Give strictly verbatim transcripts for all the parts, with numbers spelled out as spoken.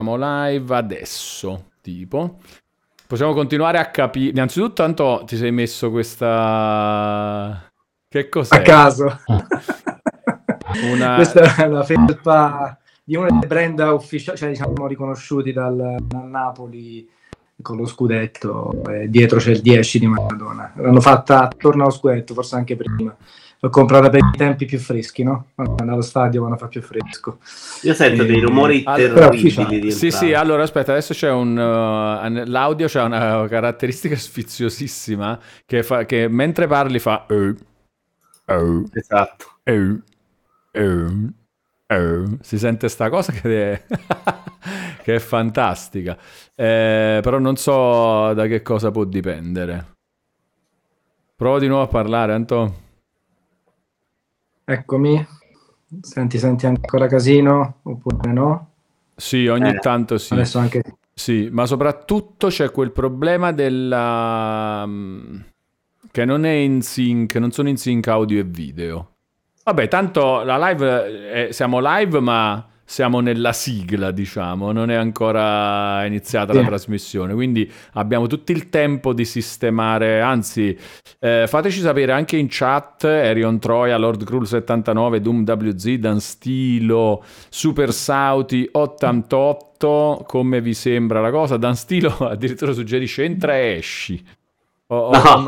live adesso, tipo. Possiamo continuare a capire. Innanzitutto, tanto ti sei messo questa... Che cos'è? A caso. Una... Questa è una felpa di uno dei brand ufficiali, cioè diciamo riconosciuti dal, dal Napoli con lo scudetto. E dietro c'è il dieci di Maradona. L'hanno fatta attorno allo scudetto, forse anche prima. L'ho comprata per i tempi più freschi, no? Quando andavo allo stadio, quando fa più fresco. Io sento E... dei rumori allora, terribili di sì, sì, allora aspetta, adesso c'è un... Uh, l'audio c'è una caratteristica sfiziosissima che, fa, che mentre parli fa... Uh, uh, esatto. Uh, uh, uh. Si sente sta cosa che è, che è fantastica. Eh, però non so da che cosa può dipendere. Prova di nuovo a parlare, Anto. Eccomi. Senti, senti ancora casino oppure no? Sì, ogni eh, tanto sì. Adesso anche... Sì, ma soprattutto c'è quel problema della... che non è in sync, non sono in sync audio e video. Vabbè, tanto la live, è, siamo live ma siamo nella sigla, diciamo, non è ancora iniziata la Sì. trasmissione, quindi abbiamo tutto il tempo di sistemare, anzi, eh, fateci sapere anche in chat, Erion Troia, Lord Cruel settantanove, Doom W Z, Dan Stilo, Super Sauti ottantotto, come vi sembra la cosa? Dan Stilo addirittura suggerisce entra e esci, o, o, o,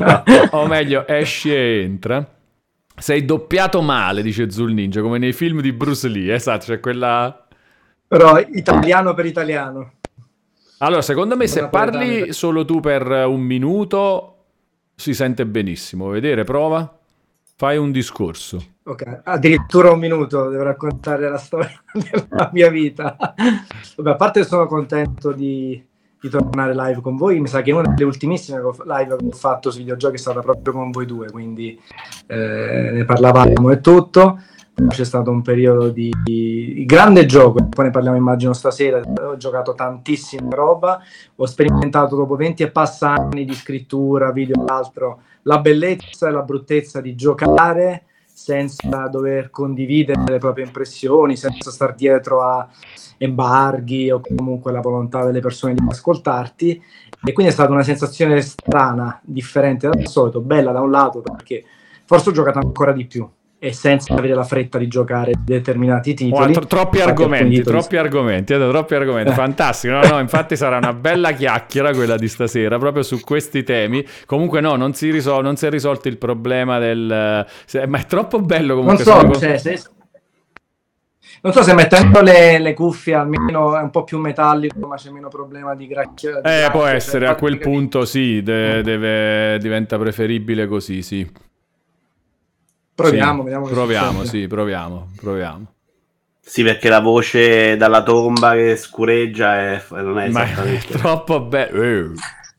o meglio esci e entra. Sei doppiato male, dice Zul Ninja, come nei film di Bruce Lee, esatto, c'è quella... Però italiano per italiano. Allora, secondo me se parli solo tu per un minuto si sente benissimo. Vuoi vedere? Prova. Fai un discorso. Ok, addirittura un minuto devo raccontare la storia della mia vita. Vabbè, a parte sono contento di... di tornare live con voi, mi sa che una delle ultimissime live che ho fatto sui videogiochi è stata proprio con voi due, quindi eh, ne parlavamo e tutto. C'è stato un periodo di, di grande gioco, poi ne parliamo immagino stasera. Ho giocato tantissima roba, ho sperimentato dopo venti e passa anni di scrittura, video e altro, la bellezza e la bruttezza di giocare senza dover condividere le proprie impressioni, senza star dietro a embarghi o comunque la volontà delle persone di ascoltarti, e quindi è stata una sensazione strana, differente dal solito, bella da un lato perché forse ho giocato ancora di più e senza avere la fretta di giocare determinati titoli. Oh, tro- troppi argomenti, titoli... troppi argomenti, eh, troppi argomenti, fantastico. No, no, infatti sarà una bella chiacchiera quella di stasera proprio su questi temi. Comunque no, non si, risol- non si è risolto il problema del... Ma è troppo bello comunque. Non so, cioè, se... non so se mettendo le, le cuffie almeno è un po' più metallico, ma c'è meno problema di gracchia. Di eh, gracchia, può essere, cioè, a quel punto sì, de- deve, diventa preferibile così, sì. Proviamo, sì, vediamo che proviamo, succede. sì, proviamo, proviamo. Sì, perché la voce dalla tomba che scureggia è, non è esattamente... Ma è troppo bello.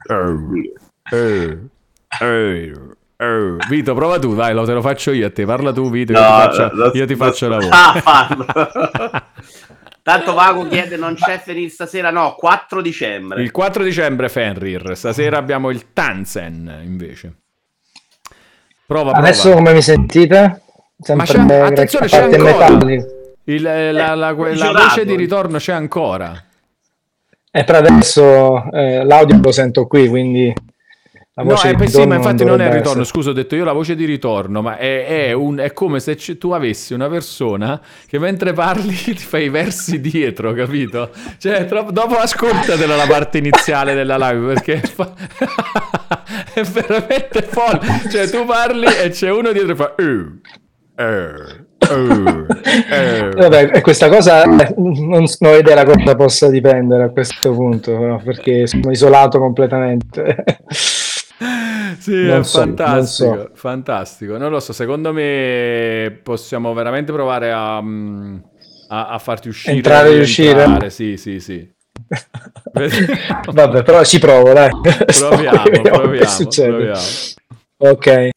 Vito, prova tu, dai, lo, te lo faccio io a te. Parla tu, Vito, no, io ti faccio, lo, io ti lo, faccio lo, la voce. Ah, farlo. Tanto Vago chiede non c'è Fenrir stasera, no, quattro dicembre. Il quattro dicembre Fenrir, stasera abbiamo il Tanzen invece. Prova, Adesso prova. come mi sentite? Sempre Ma c'è, attenzione, c'è ancora il, la, la, la, eh, la voce di ritorno c'è ancora. E per adesso eh, l'audio lo sento qui, quindi la voce no, di eh, sì, ma infatti non, non è il ritorno, essere. scusa, ho detto io la voce di ritorno, ma è, è, un, è come se c- tu avessi una persona che mentre parli ti fai i versi dietro, capito? Cioè, troppo, dopo ascoltatela la parte iniziale della live, perché fa... è veramente folle. Cioè, tu parli e c'è uno dietro che fa... Uh, uh. Uh, uh. Vabbè, e questa cosa eh, non, non ho idea da cosa possa dipendere a questo punto, no? Perché sono isolato completamente. Sì, non è so, fantastico, non so. fantastico. Non lo so, secondo me possiamo veramente provare a, a, a farti uscire. Entrare e uscire? Sì, sì, sì. Vabbè, però ci provo, dai. Proviamo, so, proviamo, proviamo. Ok.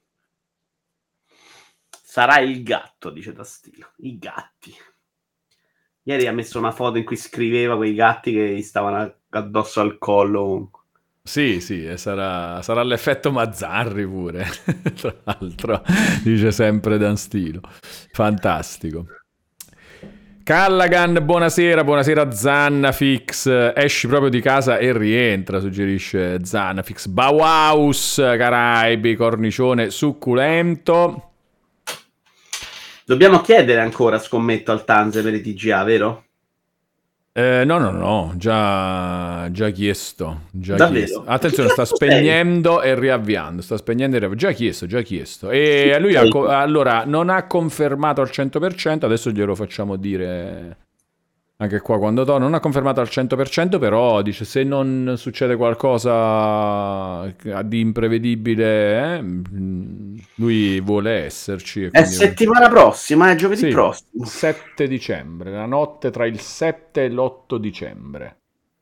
Sarà il gatto, dice Tastino. I gatti. Ieri ha messo una foto in cui scriveva quei gatti che gli stavano addosso al collo. Sì, sì, e sarà, sarà l'effetto Mazzarri pure, tra l'altro, dice sempre Dan Stilo. Fantastico. Callaghan, buonasera, buonasera Zannafix, esci proprio di casa e rientra, suggerisce Zannafix. Bauhaus, Caraibi, cornicione succulento. Dobbiamo chiedere ancora, scommetto, al Tanze per i T G A, vero? Eh, no, no, no, già, già chiesto. Già Davvero? chiesto. Attenzione, Che sta cazzo spegnendo e riavviando. Sta spegnendo e riavviando. Già chiesto, già chiesto. E lui ha co- allora non ha confermato al cento per cento. Adesso glielo facciamo dire anche qua quando torna. Non ha confermato al cento per cento, però dice se non succede qualcosa di imprevedibile, eh, lui vuole esserci. e È quindi- settimana prossima, è giovedì Sì, prossimo. sette dicembre, la notte tra il sette e l'otto dicembre.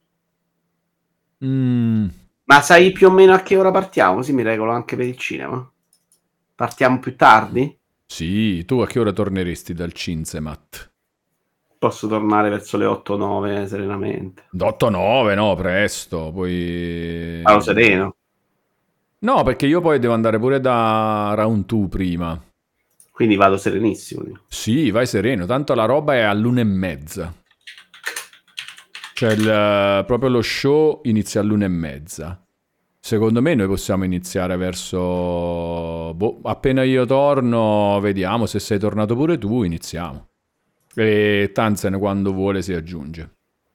Mm, Ma sai più o meno a che ora partiamo? Così mi regolo anche per il cinema. Partiamo più tardi? sì, tu a che ora torneresti dal Cinzemat? Posso tornare verso le otto nove serenamente. otto nove, no, presto, poi... Vado sereno. No, perché io poi devo andare pure da Round due prima. Quindi vado serenissimo. Sì, vai sereno, tanto la roba è all'una e mezza. Cioè il, proprio lo show inizia all'una e mezza. Secondo me noi possiamo iniziare verso... Boh, appena io torno, vediamo se sei tornato pure tu, iniziamo. E Tanzen quando vuole si aggiunge.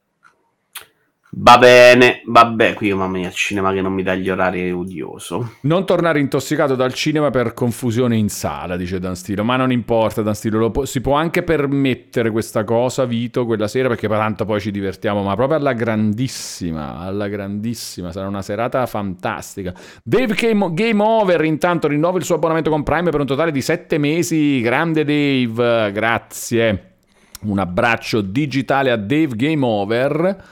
Va bene, vabbè, qui mamma mia, il cinema che non mi dà gli orari è odioso. Non tornare intossicato dal cinema per confusione in sala, dice Dan Stilo. Ma non importa, Dan Stilo, lo po- si può anche permettere questa cosa, Vito, quella sera, perché tanto poi ci divertiamo, ma proprio alla grandissima, alla grandissima. Sarà una serata fantastica. Dave Game, Game Over, intanto, rinnova il suo abbonamento con Prime per un totale di sette mesi. Grande Dave, grazie. Un abbraccio digitale a Dave Game Over.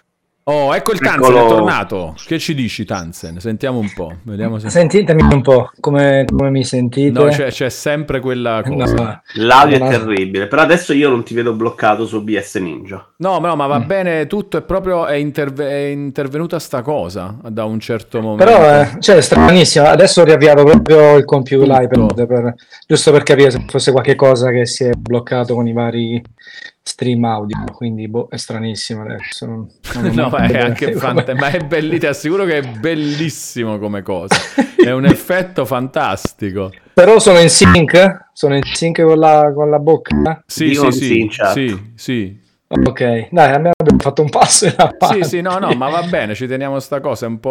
Oh, ecco il Tanzen, Eccolo. è tornato. Che ci dici, Tanzen? Sentiamo un po'. Vediamo se... Sentitemi un po', come, come mi sentite? No, c'è, c'è sempre quella cosa. No, L'audio no, è terribile, però adesso io non ti vedo bloccato su B S Ninja. No, no, ma va Mm. bene tutto, è proprio è, interve- è intervenuta sta cosa da un certo momento. Però eh, cioè, è stranissimo. Adesso ho riavviato proprio il computer, Tutto. l'iPad, per- giusto per capire se fosse qualche cosa che si è bloccato con i vari stream audio. Quindi boh, è stranissimo adesso. Non, non No, ma è come- anche come- fant- ma è bellissimo, ti assicuro che è bellissimo come cosa. È un effetto fantastico. Però sono in sync? Sono in sync con la, con la bocca? Sì, Dicono sì, di sì, sì in chat. sì, sì. Ok, dai, a me abbiamo fatto un passo in avanti. Sì, sì, no, no, ma va bene, ci teniamo sta cosa, è un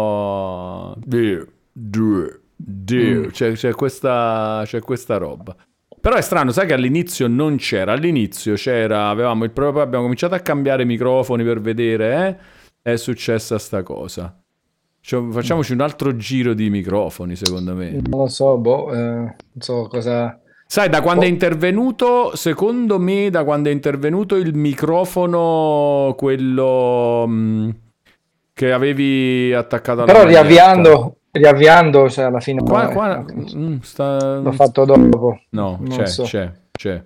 po'... Dio, Dio, Dio. Mm. C'è, c'è questa, c'è questa roba. Però è strano, sai che all'inizio non c'era, all'inizio c'era, avevamo il proprio, abbiamo cominciato a cambiare i microfoni per vedere, eh? È successa sta cosa. Cioè, facciamoci un altro giro di microfoni, secondo me. Non lo so, boh, eh, non so cosa... Sai, da quando Oh. è intervenuto, secondo me, da quando è intervenuto il microfono, quello mh, che avevi attaccato alla Però maglietta. riavviando, riavviando, cioè alla fine... Qua, eh, qua, ok. mm, sta... L'ho fatto dopo. No, non c'è, so. c'è, c'è.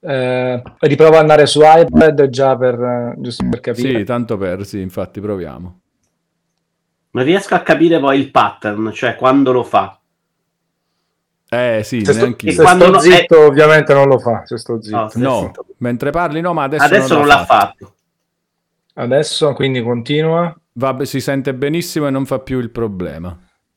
Eh, riprovo ad andare su iPad già per, eh, giusto per capire. Sì, tanto per, sì, infatti, proviamo. Non riesco a capire poi il pattern, cioè quando lo fa. Eh, sì, Se sto, neanche se io. quando sto no- zitto, ovviamente non lo fa. Se sto zitto. No, se- No, zitto. mentre parli no, ma adesso, Adesso non l'ha fatto. Adesso, quindi continua. Vabbè, si sente benissimo e non fa più il problema.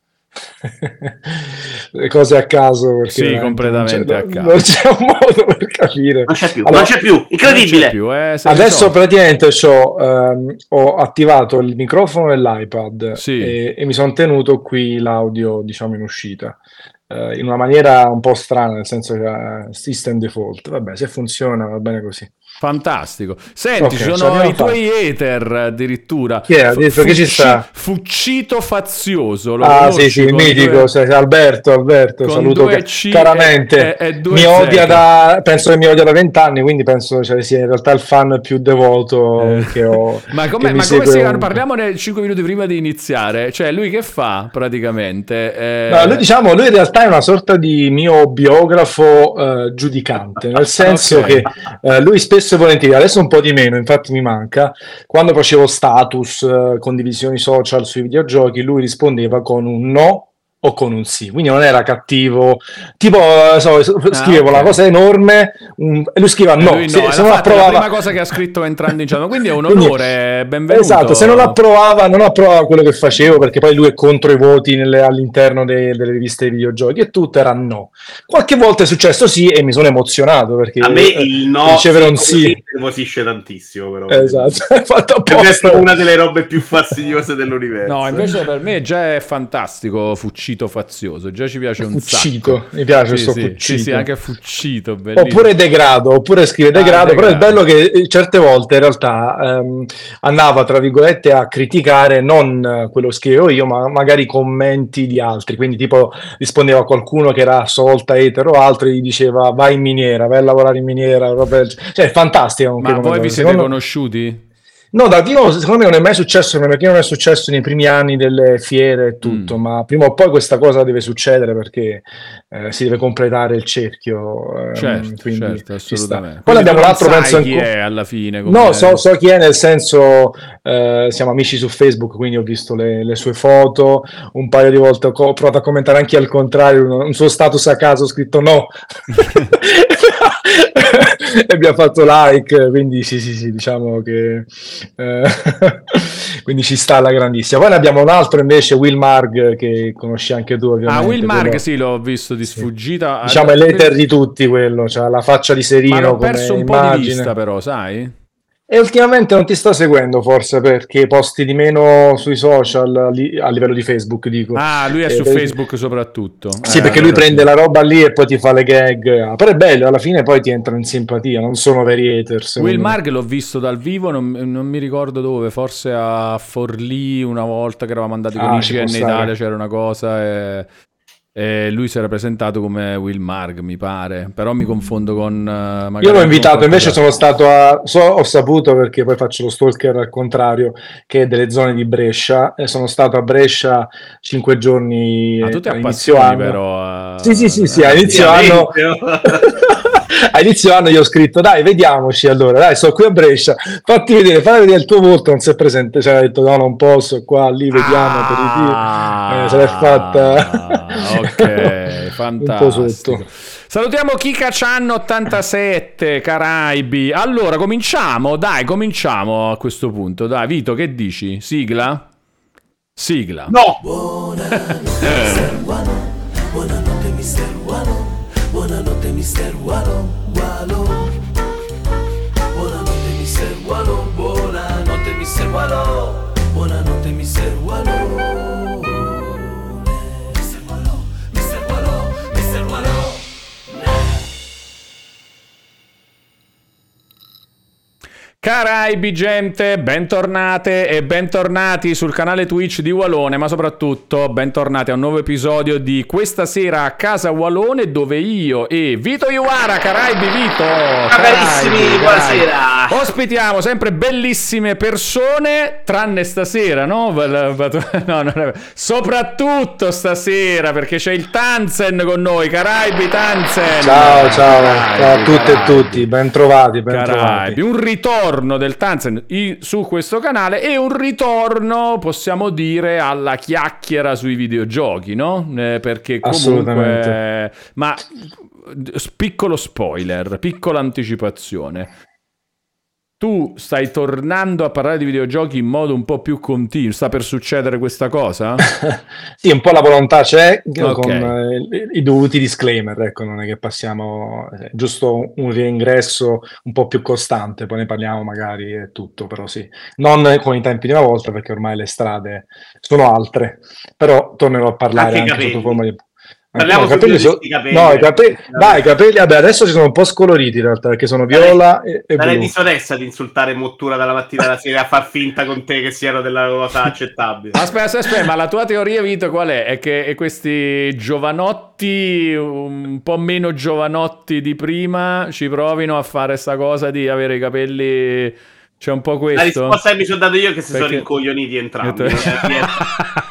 Le cose a caso. Perché Sì, veramente completamente non c'è, a non caso. c'è un modo per capire. Non c'è più, Allora, non c'è più, Non incredibile. c'è più, eh, se ne Adesso so. praticamente c'ho, ehm, ho attivato il microfono e l'iPad Sì. e, e mi sono tenuto qui l'audio, diciamo, in uscita. Eh, in una maniera un po' strana, nel senso che eh, system default. Vabbè, se funziona va bene così. Fantastico. Senti, Ok, ci ce sono l'abbiamo i tuoi ether addirittura. Chi è? Ha detto che ci Fucci- sta? Fuccito Fazioso. Lo Ah, conosci? sì, sì, Con mitico, due- sai, Alberto, Alberto, con saluto due che- C caramente. e- e due mi Z. odia da, penso che mi odia da vent'anni, quindi penso cioè, sia in realtà il fan più devoto Eh. che ho. Ma che come, mi ma come segue si ovunque. parliamone cinque minuti prima di iniziare? Cioè, lui che fa praticamente? Eh, No, lui, diciamo, lui in realtà è una sorta di mio biografo eh, giudicante, nel senso Ok. che eh, lui spesso e volentieri, adesso un po' di meno, infatti mi manca, quando facevo status, eh, condivisioni social sui videogiochi, lui rispondeva con un no o con un sì, quindi non era cattivo, tipo so, scrivevo ah, okay. una cosa enorme um, e lui scriveva no, lui no se, se non approvava... approvava la prima cosa che ha scritto entrando in chat, quindi è un onore, benvenuto. Esatto, se non approvava non approvava quello che facevo, perché poi lui è contro i voti nelle, all'interno dei, delle riviste dei videogiochi e tutto era no. Qualche volta è successo sì e mi sono emozionato perché a me il no ricevere un sì mi nervosisce tantissimo, però esatto, è fatto apposta. È una delle robe più fastidiose dell'universo. No, invece per me già è fantastico Fuccito fazioso, già ci piace un Fuccito, sacco. mi piace sì, sto sì, Fuccito. sì, sì, anche Fuccito, bellissimo. Oppure Degrado, oppure scrive Degrado, ah, però è bello che certe volte in realtà ehm, andava tra virgolette a criticare non quello che scrivevo io, ma magari commenti di altri, quindi tipo rispondeva a qualcuno che era assolta, etero o altro e gli diceva vai in miniera, vai a lavorare in miniera, roba... cioè è fantastico. Ma voi vi siete secondo... conosciuti? No, dal vivo secondo me non è mai successo, perché non è successo nei primi anni delle fiere e tutto, mm. ma prima o poi questa cosa deve succedere perché eh, si deve completare il cerchio. Certo, ehm, certo, assolutamente. Poi abbiamo un altro, penso... chi è alla fine? No, so, so chi è, nel senso eh, siamo amici su Facebook, quindi ho visto le, le sue foto, un paio di volte ho, ho provato a commentare anche al contrario, un, un suo status a caso ho scritto no. E mi ha fatto like, quindi sì sì sì, diciamo che eh, quindi ci sta alla grandissima. Poi ne abbiamo un altro invece, Will Marg, che conosci anche tu ovviamente. Ah, Will Marg quello... sì, l'ho visto di sfuggita. Sì. Diciamo è l'hater di tutti quello, cioè la faccia di Serino. Ma l'ho perso un immagine. po' di vista però, sai? E ultimamente non ti sto seguendo forse perché posti di meno sui social a, li, a livello di Facebook, dico. Ah, lui è eh, su perché... Facebook soprattutto. Sì, eh, perché allora lui prende sì. la roba lì e poi ti fa le gag. Però è bello, alla fine poi ti entra in simpatia, non sono veri haters. Will Marg l'ho visto dal vivo, non, non mi ricordo dove, forse a Forlì una volta che eravamo andati con ah, I G N Italia, c'era una cosa e... E lui si era presentato come Will Marg, mi pare, però mi confondo con... Uh, Io l'ho invitato, invece sono stato a... So, ho saputo, perché poi faccio lo stalker al contrario, che è delle zone di Brescia, e sono stato a Brescia cinque giorni ah, tu ti a inizio anno. Però, uh... Sì, sì, sì, sì, a inizio anno... A inizio anno gli ho scritto dai vediamoci allora, dai sto qui a Brescia, fatti vedere, fai vedere il tuo volto, non si è presente, cioè ha detto no non posso, qua lì vediamo ah, eh, se l'è fatta ok, fantastico. Salutiamo Kika-chan ottantasette Caraibi. Allora cominciamo, dai cominciamo a questo punto, dai Vito che dici? Sigla? Sigla. No! Buonanotte mister Walo, buonanotte mister Walo, Walo. Buonanotte mister Walo, buonanotte mister Walo, buonanotte mister Walo. Mister Walo, mister Walo, mister Walo. Caraibi gente, bentornate e bentornati sul canale Twitch di Walone, ma soprattutto bentornati a un nuovo episodio di Questa sera a casa Walone, dove io e Vito Iwara, Caraibi Vito, carissimi, buonasera, ospitiamo sempre bellissime persone, tranne stasera, no? No, non è... soprattutto stasera, perché c'è il Tanzen con noi, Caraibi Tanzen. Ciao, ciao, Caraibi, ciao a tutte Caraibi. e tutti, ben trovati, ben Caraibi. trovati. Un ritorno del Tanzen su questo canale e un ritorno, possiamo dire, alla chiacchiera sui videogiochi, no? Eh, perché comunque... Ma piccolo spoiler, piccola anticipazione. Tu stai tornando a parlare di videogiochi in modo un po' più continuo, sta per succedere questa cosa? Sì, un po' la volontà c'è, okay. con eh, i dovuti disclaimer, ecco, non è che passiamo, eh, giusto un reingresso un po' più costante, poi ne parliamo magari e tutto, però sì, non con i tempi di una volta perché ormai le strade sono altre, però tornerò a parlare anche, anche sotto forma di... Parliamo no, i capelli so... capelli. No, i capelli... Dai, i capelli, vabbè, adesso si sono un po' scoloriti in realtà, perché sono viola e, e Sarei blu. disonesta di insultare Mottura dalla mattina alla sera a far finta con te che siano della cosa accettabile. Aspetta, aspetta, aspetta, ma la tua teoria, Vito, qual è? È che questi giovanotti, un po' meno giovanotti di prima, ci provino a fare sta cosa di avere i capelli... C'è un po' questo. La risposta che mi sono dato io è che si perché... sono rincoglioniti entrambi.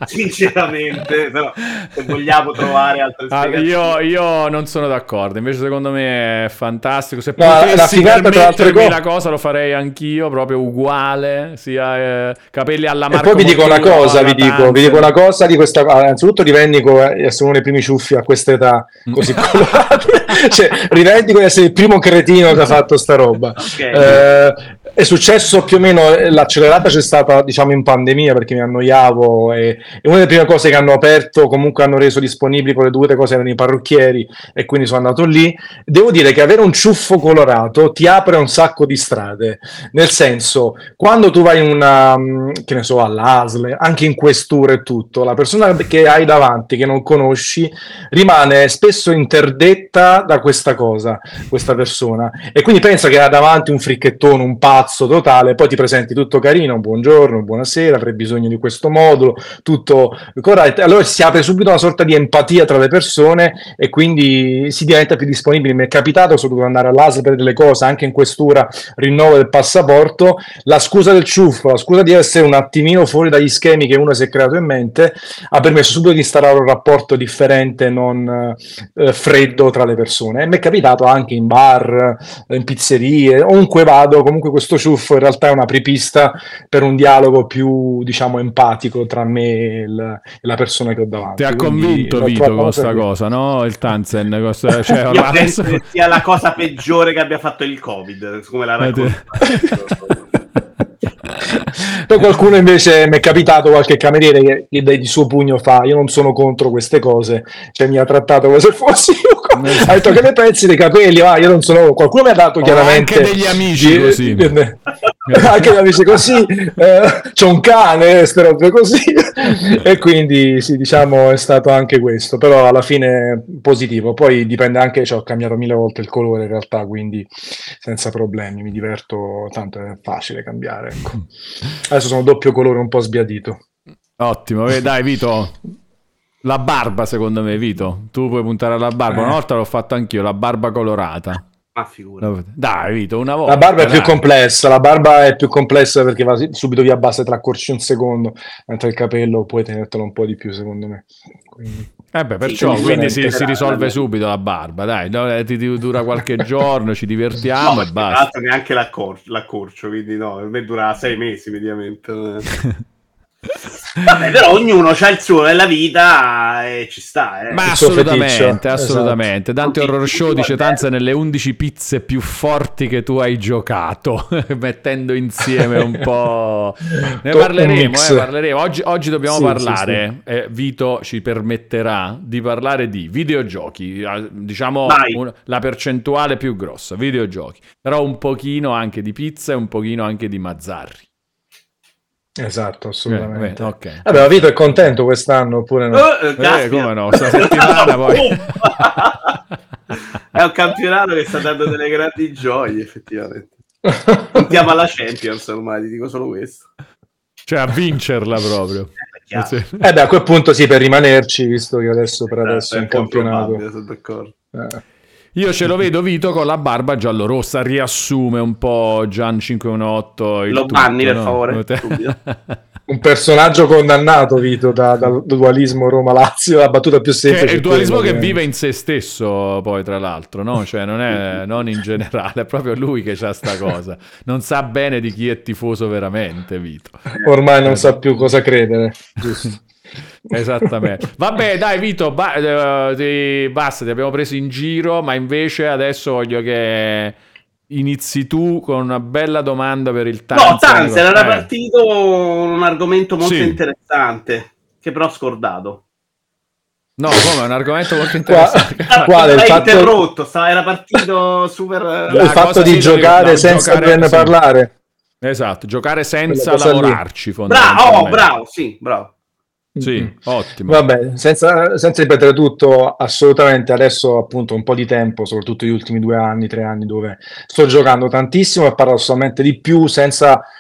sinceramente, però se vogliamo trovare altre Ah, spiegazioni. io, io non sono d'accordo, invece secondo me è fantastico. Se No, la potessi figata, tra l'altro, permettermi co- la cosa lo farei anch'io, proprio uguale, sia eh, capelli alla E Marco poi vi dico una Motturo, cosa, alla vi dico, vi Tanzer. dico una cosa di questa. Allora, innanzitutto rivendico eh, di essere uno dei primi ciuffi a questa età così colorati. Cioè, rivendico di essere il primo cretino che ha fatto sta roba. Ok. Eh, è successo più o meno, eh, l'accelerata c'è stata diciamo in pandemia perché mi annoiavo e, e una delle prime cose che hanno aperto, comunque hanno reso disponibili con le dovute cose erano i parrucchieri e quindi sono andato lì. Devo dire che avere un ciuffo colorato ti apre un sacco di strade, nel senso, quando tu vai in una, mh, che ne so, all'A S L, anche in questura e tutto, la persona che hai davanti, che non conosci, rimane spesso interdetta da questa cosa, questa persona, e quindi pensa che ha davanti un fricchettone, un pazzo totale, poi ti presenti tutto carino, buongiorno, buonasera, avrei bisogno di questo modulo, tutto corretto, allora si apre subito una sorta di empatia tra le persone e quindi si diventa più disponibili. Mi è capitato, sono dovuto andare all'A S L per delle cose, anche in questura, rinnovo del passaporto, la scusa del ciuffo, la scusa di essere un attimino fuori dagli schemi che uno si è creato in mente, ha permesso subito di instaurare un rapporto differente, non eh, freddo tra le persone. E mi è capitato anche in bar, eh, in pizzerie, ovunque vado, comunque questo ciuffo in realtà è una apripista per un dialogo più, diciamo, empatico tra me e il- e la persona che ho davanti. Ti ha Quindi convinto l'ho Vito trovato con sta sempre- cosa, no? Il Tanzen, questa- cioè, Io ormai penso adesso- che sia la cosa peggiore che abbia fatto il Covid, come la Eh, ti- racconta. Poi qualcuno invece mi è capitato, qualche cameriere che, che di suo pugno fa: io non sono contro queste cose, cioè mi ha trattato come se fossi io. Ha detto: che ne pensi dei capelli? Ah, io non sono. Qualcuno mi ha dato Ho chiaramente anche degli amici di- così. di- anche gli amici così, eh, c'ho un cane, ste robe così. E quindi sì, diciamo è stato anche questo, però alla fine positivo. Poi dipende anche, cioè, ho cambiato mille volte il colore in realtà, quindi senza problemi, mi diverto tanto, è facile cambiare, ecco. Adesso sono doppio colore, un po' sbiadito. Ottimo, eh, dai Vito. La barba secondo me, Vito. Tu puoi puntare alla barba. Una Eh. volta l'ho fatto anch'io, la barba colorata. Ma figura. Dai Vito, una volta. La barba è più dai. complessa, la barba è più complessa perché va subito via bassa, te la accorci un secondo, mentre il capello puoi tenertelo un po' di più, secondo me. Quindi... Eh beh, perciò Sì, quindi si, differente. si risolve subito la barba, dai, no, eh, ti, ti dura qualche giorno, ci divertiamo No, e tra basta. l'altro neanche l'accor- l'accorcio, quindi no, per me dura sei mesi mediamente. Vabbè, però ognuno ha il suo nella vita e ci sta, eh. Ma Il suo assolutamente, feticcio, assolutamente. Dante Tutti- Horror Show tutti dice: guardate. Tanza, nelle undici pizze più forti che tu hai giocato, mettendo insieme un po'. Ne Un parleremo, mix. eh, parleremo. Oggi, oggi dobbiamo Sì, parlare. eh, Vito ci permetterà di parlare di videogiochi, eh, diciamo Vai. un- la percentuale più grossa, videogiochi, però un pochino anche di pizza e un pochino anche di Mazzarri. Esatto, assolutamente. Eh, beh, ok. Vabbè, ma Vito è contento quest'anno oppure no? Eh, Eh, caspita. come no, sta settimana poi. È un campionato che sta dando delle grandi gioie, effettivamente. Puntiamo alla Champions ormai, ti dico solo questo. Cioè a vincerla proprio. È chiaro. Sì. Eh beh, a quel punto sì, per rimanerci, visto che adesso per Esatto, adesso è un un po' campionato. probabile, sono d'accordo. Eh. Io ce lo vedo Vito con la barba giallo-rossa, riassume un po' Gian cinquecentodiciotto il Lo tutto, banni, per no? favore, subito. Un personaggio condannato, Vito, da- dal dualismo Roma-Lazio, la battuta più Che semplice. è il dualismo quella, che ovviamente. vive in se stesso, poi tra l'altro, no? Cioè non è non in generale, è proprio lui che c'ha sta cosa. Non sa bene di chi è tifoso veramente, Vito. Ormai non sa più cosa credere. Giusto. Esattamente. Vabbè, dai Vito, ba- eh, ti- basta, ti abbiamo preso in giro, ma invece adesso voglio che inizi tu con una bella domanda per il Tanzer. No, Tanzer era Eh. partito un argomento molto Sì. interessante, che però ho scordato. No, come è un argomento molto Qua- interessante. Quale? Il L'hai fatto- interrotto, stava- era partito super... La il fatto cosa di sì, giocare no, senza giocare- doverne sì. parlare. Esatto, giocare senza Quella cosa lì. lavorarci Bravo, fondamentalmente. oh, bravo, sì, bravo. Sì, Mm. ottimo. Vabbè, senza, senza ripetere tutto, assolutamente adesso appunto un po' di tempo, soprattutto gli ultimi due anni, tre anni, dove sto giocando tantissimo e paradossalmente di più senza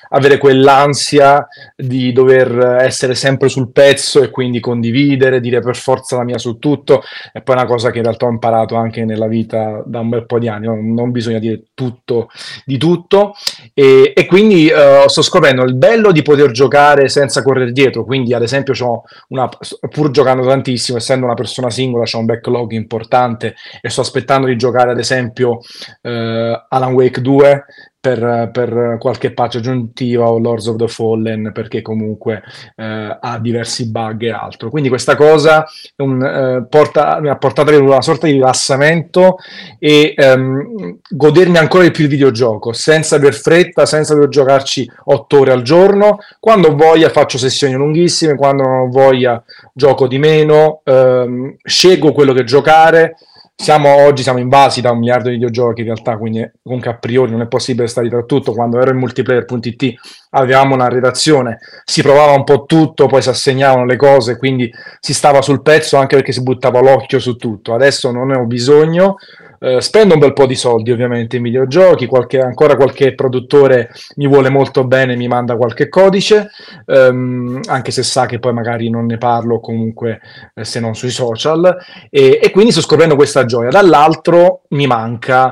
avere quell'ansia di dover essere sempre sul pezzo e quindi condividere, dire per forza la mia su tutto. È poi una cosa che in realtà ho imparato anche nella vita da un bel po' di anni, non, non bisogna dire tutto di tutto, e, e quindi uh, sto scoprendo il bello di poter giocare senza correre dietro. Quindi ad esempio c'ho una, pur giocando tantissimo, essendo una persona singola, c'ho un backlog importante e sto aspettando di giocare ad esempio uh, Alan Wake due per, per qualche patch aggiuntiva, o Lords of the Fallen, perché comunque eh, ha diversi bug e altro. Quindi questa cosa un, eh, porta, mi ha portato a una sorta di rilassamento e ehm, godermi ancora di più il videogioco, senza aver fretta, senza dover giocarci otto ore al giorno. Quando ho voglia faccio sessioni lunghissime, quando non ho voglia gioco di meno, ehm, scelgo quello che giocare. Siamo oggi siamo invasi da un miliardo di videogiochi in realtà, quindi comunque a priori non è possibile stare tra tutto. Quando ero in multiplayer punto it avevamo una redazione, si provava un po' tutto, poi si assegnavano le cose, quindi si stava sul pezzo anche perché si buttava l'occhio su tutto. Adesso non ne ho bisogno. Uh, spendo un bel po' di soldi ovviamente in videogiochi, qualche, ancora qualche produttore mi vuole molto bene, mi manda qualche codice, um, anche se sa che poi magari non ne parlo comunque eh, se non sui social, e, e quindi sto scoprendo questa gioia. Dall'altro mi manca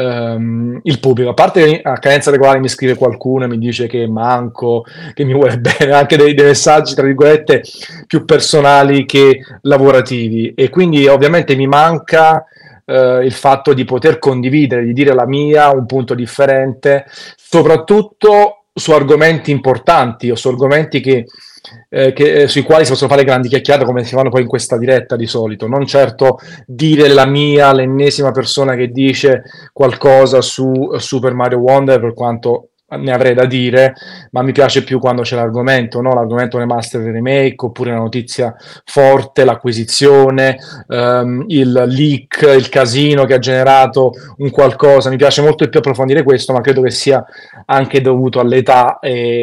um, il pubblico, a parte che a cadenza regolare mi scrive qualcuno e mi dice che manco, che mi vuole bene, anche dei, dei messaggi tra virgolette più personali che lavorativi, e quindi ovviamente mi manca Uh, il fatto di poter condividere, di dire la mia, un punto differente, soprattutto su argomenti importanti o su argomenti che, eh, che, sui quali si possono fare grandi chiacchierate, come si fanno poi in questa diretta di solito, non certo dire la mia, l'ennesima persona che dice qualcosa su Super Mario Wonder, per quanto ne avrei da dire, ma mi piace più quando c'è l'argomento, no? L'argomento remaster e remake, oppure la notizia forte, l'acquisizione, um, il leak, il casino che ha generato un qualcosa. Mi piace molto di più approfondire questo, ma credo che sia anche dovuto all'età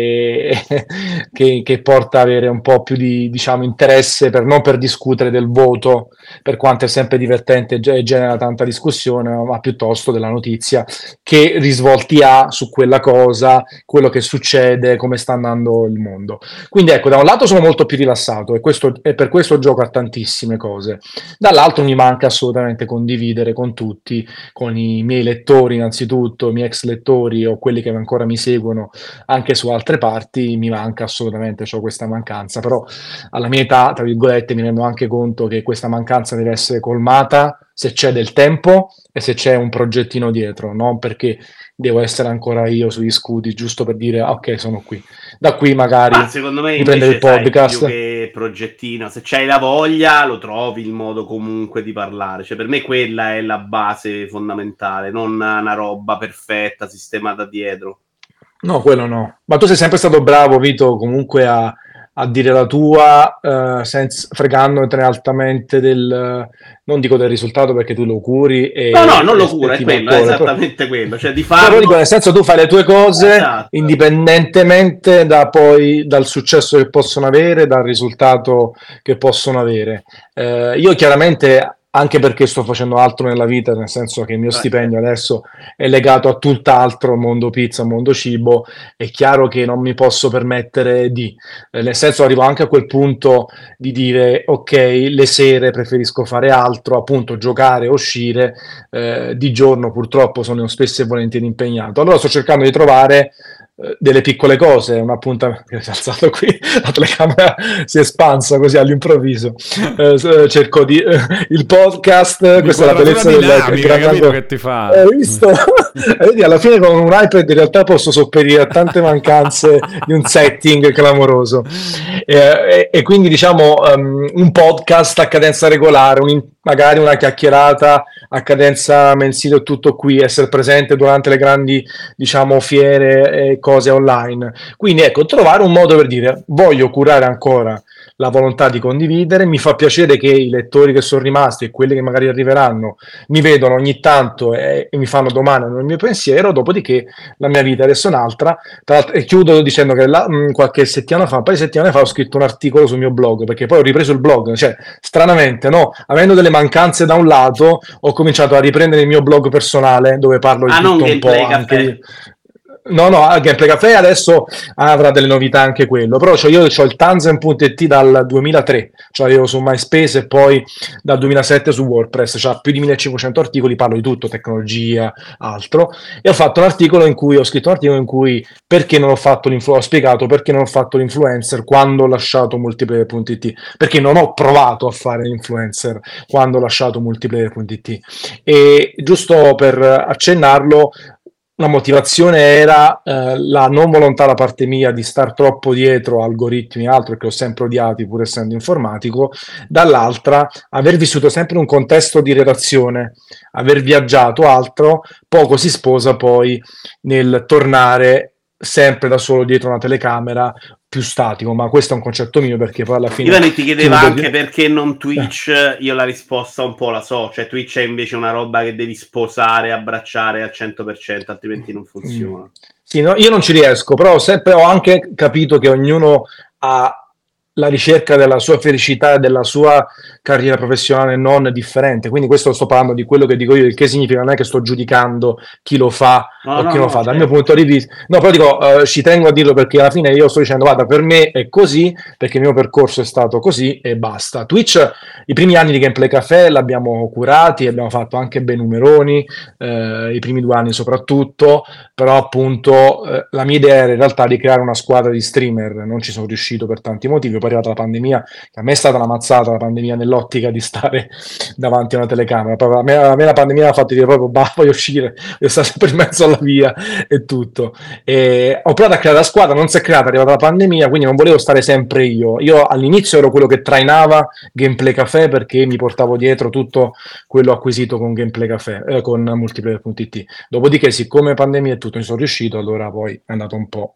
e che, che porta ad avere un po' più di, diciamo, interesse, per non per discutere del voto, per quanto è sempre divertente e genera tanta discussione, ma piuttosto della notizia, che risvolti ha su quella cosa, quello che succede, come sta andando il mondo. Quindi ecco, da un lato sono molto più rilassato e, questo, e per questo gioco a tantissime cose, dall'altro mi manca assolutamente condividere con tutti, con i miei lettori innanzitutto, i miei ex lettori o quelli che ancora mi seguono anche su altre parti. Mi manca assolutamente, ho questa mancanza, però alla mia età, tra virgolette, mi rendo anche conto che questa mancanza deve essere colmata se c'è del tempo e se c'è un progettino dietro, non perché devo essere ancora io sugli scudi giusto per dire ah, ok, sono qui. Da qui magari ma secondo me mi prende il podcast. Più che progettino, se c'hai la voglia lo trovi il modo comunque di parlare, cioè per me quella è la base fondamentale, non una roba perfetta sistemata dietro. No, quello no, ma tu sei sempre stato bravo, Vito, comunque a a dire la tua, uh, senza, fregandotene altamente del, non dico del risultato perché tu lo curi. E, no, no, non lo cura, è quello, è esattamente però, quello. Cioè di farlo... Però dico, nel senso, tu fai le tue cose, esatto, indipendentemente da poi dal successo che possono avere, dal risultato che possono avere. Uh, io chiaramente, anche perché sto facendo altro nella vita, nel senso che il mio stipendio adesso è legato a tutt'altro, mondo pizza, mondo cibo, è chiaro che non mi posso permettere di, eh, nel senso arrivo anche a quel punto di dire ok, le sere preferisco fare altro, appunto giocare, uscire, eh, di giorno purtroppo sono spesso e volentieri impegnato, allora sto cercando di trovare delle piccole cose, un appuntamento che si è alzato qui, la telecamera si è espansa così all'improvviso, eh, cerco di eh, il podcast, questa è la bellezza del capito che ti fa, hai visto? Vedi, alla fine con un iPad in realtà posso sopperire a tante mancanze di un setting clamoroso, e, e, e quindi diciamo um, un podcast a cadenza regolare, un, magari una chiacchierata a cadenza mensile o tutto qui, essere presente durante le grandi, diciamo, fiere e cose online. Quindi ecco, trovare un modo per dire voglio curare ancora la volontà di condividere, mi fa piacere che i lettori che sono rimasti e quelli che magari arriveranno mi vedono ogni tanto e, e mi fanno domande nel mio pensiero, dopodiché la mia vita adesso è un'altra. Tra l'altro, e chiudo dicendo che là, mh, qualche settimana fa, un paio di settimane fa ho scritto un articolo sul mio blog, perché poi ho ripreso il blog, cioè stranamente, no, avendo delle mancanze da un lato, ho cominciato a riprendere il mio blog personale dove parlo di ah, tutto un po' anche di... No, no, Gameplay Café adesso avrà delle novità anche quello, però cioè, io ho il Tanzen punto it dal duemilatré, cioè io su MySpace e poi dal duemilasette su WordPress, c'ha più di millecinquecento articoli, parlo di tutto, tecnologia, altro, e ho fatto un articolo in cui, ho scritto un articolo in cui perché non ho fatto l'influencer, ho spiegato perché non ho fatto l'influencer quando ho lasciato multiplayer punto it, perché non ho provato a fare l'influencer quando ho lasciato multiplayer punto it, e giusto per accennarlo, la motivazione era eh, la non volontà da parte mia di star troppo dietro algoritmi e altro, che ho sempre odiati pur essendo informatico, dall'altra aver vissuto sempre in un contesto di redazione, aver viaggiato altro, poco si sposa poi nel tornare sempre da solo dietro una telecamera, più statico, ma questo è un concetto mio, perché poi alla fine... Ivani ti chiedeva chiudo- anche perché non Twitch, io la risposta un po' la so, cioè Twitch è invece una roba che devi sposare, abbracciare al cento per cento, altrimenti non funziona. Mm. Sì, no, io non ci riesco, però ho sempre ho anche capito che ognuno ha la ricerca della sua felicità e della sua carriera professionale non differente, quindi questo sto parlando di quello che dico io, il che significa non è che sto giudicando chi lo fa No, o no, chi non lo no, fa, dal certo. mio punto di vista, no, però dico, eh, ci tengo a dirlo perché alla fine io sto dicendo, guarda, per me è così, perché il mio percorso è stato così e basta. Twitch, i primi anni di Gameplay Café l'abbiamo curati, abbiamo fatto anche bei numeroni, eh, i primi due anni soprattutto, però appunto eh, la mia idea era in realtà di creare una squadra di streamer, non ci sono riuscito per tanti motivi, poi è arrivata la pandemia, che a me è stata una mazzata la pandemia nell'ottica di stare davanti a una telecamera, proprio a me, a me la pandemia ha fatto dire proprio, bah, voglio uscire, voglio stare sempre in mezzo alla via e tutto. E ho provato a creare la squadra, non si è creata, è arrivata la pandemia, quindi non volevo stare sempre io. Io all'inizio ero quello che trainava Gameplay Café perché mi portavo dietro tutto quello acquisito con Gameplay Café, eh, con multiplayer punto it. Dopodiché, siccome pandemia e tutto, mi sono riuscito, allora poi è andato un po'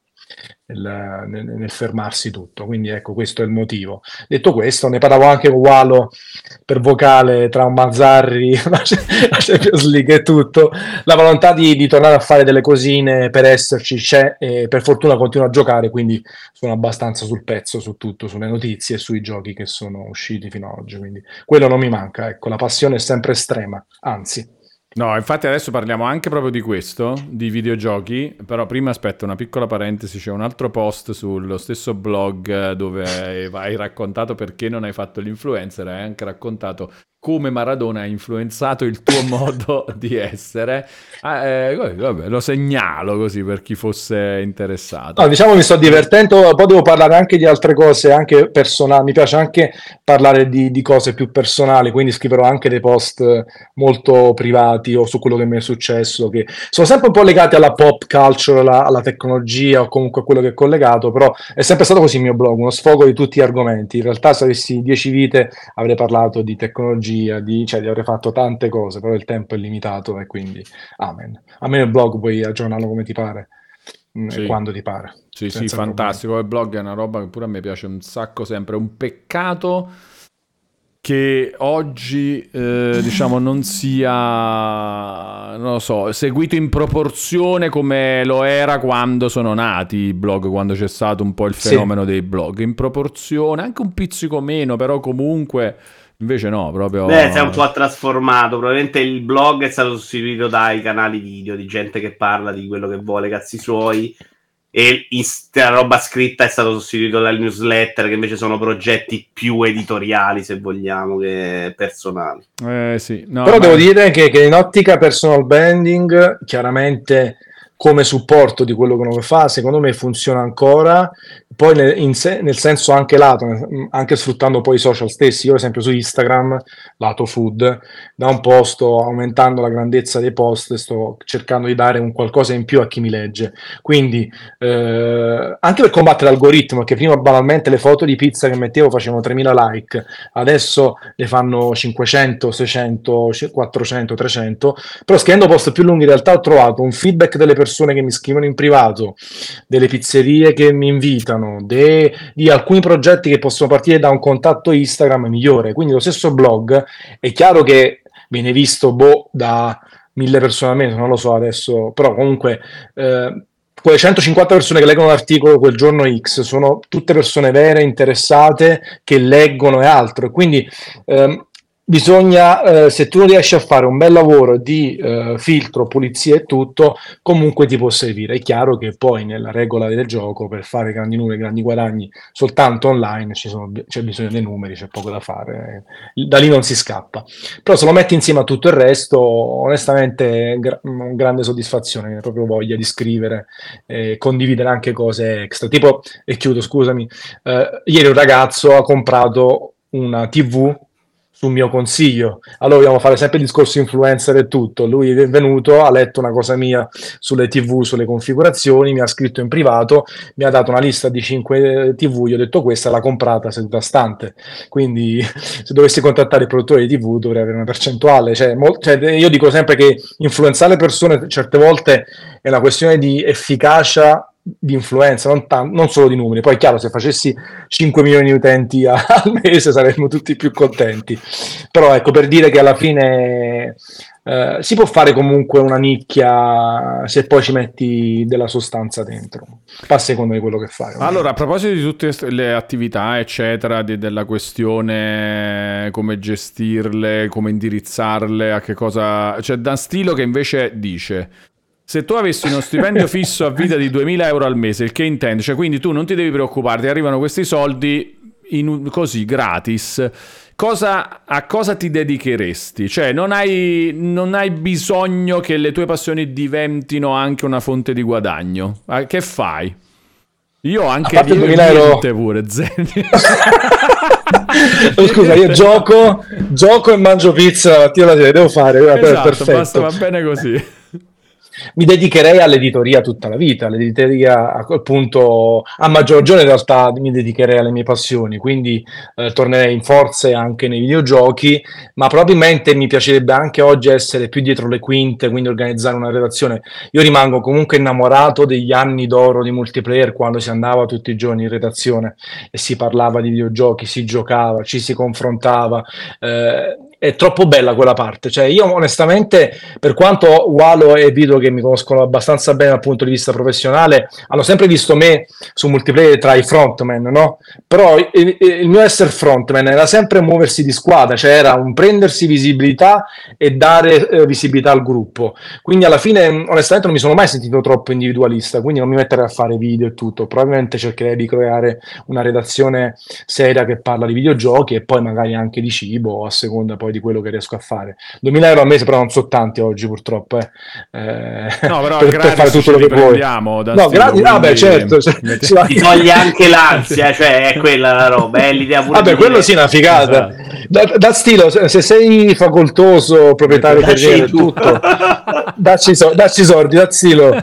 nel, nel, nel fermarsi tutto. Quindi ecco, questo è il motivo. Detto questo, ne parlavo anche con Walo per vocale tra un Mazzarri, la Champions League e tutto. La volontà di, di tornare a fare delle cosine per esserci c'è, e per fortuna continuo a giocare, quindi sono abbastanza sul pezzo su tutto, sulle notizie e sui giochi che sono usciti fino ad oggi, quindi quello non mi manca, ecco, la passione è sempre estrema, anzi. No, infatti adesso parliamo anche proprio di questo, di videogiochi, però prima aspetta una piccola parentesi, c'è un altro post sullo stesso blog dove hai raccontato perché non hai fatto l'influencer, hai anche raccontato come Maradona ha influenzato il tuo modo di essere. Ah, eh, vabbè, lo segnalo così per chi fosse interessato. No, diciamo mi sto divertendo, poi devo parlare anche di altre cose, anche personali, mi piace anche parlare di, di cose più personali, quindi scriverò anche dei post molto privati o su quello che mi è successo, che sono sempre un po' legati alla pop culture, alla, alla tecnologia o comunque a quello che è collegato, però è sempre stato così il mio blog, uno sfogo di tutti gli argomenti. In realtà se avessi dieci vite avrei parlato di tecnologia, di, cioè, avrei fatto tante cose, però il tempo è limitato e quindi amen. A me il blog puoi aggiornarlo come ti pare, Sì. e quando ti pare. Sì, sì, senza fantastico. Il blog è una roba che pure a me piace un sacco sempre. Un peccato che oggi, eh, diciamo, non sia, non lo so, seguito in proporzione come lo era quando sono nati i blog, quando c'è stato un po' il fenomeno sì. dei blog. In proporzione, anche un pizzico meno, però comunque... Invece no, proprio... Beh, si è un po' trasformato. Probabilmente il blog è stato sostituito dai canali video di gente che parla di quello che vuole, cazzi suoi. E la roba scritta è stato sostituito dal newsletter, che invece sono progetti più editoriali, se vogliamo, che personali. Eh sì. No, Però ma... devo dire che, che in ottica personal branding, chiaramente come supporto di quello che uno fa, secondo me funziona ancora, poi nel, in se, nel senso anche lato, anche sfruttando poi i social stessi. Io ad esempio su Instagram, lato food, da un po' sto aumentando la grandezza dei post, sto cercando di dare un qualcosa in più a chi mi legge, quindi eh, anche per combattere l'algoritmo, che prima banalmente le foto di pizza che mettevo facevano tremila like, adesso le fanno cinquecento, seicento, quattrocento, trecento, però scrivendo post più lunghi in realtà ho trovato un feedback delle persone che mi scrivono in privato, delle pizzerie che mi invitano, de, di alcuni progetti che possono partire da un contatto Instagram migliore. Quindi lo stesso blog è chiaro che viene visto boh, da mille persone almeno, non lo so adesso, però comunque eh, quelle centocinquanta persone che leggono l'articolo quel giorno X sono tutte persone vere, interessate, che leggono e altro, e quindi ehm, bisogna, eh, se tu riesci a fare un bel lavoro di eh, filtro, pulizia e tutto, comunque ti può servire. È chiaro che poi nella regola del gioco, per fare grandi numeri, grandi guadagni soltanto online, ci sono, c'è bisogno dei numeri, c'è poco da fare, da lì non si scappa. Però se lo metti insieme a tutto il resto, onestamente gra- grande soddisfazione, proprio voglia di scrivere e condividere anche cose extra. Tipo, e chiudo, scusami, eh, ieri un ragazzo ha comprato una tivù sul mio consiglio. Allora dobbiamo fare sempre il discorso influencer e tutto. Lui è venuto, ha letto una cosa mia sulle tivù, sulle configurazioni, mi ha scritto in privato, mi ha dato una lista di cinque tivù, io ho detto questa l'ha comprata seduta stante. Quindi se dovessi contattare il produttore di tivù dovrei avere una percentuale. Cioè, mol- cioè, io dico sempre che influenzare le persone certe volte è una questione di efficacia di influenza, non, tan- non solo di numeri. Poi è chiaro, se facessi cinque milioni di utenti a- al mese saremmo tutti più contenti. Però ecco, per dire che alla fine eh, si può fare comunque una nicchia se poi ci metti della sostanza dentro, fa a seconda di quello che fai. ovviamente. Allora, a proposito di tutte le attività, eccetera, di- della questione come gestirle, come indirizzarle, a che cosa... C'è Dan Stilo che invece dice: se tu avessi uno stipendio fisso a vita di duemila euro al mese, il che intende, cioè quindi tu non ti devi preoccupare, ti arrivano questi soldi in un- così, gratis, cosa, a cosa ti dedicheresti? Cioè non hai, non hai bisogno che le tue passioni diventino anche una fonte di guadagno. Ah, che fai? Io ho anche A parte duemila euro. niente pure, zero. Oh, scusa, io gioco, gioco e mangio pizza la mattina e la sera, devo fare, guarda, Esatto, perfetto. basta, va bene così. Mi dedicherei all'editoria tutta la vita, all'editoria a quel punto, a maggior ragione in realtà mi dedicherei alle mie passioni, quindi eh, tornerei in forze anche nei videogiochi, ma probabilmente mi piacerebbe anche oggi essere più dietro le quinte, quindi organizzare una redazione. Io rimango comunque innamorato degli anni d'oro di multiplayer, quando si andava tutti i giorni in redazione e si parlava di videogiochi, si giocava, ci si confrontava. eh, È troppo bella quella parte, cioè io onestamente, per quanto Walo e Vito, che mi conoscono abbastanza bene dal punto di vista professionale, hanno sempre visto me su multiplayer tra i frontman, no? Però il, il mio essere frontman era sempre muoversi di squadra, cioè era un prendersi visibilità e dare eh, visibilità al gruppo. Quindi alla fine onestamente non mi sono mai sentito troppo individualista, quindi non mi metterei a fare video e tutto, probabilmente cercherei di creare una redazione seria che parla di videogiochi e poi magari anche di cibo, a seconda poi di quello che riesco a fare. duemila euro al mese però non so tanti oggi purtroppo, eh. Eh, No, però per, per fare tutto quello che vuoi. Da No, Stilo, gratis, vabbè, quindi certo, cioè, metti- ci va- Ti toglie anche l'ansia, cioè è quella la roba, è l'idea pure Vabbè, di quello dire- sì, è una figata. Esatto. Da, da Stilo, se se sei facoltoso, proprietario Dacci terriero e tu. tutto, dacci, so- dacci soldi, da Stilo.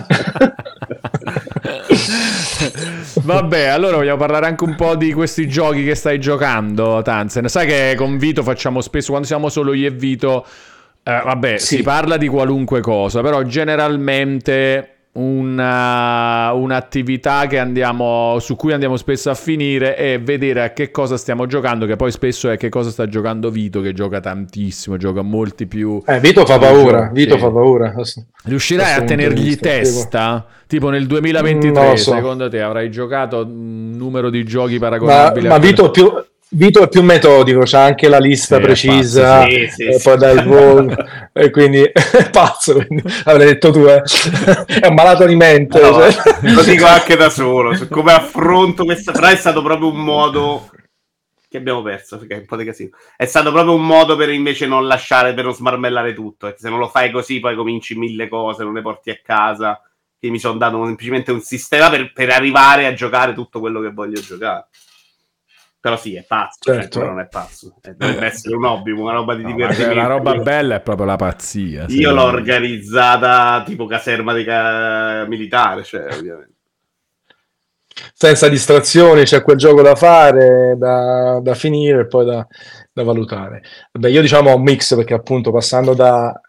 Vabbè, allora vogliamo parlare anche un po' di questi giochi che stai giocando, Tanzen. Sai che con Vito facciamo spesso, quando siamo solo io e Vito, eh, vabbè, Sì. si parla di qualunque cosa, però generalmente una, un'attività che andiamo, su cui andiamo spesso a finire è vedere a che cosa stiamo giocando, che poi spesso è che cosa sta giocando Vito, che gioca tantissimo, gioca molti più... Eh, Vito fa paura, Sì. Vito fa paura. Riuscirai Questo a è un punto di tenergli vista, testa? Tipo nel Non duemilaventitré, lo so. secondo te avrai giocato un numero di giochi Ma, paragonabili ma a quello- Vito, è più, Vito è più metodico, c'ha anche la lista Sì, è precisa, pazzo, sì, sì, e sì. poi dai il volo, e quindi è pazzo, quindi, avrei detto tu, eh. È un malato di mente. No, cioè. lo dico anche da solo, su come affronto questa, però è stato proprio un modo che abbiamo perso, perché è un po' di casino. È stato proprio un modo per invece non lasciare, per non smarmellare tutto, e se non lo fai così poi cominci mille cose, non le porti a casa, che mi sono dato semplicemente un sistema per, per arrivare a giocare tutto quello che voglio giocare. Però sì, è pazzo, Certo. cioè, non è pazzo, Eh, dovrebbe essere un hobby, una roba di No, ma divertimento. la roba bella è proprio la pazzia. Io secondo l'ho me. organizzata tipo caserma di ca- militare, cioè ovviamente. Senza distrazioni, c'è quel gioco da fare, da, da finire e poi da, da valutare. Vabbè, io diciamo ho un mix perché appunto passando da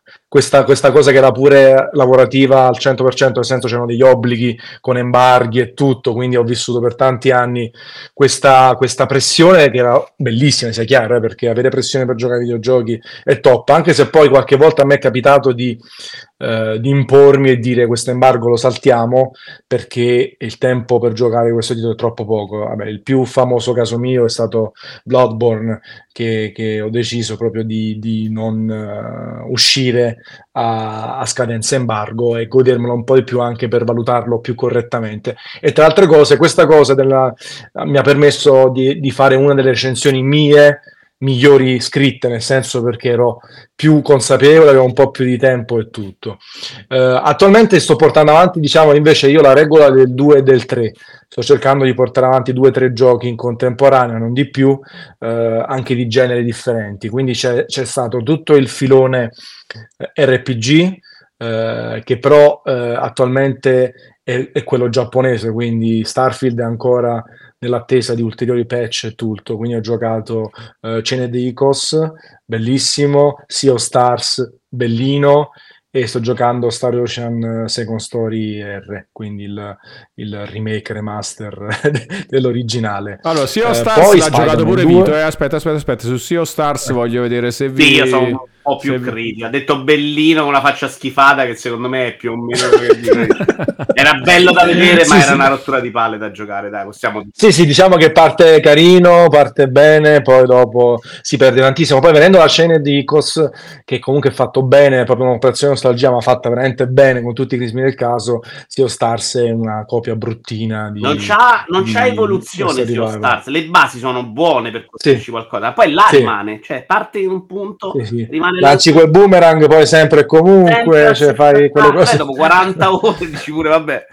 questa, questa cosa che era pure lavorativa al cento per cento, nel senso c'erano degli obblighi con embarghi e tutto, quindi ho vissuto per tanti anni questa, questa pressione che era bellissima, sia chiaro, eh, perché avere pressione per giocare ai videogiochi è top, anche se poi qualche volta a me è capitato di, eh, di impormi e dire questo embargo lo saltiamo perché il tempo per giocare questo titolo è troppo poco. Vabbè, il più famoso caso mio è stato Bloodborne, che, che ho deciso proprio di, di non uh, uscire a, a scadenza embargo e godermelo un po' di più anche per valutarlo più correttamente. E tra altre cose, questa cosa della, mi ha permesso di, di fare una delle recensioni mie migliori scritte, nel senso perché ero più consapevole, avevo un po' più di tempo e tutto. Uh, attualmente sto portando avanti, diciamo, invece io la regola del due e del tre. Sto cercando di portare avanti due o tre giochi in contemporanea, non di più, eh, anche di generi differenti. Quindi c'è, c'è stato tutto il filone R P G, eh, che però eh, attualmente è, è quello giapponese, quindi Starfield è ancora nell'attesa di ulteriori patch e tutto. Quindi ho giocato eh, Chained Echoes, bellissimo, Sea of Stars, bellino, e sto giocando Star Ocean Second Story R, quindi il, il remake remaster dell'originale. Allora, Sea of Eh, Stars poi l'ha giocato Spider-Man pure due. Vito, eh. Aspetta, aspetta, aspetta. Su Sea of Stars voglio vedere se vi... Sì, io sono un po' più se vi- critico. Ha detto bellino con una faccia schifata che secondo me è più o meno quello che direi. Era bello da vedere, ma Sì, era sì. una rottura di palle da giocare, dai, possiamo dire. Sì, sì, diciamo che parte carino, parte bene, poi dopo si perde tantissimo. Poi venendo la scena di Icos, che comunque è fatto bene, è proprio un'operazione nostalgia, ma fatta veramente bene con tutti i crismi del caso. Sea of Stars è una copia bruttina di Non c'ha, non di c'ha evoluzione questo Sea of revival. Stars, le basi sono buone per costruirci Sì, qualcosa, poi là sì, rimane, cioè parte in un punto, sì, sì. rimane là Lanci quel boomerang poi sempre e comunque, sempre cioè fai quelle ah, poi cose. dopo quaranta ore dici pure vabbè,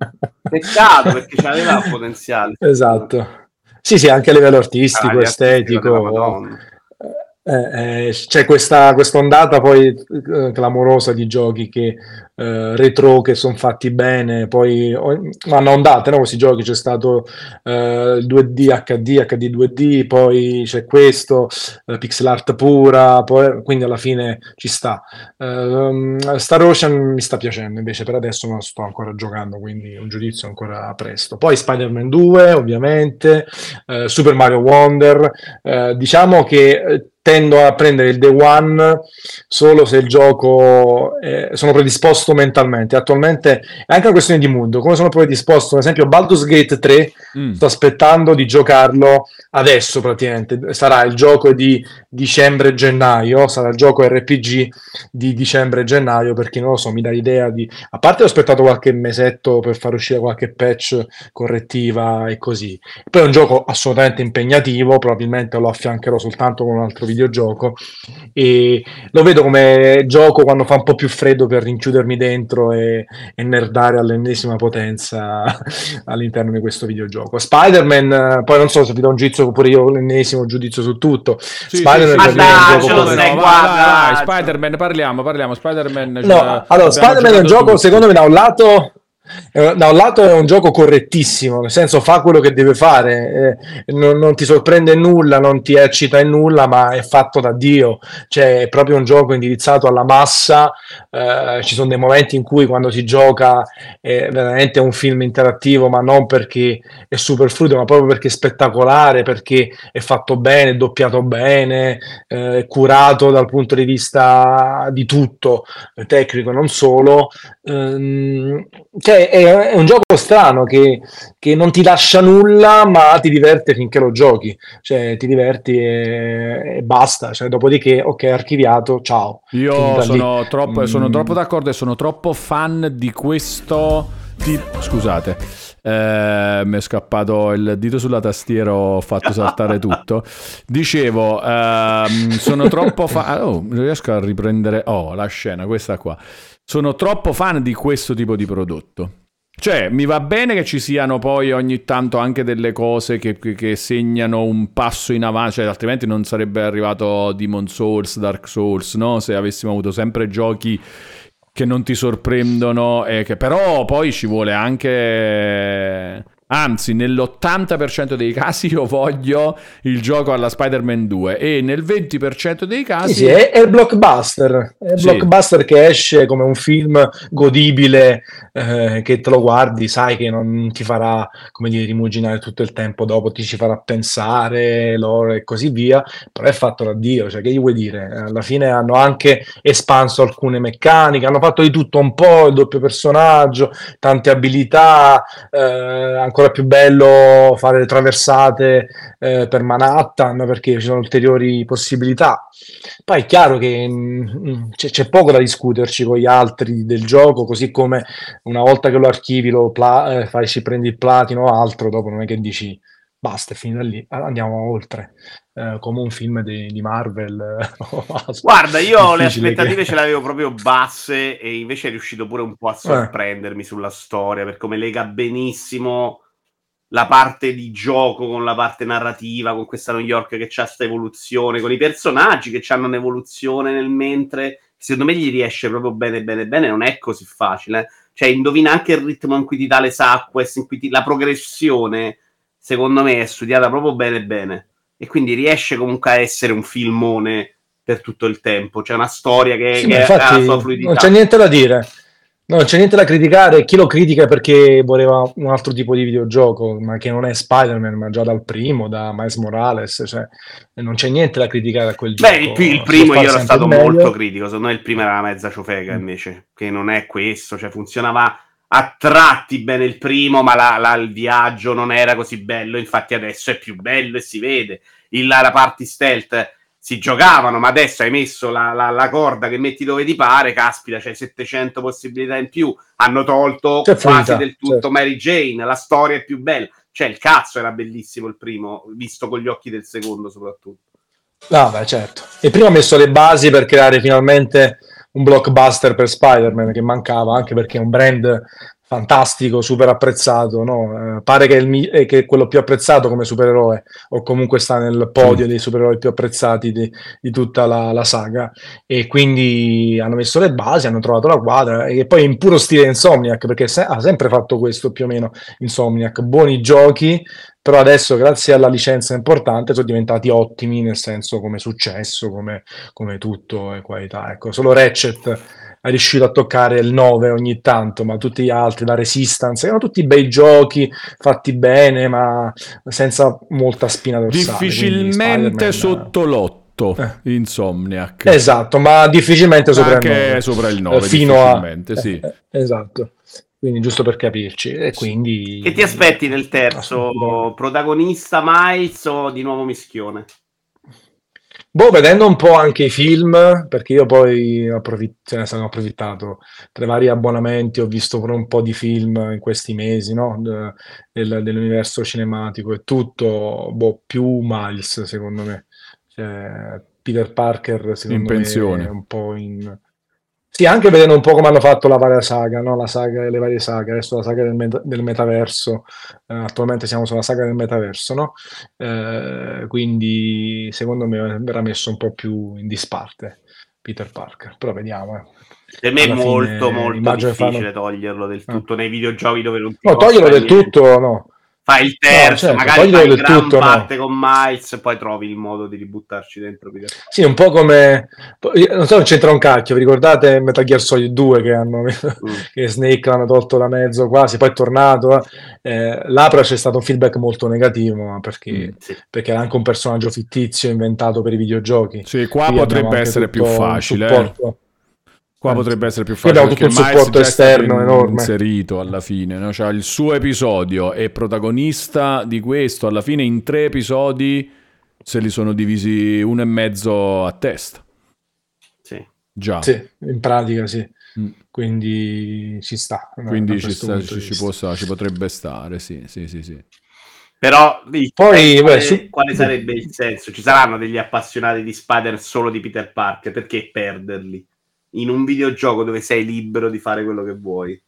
peccato perché c'aveva il potenziale. Esatto. Sì, sì, anche a livello Ah, artistico, gli artistico della estetico. Madonna. Eh, eh, c'è questa quest'ondata poi eh, clamorosa di giochi che eh, retro che sono fatti bene, poi o- vanno a ondate, no? Questi giochi c'è stato eh, il due D H D, H D due D, poi c'è questo, eh, pixel art pura, poi, quindi alla fine ci sta. Ehm, Star Ocean mi sta piacendo invece per adesso, non sto ancora giocando, quindi un giudizio ancora presto. Poi Spider-Man due, ovviamente, eh, Super Mario Wonder, eh, diciamo che eh, tendo a prendere il day one solo se il gioco eh, sono predisposto mentalmente. Attualmente è anche una questione di mood, come sono predisposto, ad esempio Baldur's Gate tre, Mm. sto aspettando di giocarlo adesso praticamente, sarà il gioco di dicembre-gennaio, sarà il gioco R P G di dicembre-gennaio, perché non lo so, mi dà l'idea di... A parte ho aspettato qualche mesetto per far uscire qualche patch correttiva e così. Poi è un gioco assolutamente impegnativo, probabilmente lo affiancherò soltanto con un altro videogioco e lo vedo come gioco quando fa un po' più freddo per rinchiudermi dentro e, e nerdare all'ennesima potenza all'interno di questo videogioco. Spider-Man, eh, poi non so se vi do un giudizio oppure io l'ennesimo giudizio su tutto. Sì, Spider-Man sì, sì, per sì, me è un Ma gioco ce lo come così. sai, no, vai, guarda, vai, vai, cioè- Spider-Man, parliamo, parliamo, Spider-Man, No, cioè, allora abbiamo Spider-Man è un giocato gioco, tutti. secondo me, da un lato, eh, da un lato è un gioco correttissimo, nel senso fa quello che deve fare, eh, non, non ti sorprende in nulla, non ti eccita in nulla, ma è fatto da Dio, cioè è proprio un gioco indirizzato alla massa, eh, ci sono dei momenti in cui quando si gioca è veramente un film interattivo, ma non perché è super fluido, ma proprio perché è spettacolare, perché è fatto bene, è doppiato bene, eh, è curato dal punto di vista di tutto, eh, tecnico non solo. Ehm, cioè è, è un gioco strano che, che non ti lascia nulla, ma ti diverte finché lo giochi, cioè ti diverti e, e basta, cioè, dopodiché ok, archiviato, ciao, Io finita lì. sono troppo, sono Mm. troppo d'accordo e sono troppo fan di questo tipo. Scusate, eh, mi è scappato il dito sulla tastiera, ho fatto saltare tutto. Dicevo, ehm, sono troppo fan. Oh, non riesco a riprendere. Oh, la scena, questa qua. Sono troppo fan di questo tipo di prodotto. Cioè, mi va bene che ci siano poi ogni tanto anche delle cose che, che, che segnano un passo in avanti, cioè altrimenti non sarebbe arrivato Demon Souls, Dark Souls, no? Se avessimo avuto sempre giochi che non ti sorprendono, e che però poi ci vuole anche Anzi, nell'ottanta per cento dei casi io voglio il gioco alla Spider-Man due e nel venti per cento dei casi... Sì, sì, è, è il blockbuster, è il Sì. blockbuster che esce come un film godibile, eh, che te lo guardi, sai che non ti farà, come dire, rimuginare tutto il tempo dopo, ti ci farà pensare, lore e così via, però è fatto da Dio, cioè che gli vuoi dire? Alla fine hanno anche espanso alcune meccaniche, hanno fatto di tutto un po', il doppio personaggio, tante abilità, eh, ancora più bello fare le traversate eh, per Manhattan perché ci sono ulteriori possibilità. Poi è chiaro che mh, c'è, c'è poco da discuterci con gli altri del gioco, così come una volta che lo archivi, lo pla- eh, fai, ci prendi il platino o altro, dopo non è che dici basta, è finita lì, andiamo oltre. Eh, come un film di, di Marvel. Guarda, io le Difficile aspettative che- ce le avevo proprio basse e invece è riuscito pure un po' a sorprendermi sulla storia, per come lega benissimo la parte di gioco con la parte narrativa, con questa New York che c'ha questa evoluzione, con i personaggi che hanno un'evoluzione nel mentre, secondo me gli riesce proprio bene bene bene, non è così facile, eh. Cioè indovina anche il ritmo in cui ti dà le Saquest, in cui ti... la progressione, secondo me è studiata proprio bene bene. E quindi riesce comunque a essere un filmone per tutto il tempo. C'è una storia che, Sì, che ma ha infatti la sua fluidità. non c'è niente da dire. Non c'è niente da criticare. Chi lo critica è perché voleva un altro tipo di videogioco, ma che non è Spider-Man, ma già dal primo, da Miles Morales. Cioè, non c'è niente da criticare a quel gioco. Beh, il, il Si può primo fare io ero sempre stato meglio. molto critico. Secondo me il primo era una mezza ciofega invece, che non è questo. Cioè funzionava a tratti bene il primo, ma la, la- il viaggio non era così bello. Infatti adesso è più bello e si vede. Il, la party stealth si giocavano, ma adesso hai messo la, la- la corda che metti dove ti pare, caspita, c'hai settecento possibilità in più, hanno tolto C'è quasi fluidità, del tutto certo. Mary Jane, la storia è più bella, cioè il cazzo era bellissimo il primo, visto con gli occhi del secondo soprattutto. Ah, beh, certo. E prima ha messo le basi per creare finalmente un blockbuster per Spider-Man che mancava, anche perché è un brand fantastico, super apprezzato, no? Eh, pare che è, il mi- eh, che è quello più apprezzato come supereroe, o comunque sta nel podio dei supereroi più apprezzati di, di tutta la, la saga. E quindi hanno messo le basi, hanno trovato la quadra, e poi in puro stile Insomniac, perché se- ha sempre fatto questo più o meno Insomniac, buoni giochi, però adesso grazie alla licenza importante sono diventati ottimi, nel senso come successo, come, come tutto e qualità. Ecco, solo Ratchet è riuscito a toccare il nove ogni tanto, ma tutti gli altri, la Resistance, erano tutti bei giochi fatti bene, ma senza molta spina dorsale. quindi Difficilmente Spider-Man, sotto l'otto, Eh. Insomniac. esatto, ma difficilmente sopra il Anche nove. sopra il Eh, nove, fino a difficilmente, sì. eh, eh, esatto. Quindi giusto per capirci. E quindi Che ti aspetti nel terzo? assolutamente. Protagonista Miles o di nuovo mischione? Boh, vedendo un po' anche i film, perché io poi approfitt- ce ne sono approfittato tra i vari abbonamenti, ho visto pure un po' di film in questi mesi, no? De- del- dell'universo cinematico e tutto, boh, più Miles secondo me. Cioè, Peter Parker secondo In me è pensione. un po' in... Sì, anche vedendo un po' come hanno fatto la varia saga, no? La saga, le varie saghe, adesso la saga del, meta- del metaverso, eh, attualmente siamo sulla saga del metaverso, no? Eh, quindi secondo me verrà messo un po' più in disparte Peter Parker, però vediamo. eh. Per me è Alla molto fine molto immagino che difficile fanno... toglierlo del Ah. tutto nei videogiochi dove non ti No, costa toglierlo del niente. tutto, no. Fai il No, terzo, certo, magari toglierlo fai del gran tutto, no. parte con Miles e poi trovi il modo di ributtarci dentro Peter Parker. Sì, un po' come... Non so, non c'entra un cacchio, vi ricordate Metal Gear Solid due che hanno... Mm. che Snake l'hanno tolto da mezzo quasi, poi è tornato. Eh, là però c'è stato un feedback molto negativo, ma perché, Mm. Sì. perché era anche un personaggio fittizio inventato per i videogiochi. Sì, qua Qui abbiamo potrebbe anche essere più tutto un facile. eh. supporto. Qua Eh, potrebbe sì. essere più Qui facile abbiamo perché tutto un Miles supporto già è stato esterno in- enorme. inserito alla fine, no? Cioè il suo episodio è protagonista di questo, alla fine in tre episodi se li sono divisi uno e mezzo a testa. Sì. Già. Sì, in pratica sì. Mm. Quindi ci sta. da- da Quindi ci, questo sta- punto ci, di ci vista. può sta- ci potrebbe stare, sì, sì, sì, sì. Però il- Poi, eh, quale, beh, su- quale sarebbe il senso? Ci saranno degli appassionati di Spider solo di Peter Parker, perché perderli in un videogioco dove sei libero di fare quello che vuoi?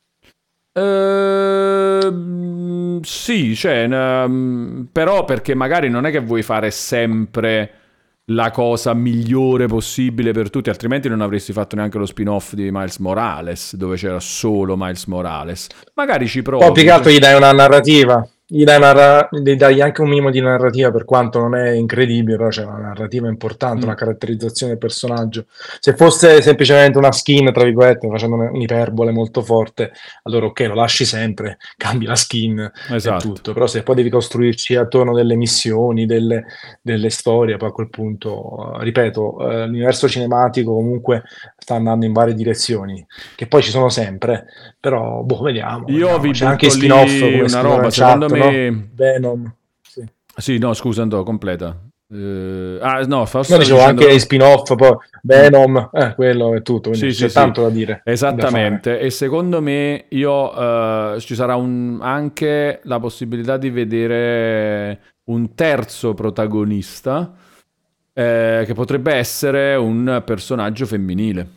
Ehm, sì, cioè, ehm, però perché magari non è che vuoi fare sempre la cosa migliore possibile per tutti, altrimenti non avresti fatto neanche lo spin-off di Miles Morales, dove c'era solo Miles Morales. Magari ci provi. Poi più che altro gli dai una narrativa. gli dai, narra- gli dai anche un minimo di narrativa, per quanto non è incredibile, però c'è una narrativa importante, Mm. una caratterizzazione del personaggio. Se fosse semplicemente una skin, tra virgolette, facendo un- un'iperbole molto forte, allora ok, lo lasci sempre, cambi la skin e Esatto. tutto, però se poi devi costruirci attorno delle missioni, delle, delle storie, poi a quel punto, eh, ripeto, eh, l'universo cinematico comunque sta andando in varie direzioni, che poi ci sono sempre, però boh, vediamo, Io vediamo. vi C'è anche butto i spin-off, lì come una scrivono roba, in secondo chat, me... no? Venom. Sì. Sì, no, scusa, andò, completa. Eh, ah, no, forse No, stavo dicevo dicendo... anche i spin-off, poi Venom, eh, quello è tutto, quindi Sì, c'è sì, tanto sì, da dire, da fare. esattamente. E secondo me io, eh, ci sarà un- anche la possibilità di vedere un terzo protagonista, eh, che potrebbe essere un personaggio femminile.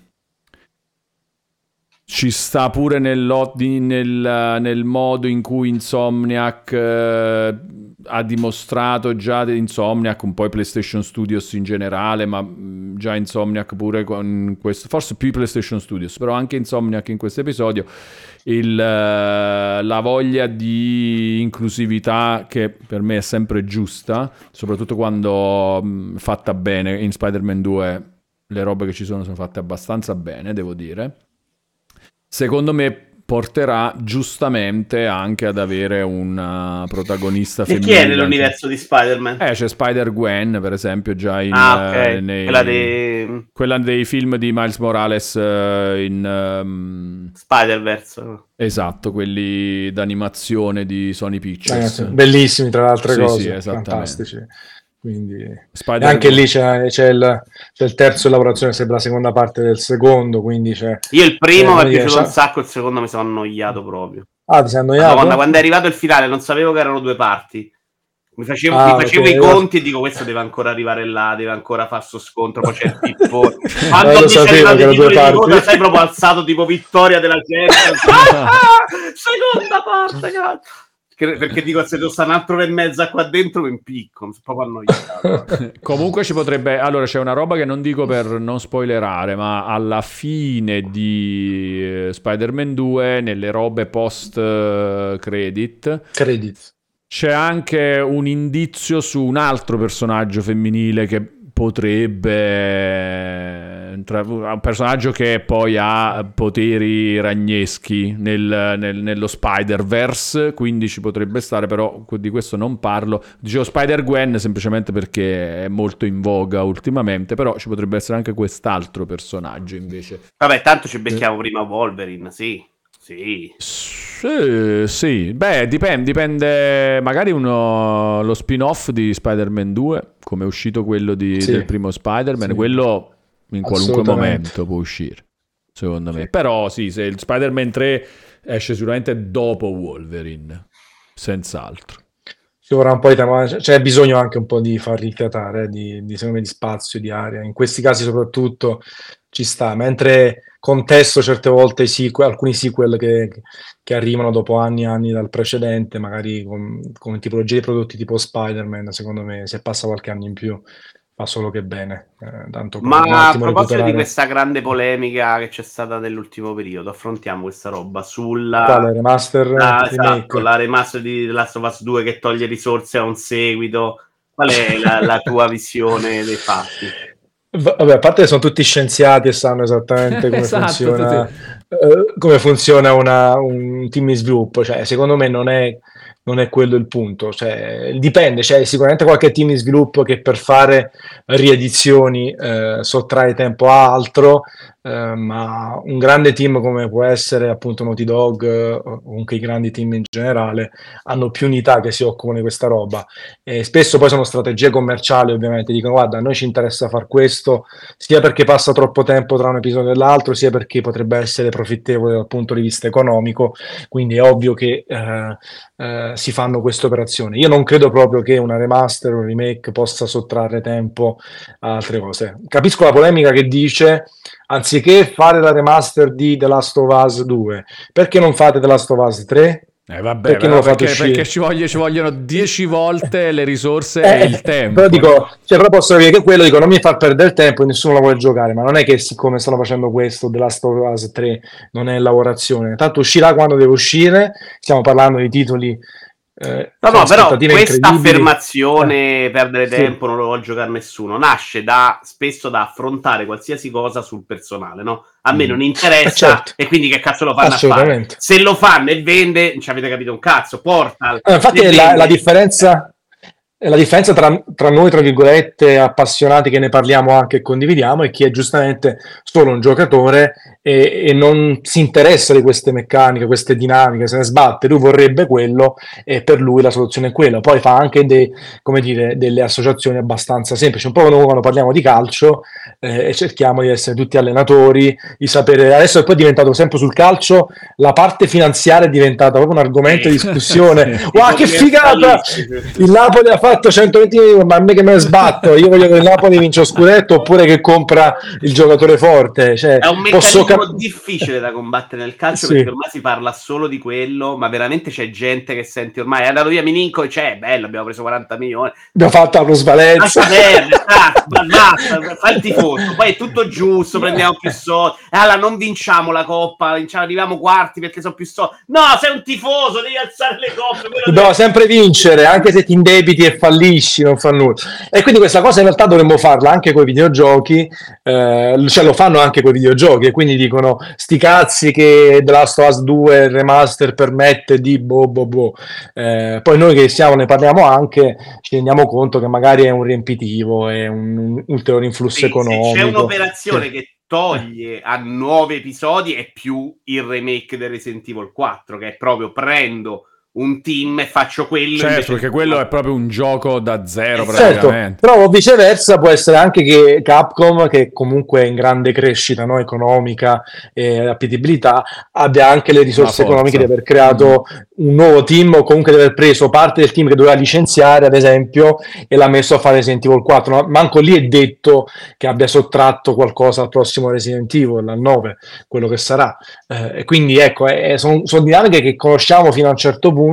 Ci sta pure nell'o- di- nel, nel modo in cui Insomniac eh, ha dimostrato già di Insomniac, un po' i PlayStation Studios in generale, ma mh, già Insomniac pure con questo, forse più i PlayStation Studios, però anche Insomniac in questo episodio, il, eh, la voglia di inclusività che per me è sempre giusta, soprattutto quando mh, fatta bene. In Spider-Man due le robe che ci sono sono fatte abbastanza bene, devo dire. Secondo me porterà giustamente anche ad avere una protagonista E chi femminile. è anche- nell'universo di Spider-Man? Eh, c'è Spider-Gwen, per esempio, già in... ah, ok. eh, nei- Quella di quella dei film di Miles Morales eh, in... ehm, Spider-Verse. esatto, quelli d'animazione di Sony Pictures. Ragazzi, bellissimi tra le altre Sì, cose, sì, esattamente. fantastici. Quindi... E Spider- anche lì c'è, c'è il, c'è il terzo in lavorazione, sembra la seconda parte del secondo, quindi c'è... Io il primo Eh, mi è come dire, piaciuto un c'ha- sacco, il secondo mi sono annoiato proprio. Ah, ti sei annoiato? Madonna, quando è arrivato il finale non sapevo che erano due parti. Mi facevo, Ah, mi facevo ok. i conti e dico questo deve ancora arrivare là, deve ancora far suo scontro, poi c'è il pippone. Quando Eh, lo mi sapevo c'è arrivato che i erano due titoli di parti. coda, sei proprio alzato tipo vittoria della gente. Ah, seconda parte, cazzo. Che- Perché dico se devo stare un altro ora e mezza qua dentro mi impicco, mi sono proprio annoiato. Comunque ci potrebbe... Allora, c'è una roba che non dico per non spoilerare, ma alla fine di eh, Spider-Man due, nelle robe post-credit, Credit. c'è anche un indizio su un altro personaggio femminile che potrebbe... tra- un personaggio che poi ha poteri ragneschi nel- nel- nello Spider-Verse, quindi ci potrebbe stare, però di questo non parlo. Dicevo Spider-Gwen semplicemente perché è molto in voga ultimamente, però ci potrebbe essere anche quest'altro personaggio invece. Vabbè, tanto ci becchiamo prima Wolverine, sì. Sì. Sì, sì. Beh, dipende, dipende magari uno, lo spin-off di Spider-Man due, come è uscito quello di- Sì. del primo Spider-Man, Sì. quello in qualunque Assolutamente. momento può uscire, secondo me. Però sì, se il Spider-Man tre esce sicuramente dopo Wolverine, senz'altro. Ci vorrà un po' di tempo, ma c'è bisogno anche un po' di far rifiatare, di, di, secondo me, di spazio, di aria. In questi casi soprattutto ci sta, mentre contesto certe volte i sequel, alcuni sequel che, che arrivano dopo anni e anni dal precedente, magari con, con tipologie di prodotti tipo Spider-Man, secondo me se passa qualche anno in più fa solo che bene. Eh, tanto per un Ma a attimo proposito di recuperare- questa grande polemica che c'è stata nell'ultimo periodo, affrontiamo questa roba sulla Quale remaster? la, remake? esatto, la remaster di The Last of Us due che toglie risorse a un seguito. Qual è la, la tua visione dei fatti? Va- Vabbè, a parte che sono tutti scienziati e sanno esattamente come Esatto, funziona, eh, come funziona una- un team di sviluppo. Cioè, secondo me non è, non è quello il punto. Cioè, dipende, c'è sicuramente qualche team di sviluppo che per fare riedizioni eh, sottrae tempo a altro, eh, ma un grande team come può essere appunto Naughty Dog eh, o comunque i grandi team in generale hanno più unità che si occupano di questa roba. E spesso poi sono strategie commerciali, ovviamente, dicono guarda, a noi ci interessa far questo sia perché passa troppo tempo tra un episodio e l'altro, sia perché potrebbe essere profittevole dal punto di vista economico, quindi è ovvio che eh, eh, si fanno queste operazioni. Io non credo proprio che una remaster o un remake possa sottrarre tempo a altre cose. Capisco la polemica che dice anziché fare la remaster di The Last of Us due, perché non fate The Last of Us tre? Eh vabbè, Perché però non lo fate perché, uscire? perché ci, voglia- ci vogliono dieci volte le risorse Eh, e il tempo. Però dico, cioè, però posso capire che quello dico, non mi fa perdere il tempo e nessuno la vuole giocare, ma non è che siccome stanno facendo questo, The Last of Us tre non è in lavorazione, tanto uscirà quando deve uscire, stiamo parlando di titoli Eh, No, no, però questa incredibili. affermazione, Eh, perdere sì. tempo, non lo vuol giocare nessuno, nasce da spesso da affrontare qualsiasi cosa sul personale, no? A me Mm. non Eh, interessa certo. e quindi che cazzo lo fanno a fare? Assolutamente. Se lo fanno e vende, non ci avete capito un cazzo. Portal, Eh, infatti se è la, la vende... differenza, è la differenza tra, tra noi, tra virgolette, appassionati che ne parliamo anche e condividiamo, e chi è giustamente solo un giocatore e, e non si interessa di queste meccaniche, queste dinamiche, se ne sbatte. Lui vorrebbe quello e per lui la soluzione è quella. Poi fa anche de- come dire, delle associazioni abbastanza semplici, un po' come quando parliamo di calcio eh, e cerchiamo di essere tutti allenatori, di sapere. Adesso è poi diventato sempre sul calcio, la parte finanziaria è diventata proprio un argomento di discussione. Sì. Wow, che figata! Il Napoli ha fatto centoventi milioni, ma a me che me ne sbatto? Io voglio che il Napoli vince lo scudetto oppure che compra il giocatore forte. Cioè, È un posso meccanismo cap- difficile da combattere nel calcio, Sì. perché ormai si parla solo di quello, ma veramente c'è gente che sente ormai è andato via Milinkovic, c'è, bello, abbiamo preso quaranta milioni. Abbiamo fatto la plusvalenza. Lascia perdere, cazzo, ma basta, fa il tifoso, poi è tutto giusto, prendiamo più soldi, e allora non vinciamo la coppa, vinciamo, arriviamo quarti perché sono più soldi. No, sei un tifoso, devi alzare le coppe. quello Dobbiamo deve- sempre vincere, anche se ti indebiti e fallisci, non fa nulla. E quindi questa cosa in realtà dovremmo farla anche con i videogiochi, eh, cioè lo fanno anche con i videogiochi, e quindi dicono sti cazzi che The Last of Us due il remaster permette di boh boh boh. Eh, poi noi che siamo ne parliamo anche, ci rendiamo conto che magari è un riempitivo, è un, un ulteriore influsso Sì, se economico. c'è un'operazione Sì. che toglie a nuovi episodi è più il remake del Resident Evil quattro, che è proprio prendo un team e faccio quello. Certo, invece perché di- quello è proprio un gioco da zero Esatto. Certo, praticamente. però viceversa può essere anche che Capcom, che comunque è in grande crescita, no, economica e appetibilità, abbia anche le risorse La forza. economiche di aver creato un nuovo team, o comunque di aver preso parte del team che doveva licenziare, ad esempio, e l'ha messo a fare Resident Evil quattro. Ma manco lì è detto che abbia sottratto qualcosa al prossimo Resident Evil, al nove, quello che sarà. Eh, e quindi ecco, sono dinamiche che conosciamo fino a un certo punto.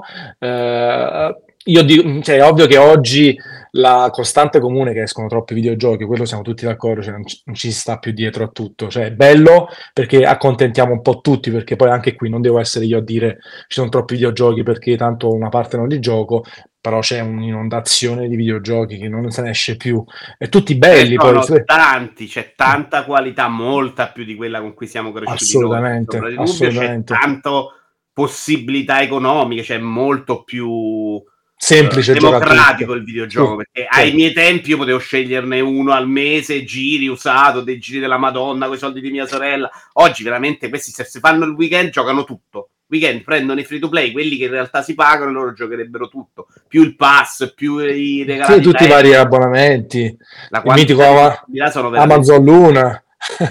Eh, io dico, cioè, è ovvio che oggi la costante comune è che escono troppi videogiochi, quello siamo tutti d'accordo, cioè non, ci, non ci sta più dietro a tutto. Cioè è bello perché accontentiamo un po' tutti, perché poi anche qui non devo essere io a dire ci sono troppi videogiochi perché tanto una parte non li gioco, però c'è un'inondazione di videogiochi che non se ne esce più, e tutti belli Eh, sono poi. tanti, c'è tanta qualità, molta più di quella con cui siamo cresciuti noi. Assolutamente, Sopra di dubbio, c'è assolutamente. tanto possibilità economiche, c'è molto più Semplice eh, democratico giocare a il videogioco, tutto. perché Sì, ai sì. miei tempi io potevo sceglierne uno al mese, giri usato, dei giri della Madonna con i soldi di mia sorella. Oggi veramente questi, se si fanno il weekend, giocano tutto. Weekend prendono i free to play, quelli che in realtà si pagano, e loro giocherebbero tutto, più il pass, più i regalati, Sì, tutti i da vari Apple. abbonamenti, La il mitico quantità di Ama- possibilità sono veramente Amazon Luna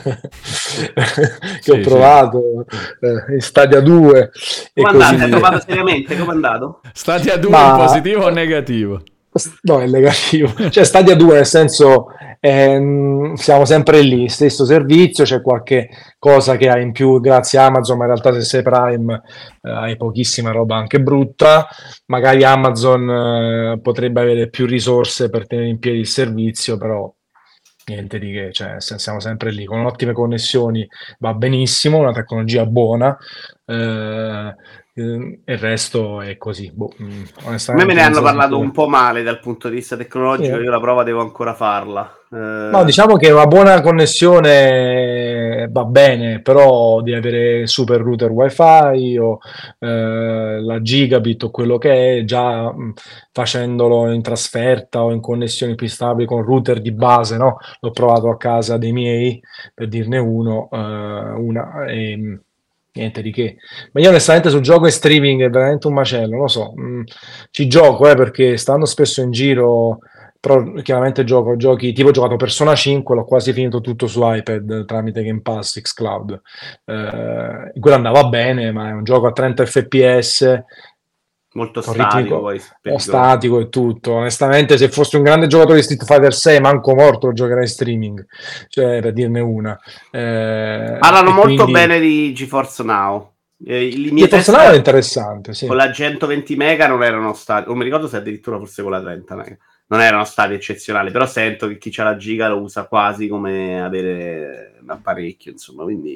che Sì, ho sì. provato eh, in Stadia due e Come così andate? Hai via. provato seriamente? Come è andato? Stati a due Ma in positivo o negativo? no, è negativo. Cioè Stadia due nel senso ehm, siamo sempre lì, stesso servizio, c'è qualche cosa che hai in più grazie a Amazon, ma in realtà se sei Prime eh, hai pochissima roba anche brutta. Magari Amazon eh, potrebbe avere più risorse per tenere in piedi il servizio, però niente di che, cioè, se- siamo sempre lì con ottime connessioni, va benissimo, una tecnologia buona, eh, eh, il resto è così. Boh, mm, A me onestamente me ne non hanno so parlato come. un po' male dal punto di vista Sì, tecnologico, eh. io la prova devo ancora farla. No, Eh, diciamo che una buona connessione va bene, però di avere super router wifi o eh, la gigabit o quello che è, già mh, facendolo in trasferta o in connessioni più stabili con router di base, no? L'ho provato a casa dei miei, per dirne uno, eh, una, e mh, niente di che. Ma io onestamente sul gioco in streaming è veramente un macello, non lo so. mh, ci gioco, eh, perché stando spesso in giro, però chiaramente gioco giochi tipo ho giocato Persona cinque, l'ho quasi finito tutto su iPad tramite Game Pass, xCloud. Eh, quello andava bene, ma è un gioco a trenta F P S molto con statico, ritmico poi o pericoloso. statico e tutto. Onestamente, se fossi un grande giocatore di Street Fighter sei, manco morto lo giocherei in streaming, cioè per dirne una. Eh, Parlano e molto quindi bene di GeForce Now. Eh, I miei di test Forza Now è interessante, sì. con la centoventi mega non erano stati, o mi ricordo se addirittura forse con la trenta mega, non erano stati eccezionali, però sento che chi c'ha la giga lo usa quasi come avere un apparecchio, insomma, quindi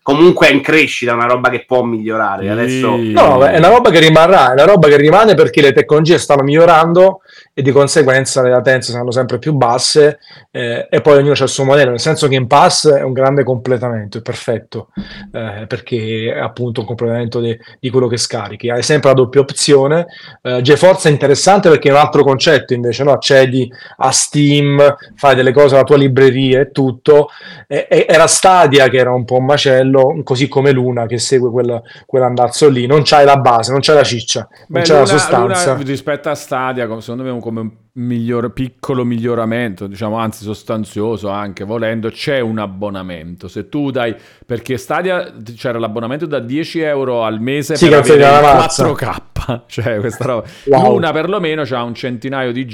comunque è in crescita, è una roba che può migliorare. Adesso no, è una roba che rimarrà, è una roba che rimane perché le tecnologie stanno migliorando e di conseguenza le latenze saranno sempre più basse, eh, e poi ognuno c'ha il suo modello, nel senso che Game Pass è un grande completamento, è perfetto, eh, perché è appunto un completamento de- di quello che scarichi, hai sempre la doppia opzione. eh, GeForce è interessante perché è un altro concetto invece, no? Accedi a Steam, fai delle cose alla tua libreria e tutto, e- e- era Stadia che era un po' un macello, così come Luna che segue quel, quell'andazzo lì, non c'hai la base, non c'è la ciccia, non Beh, c'è Luna, la sostanza. Luna rispetto a Stadia, com- secondo me è un come un miglior, piccolo miglioramento, diciamo, anzi sostanzioso anche, volendo, c'è un abbonamento. Se tu dai, perché Stadia c'era l'abbonamento da dieci euro al mese Sì, per cazzo, avere di il una mazza. quattro K, cioè questa roba. Wow. Luna perlomeno c'ha un centinaio di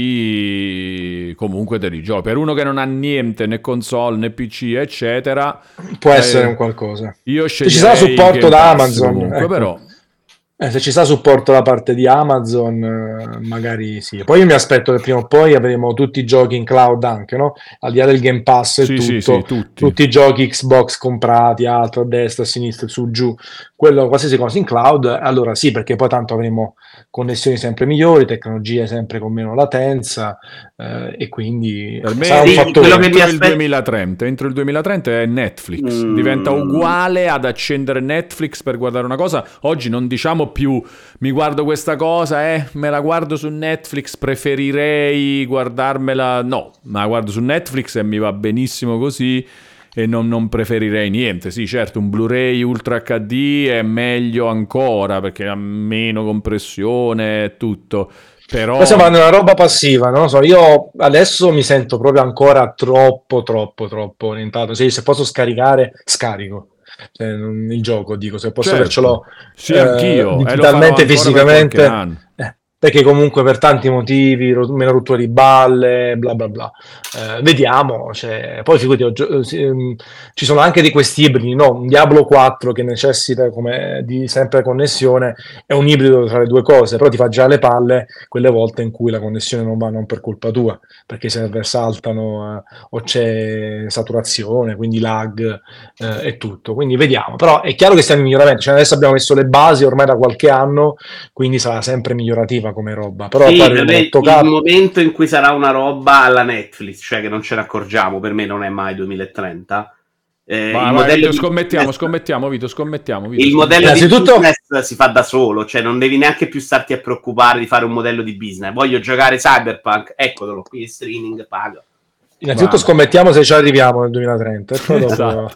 giochi, comunque te li giochi. Per uno che non ha niente, né console né P C, eccetera, Può eh, essere un qualcosa. io Se ci sarà sceglierei supporto Game da Pass Amazon, comunque, ecco. però Eh, se ci sta supporto da parte di Amazon, eh, magari sì. Poi io mi aspetto che prima o poi avremo tutti i giochi in cloud anche, no? Al di là del Game Pass e sì, tutto, sì, sì, tutti. tutti i giochi Xbox comprati, altro a destra, a sinistra, su, giù, quello, qualsiasi cosa in cloud, allora sì, perché poi tanto avremo connessioni sempre migliori, tecnologie sempre con meno latenza, eh, e quindi Per me sarà un sì, fattore. quello che mi entro il aspetto- duemilatrenta, entro il duemilatrenta è Netflix, Mm. diventa uguale ad accendere Netflix per guardare una cosa. Oggi non diciamo più mi guardo questa cosa, eh, me la guardo su Netflix, preferirei guardarmela, no, ma la guardo su Netflix e mi va benissimo così e non, non preferirei niente. Sì, certo, un Blu-ray Ultra acca di è meglio ancora perché ha meno compressione e tutto. Però Poi stiamo parlando di una roba passiva, non lo so, io adesso mi sento proprio ancora troppo, troppo, troppo orientato. Se, se posso scaricare, scarico. Cioè, non- il gioco, dico, se posso certo, avercelo sì, eh, anch'io, e lo farò digitalmente, ancora per fisicamente, qualche anno. eh, perché comunque per tanti motivi, ro- meno rottura di balle, bla bla bla. Eh, vediamo, cioè, poi figurati, ho gio- eh, sì, ehm, ci sono anche di questi ibridi, no? Un Diablo quattro che necessita come di sempre connessione, è un ibrido tra le due cose, però ti fa già le palle quelle volte in cui la connessione non va, non per colpa tua, perché i server saltano, eh, o c'è saturazione, quindi lag, eh, e tutto. Quindi vediamo, però è chiaro che stiamo in miglioramento, cioè adesso abbiamo messo le basi ormai da qualche anno, quindi sarà sempre migliorativa come roba, però Sì, fare per un me otto K, il momento in cui sarà una roba alla Netflix, cioè che non ce ne accorgiamo, per me non è mai duemilatrenta. Eh, Vai, il vai, modello Vito, di scommettiamo, business- scommettiamo, Vito, scommettiamo. Vito, il scommettiamo. modello di Innanzitutto- business si fa da solo, cioè non devi neanche più starti a preoccupare di fare un modello di business. Voglio giocare Cyberpunk, eccolo qui, streaming, pago. innanzitutto Vabbè. scommettiamo se ci arriviamo nel duemilatrenta, e poi dopo... Esatto.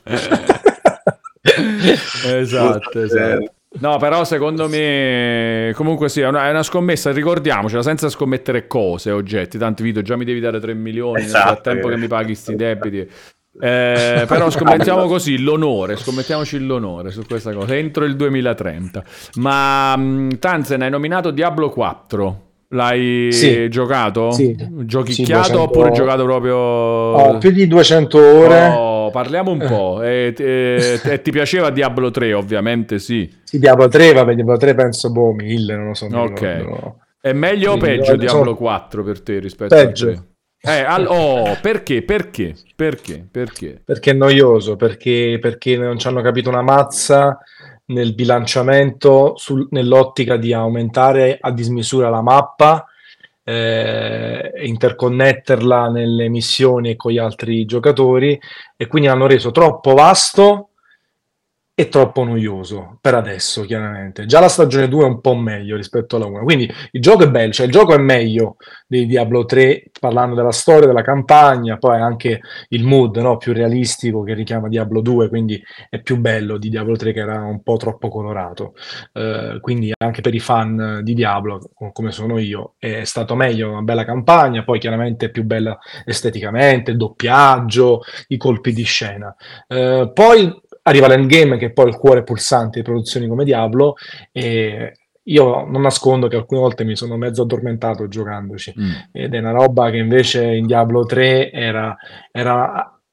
esatto, esatto. No, però secondo me comunque sì, è una, è una scommessa, ricordiamocela, senza scommettere cose, oggetti. Tanti Vito, già mi devi dare tre milioni Esatto, nel frattempo che- che mi paghi sti debiti. Eh, però scommettiamo così l'onore, scommettiamoci l'onore su questa cosa entro il duemilatrenta. Ma mh, Tanzen, hai nominato Diablo quattro. L'hai Sì. giocato? Sì. Giochicchiato Sì, duecento oppure giocato proprio? Ho più di duecento ore. Oh, parliamo un po'. E, e- e ti piaceva Diablo tre, ovviamente sì. Sì, Diablo tre, vabbè, Diablo tre penso, boh, mille, non lo so. mi Ok. ricordo. È meglio o Sì, peggio sono- Diablo quattro per te rispetto Peggio. al tre? Eh, al- oh, perché? Perché? Perché? Perché? Perché è noioso, perché, perché non ci hanno capito una mazza nel bilanciamento sul- nell'ottica di aumentare a dismisura la mappa, eh, interconnetterla nelle missioni e con gli altri giocatori, e quindi hanno reso troppo vasto e troppo noioso per adesso, chiaramente. Già la stagione due è un po' meglio rispetto alla uno, quindi il gioco è bello, cioè il gioco è meglio di Diablo tre, parlando della storia, della campagna, poi anche il mood, no, più realistico che richiama Diablo due, quindi è più bello di Diablo tre che era un po' troppo colorato. Eh, quindi anche per i fan di Diablo, co- come sono io, è stato meglio, una bella campagna, poi chiaramente è più bella esteticamente, il doppiaggio, i colpi di scena. Eh, poi arriva l'endgame, che è poi il cuore pulsante di produzioni come Diablo, e io non nascondo che alcune volte mi sono mezzo addormentato giocandoci, Mm. ed è una roba che invece in Diablo tre era, era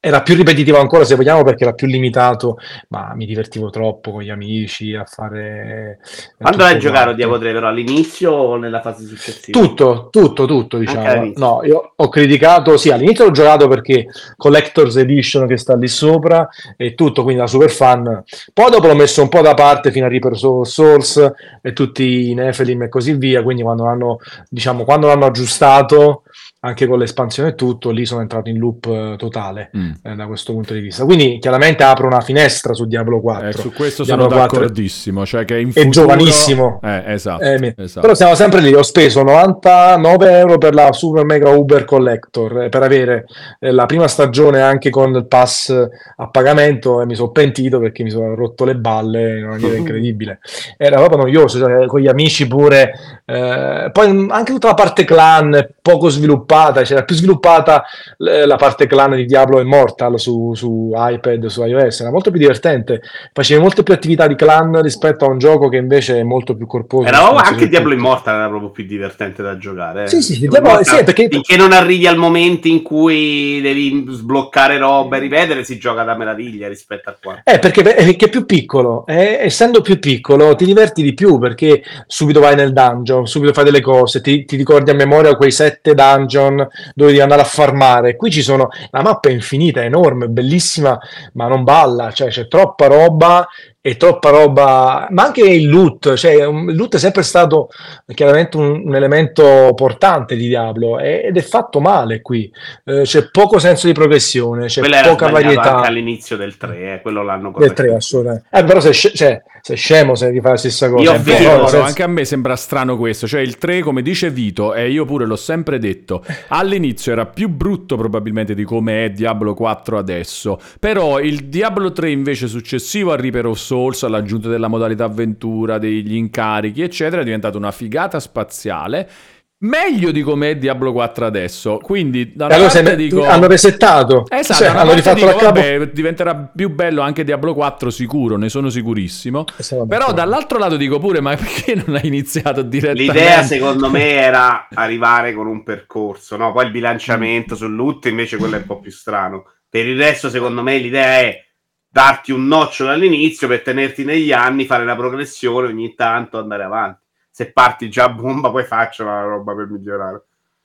era più ripetitivo ancora se vogliamo perché era più limitato, ma mi divertivo troppo con gli amici a fare eh, Quando hai tutto giocato quanto. Diablo tre, però all'inizio o nella fase successiva? Tutto, tutto, tutto, Anche diciamo. all'inizio. No, io ho criticato, sì, all'inizio l'ho giocato perché Collector's Edition che sta lì sopra e tutto, quindi da super fan. Poi dopo l'ho messo un po' da parte fino a Reaper of Souls e tutti i Nephilim e così via, quindi quando l'hanno, diciamo, quando l'hanno aggiustato, anche con l'espansione e tutto, lì sono entrato in loop eh, totale Mm. eh, da questo punto di vista. Quindi chiaramente apro una finestra su Diablo Eh, quattro. su questo Diablo sono quattro d'accordissimo, cioè che in è futuro... giovanissimo. Eh, esatto, Eh, mi- esatto. Però siamo sempre lì, ho speso novantanove euro per la Super Mega Uber Collector eh, per avere eh, la prima stagione anche con il pass a pagamento e mi sono pentito perché mi sono rotto le balle in una maniera incredibile. Era proprio noioso, cioè, con gli amici pure. eh, poi mh, anche tutta la parte clan è poco sviluppata, c'era più sviluppata eh, la parte clan di Diablo Immortal su, su iPad, su iOS, era molto più divertente, facevi molte più attività di clan rispetto a un gioco che invece è molto più corposo. Era proprio- nel senso anche che Diablo tutto- Immortal era proprio più divertente da giocare. eh. Sì, sì, Diablo Diablo- Immortal, sì, perché- finché non arrivi al momento in cui devi sbloccare roba e ripetere, si gioca da meraviglia rispetto a qua. Eh, perché, perché è più piccolo, eh, essendo più piccolo ti diverti di più perché subito vai nel dungeon, subito fai delle cose, ti, ti ricordi a memoria quei sette dungeon dove devi andare a farmare. Qui ci sono, la mappa è infinita, è enorme, bellissima, ma non balla, cioè c'è troppa roba e troppa roba, ma anche il loot, cioè un- il loot è sempre stato chiaramente un, un elemento portante di Diablo e- ed è fatto male qui. Eh, c'è poco senso di progressione, c'è Quello era poca sbagliato varietà. anche all'inizio del tre, eh, quello l'hanno Del corretto. tre, assolutamente. Eh, però sei, sce- cioè, sei scemo se rifai la stessa cosa. Io È ho vero, vero, però senso- anche a me sembra strano questo, cioè il tre, come dice Vito, e io pure l'ho sempre detto, all'inizio era più brutto probabilmente di come è Diablo quattro adesso, però il Diablo tre invece successivo a Reaper of Souls, all'aggiunta della modalità avventura, degli incarichi eccetera, è diventato una figata spaziale, meglio di come è Diablo quattro adesso, quindi da E una allora parte se- dico... hanno resettato, Esatto, cioè, da una hanno parte rifatto dico, da capo. vabbè, diventerà più bello anche Diablo quattro sicuro, ne sono sicurissimo. Siamo Però d'accordo. dall'altro lato dico pure, ma perché non hai iniziato direttamente? L'idea secondo me era arrivare con un percorso, no? Poi il bilanciamento sul loot invece quello è un po' più strano. Per il resto secondo me l'idea è darti un nocciolo all'inizio per tenerti negli anni, fare la progressione, ogni tanto andare avanti. Se parti già a bomba poi faccio la roba per migliorare.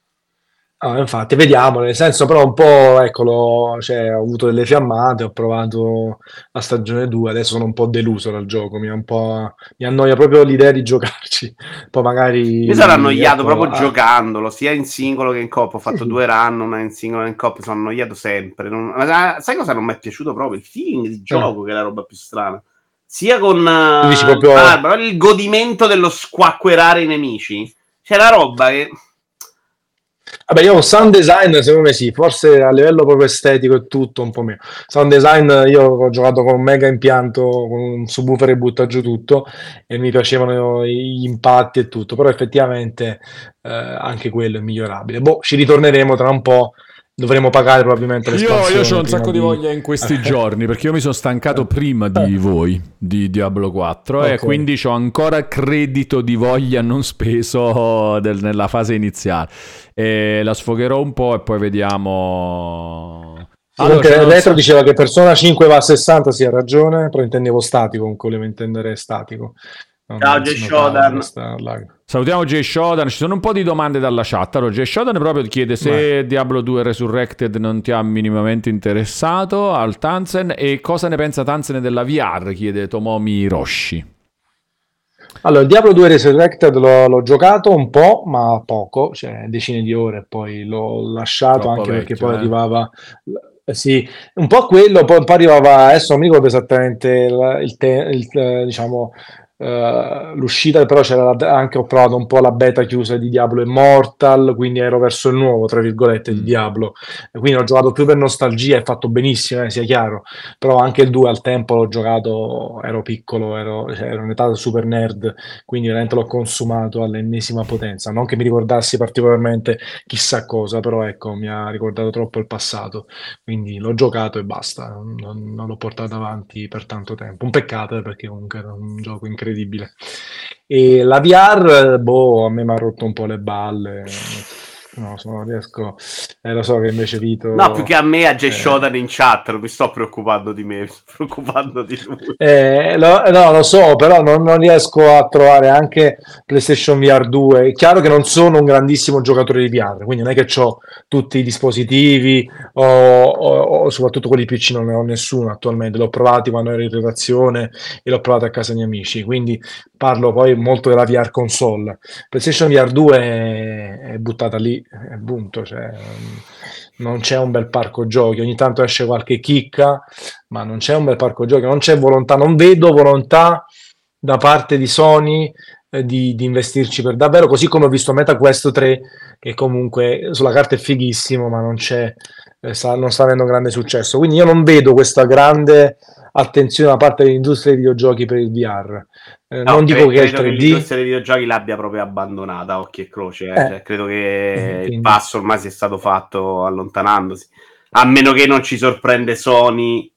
Ah, infatti, vediamo, nel senso però un po', eccolo, cioè, ho avuto delle fiammate, ho provato la stagione due, adesso sono un po' deluso dal gioco, mi, è un po', mi annoia proprio l'idea di giocarci, poi magari... Mi sono annoiato ecco, proprio ah, giocandolo, sia in singolo che in coop. Ho fatto sì, sì. due run, una in singolo e in coop, sono annoiato sempre. Non- ma sai cosa non mi è piaciuto proprio? Il feeling di gioco, che è la roba più strana. Sia con Tu dici uh, proprio... il barbaro, il godimento dello squacquerare i nemici. C'è la roba che... Vabbè, io sound design secondo me sì, forse a livello proprio estetico e tutto un po' meno. Sound design io ho giocato con un mega impianto, con un subwoofer e butta giù tutto e mi piacevano gli impatti e tutto, però effettivamente eh, anche quello è migliorabile. Boh, ci ritorneremo tra un po', dovremo pagare probabilmente Io, l'espansione. io ho un prima sacco di voglia in questi giorni perché io mi sono stancato prima di voi di Diablo quattro e Ok. quindi ho ancora credito di voglia non speso del- nella fase iniziale e la sfogherò un po' e poi vediamo. Comunque c'è un Retro sa- diceva che Persona cinque va a sessanta, sì, ha ragione, però intendevo statico, comunque volevo intendere statico. Non- Ciao, non si Jay notava Shodan. questa lag. Salutiamo Jay Shodan, ci sono un po' di domande dalla chat. Allora, Jay Shodan proprio chiede se Diablo due Resurrected non ti ha minimamente interessato al Tanzen e cosa ne pensa Tanzen della V R, chiede Tomomi Hiroshi. Allora, il Diablo due Resurrected l'ho, l'ho giocato un po', ma poco, cioè decine di ore, poi l'ho lasciato Troppo anche perché vecchio, poi eh. arrivava, eh, sì, un po' quello, poi, poi arrivava, adesso non mi ricordo esattamente il, il te- il, eh, diciamo, eh, l'uscita, però c'era la- anche, ho provato un po' la beta chiusa di Diablo Immortal, quindi ero verso il nuovo, tra virgolette, di Mm. Diablo, e quindi ho giocato più per nostalgia, è fatto benissimo, eh, sia chiaro, però anche il due al tempo l'ho giocato, ero piccolo, ero, cioè, ero in età super nerd, quindi veramente l'ho consumato all'ennesima potenza, non che mi ricordassi particolarmente chissà cosa, però ecco, mi ha ricordato troppo il passato, quindi l'ho giocato e basta, non, non- non l'ho portato avanti per tanto tempo, un peccato eh, perché comunque era un gioco incredibile. E la V R, boh, a me mi ha rotto un po' le balle, no, so, non riesco, Eh, lo so che invece Vito... No, più che a me, a Jay eh. Shodan in chat, non mi sto preoccupando di me, mi sto preoccupando di lui. Eh, lo, no, lo so, però non, non riesco a trovare anche PlayStation V R due. È chiaro che non sono un grandissimo giocatore di V R, quindi non è che ho tutti i dispositivi o, o, o soprattutto quelli P C non ne ho nessuno attualmente. L'ho provati quando ero in relazione e l'ho provato a casa dei miei amici, quindi parlo poi molto della V R console. PlayStation V R due è, è buttata lì, è punto, cioè, non c'è un bel parco giochi, ogni tanto esce qualche chicca, ma non c'è un bel parco giochi, non c'è volontà, non vedo volontà da parte di Sony eh, di, di investirci per davvero, così come ho visto MetaQuest tre, che comunque sulla carta è fighissimo, ma non c'è, eh, sta, non sta avendo grande successo. Quindi io non vedo questa grande attenzione da parte dell'industria dei videogiochi per il V R. Eh, No, non dico cre- che è il credo che tre D. l'industria dei videogiochi l'abbia proprio abbandonata, occhi e croce. eh. Eh. Cioè, credo che il Quindi- passo ormai sia stato fatto allontanandosi. A meno che non ci sorprende Sony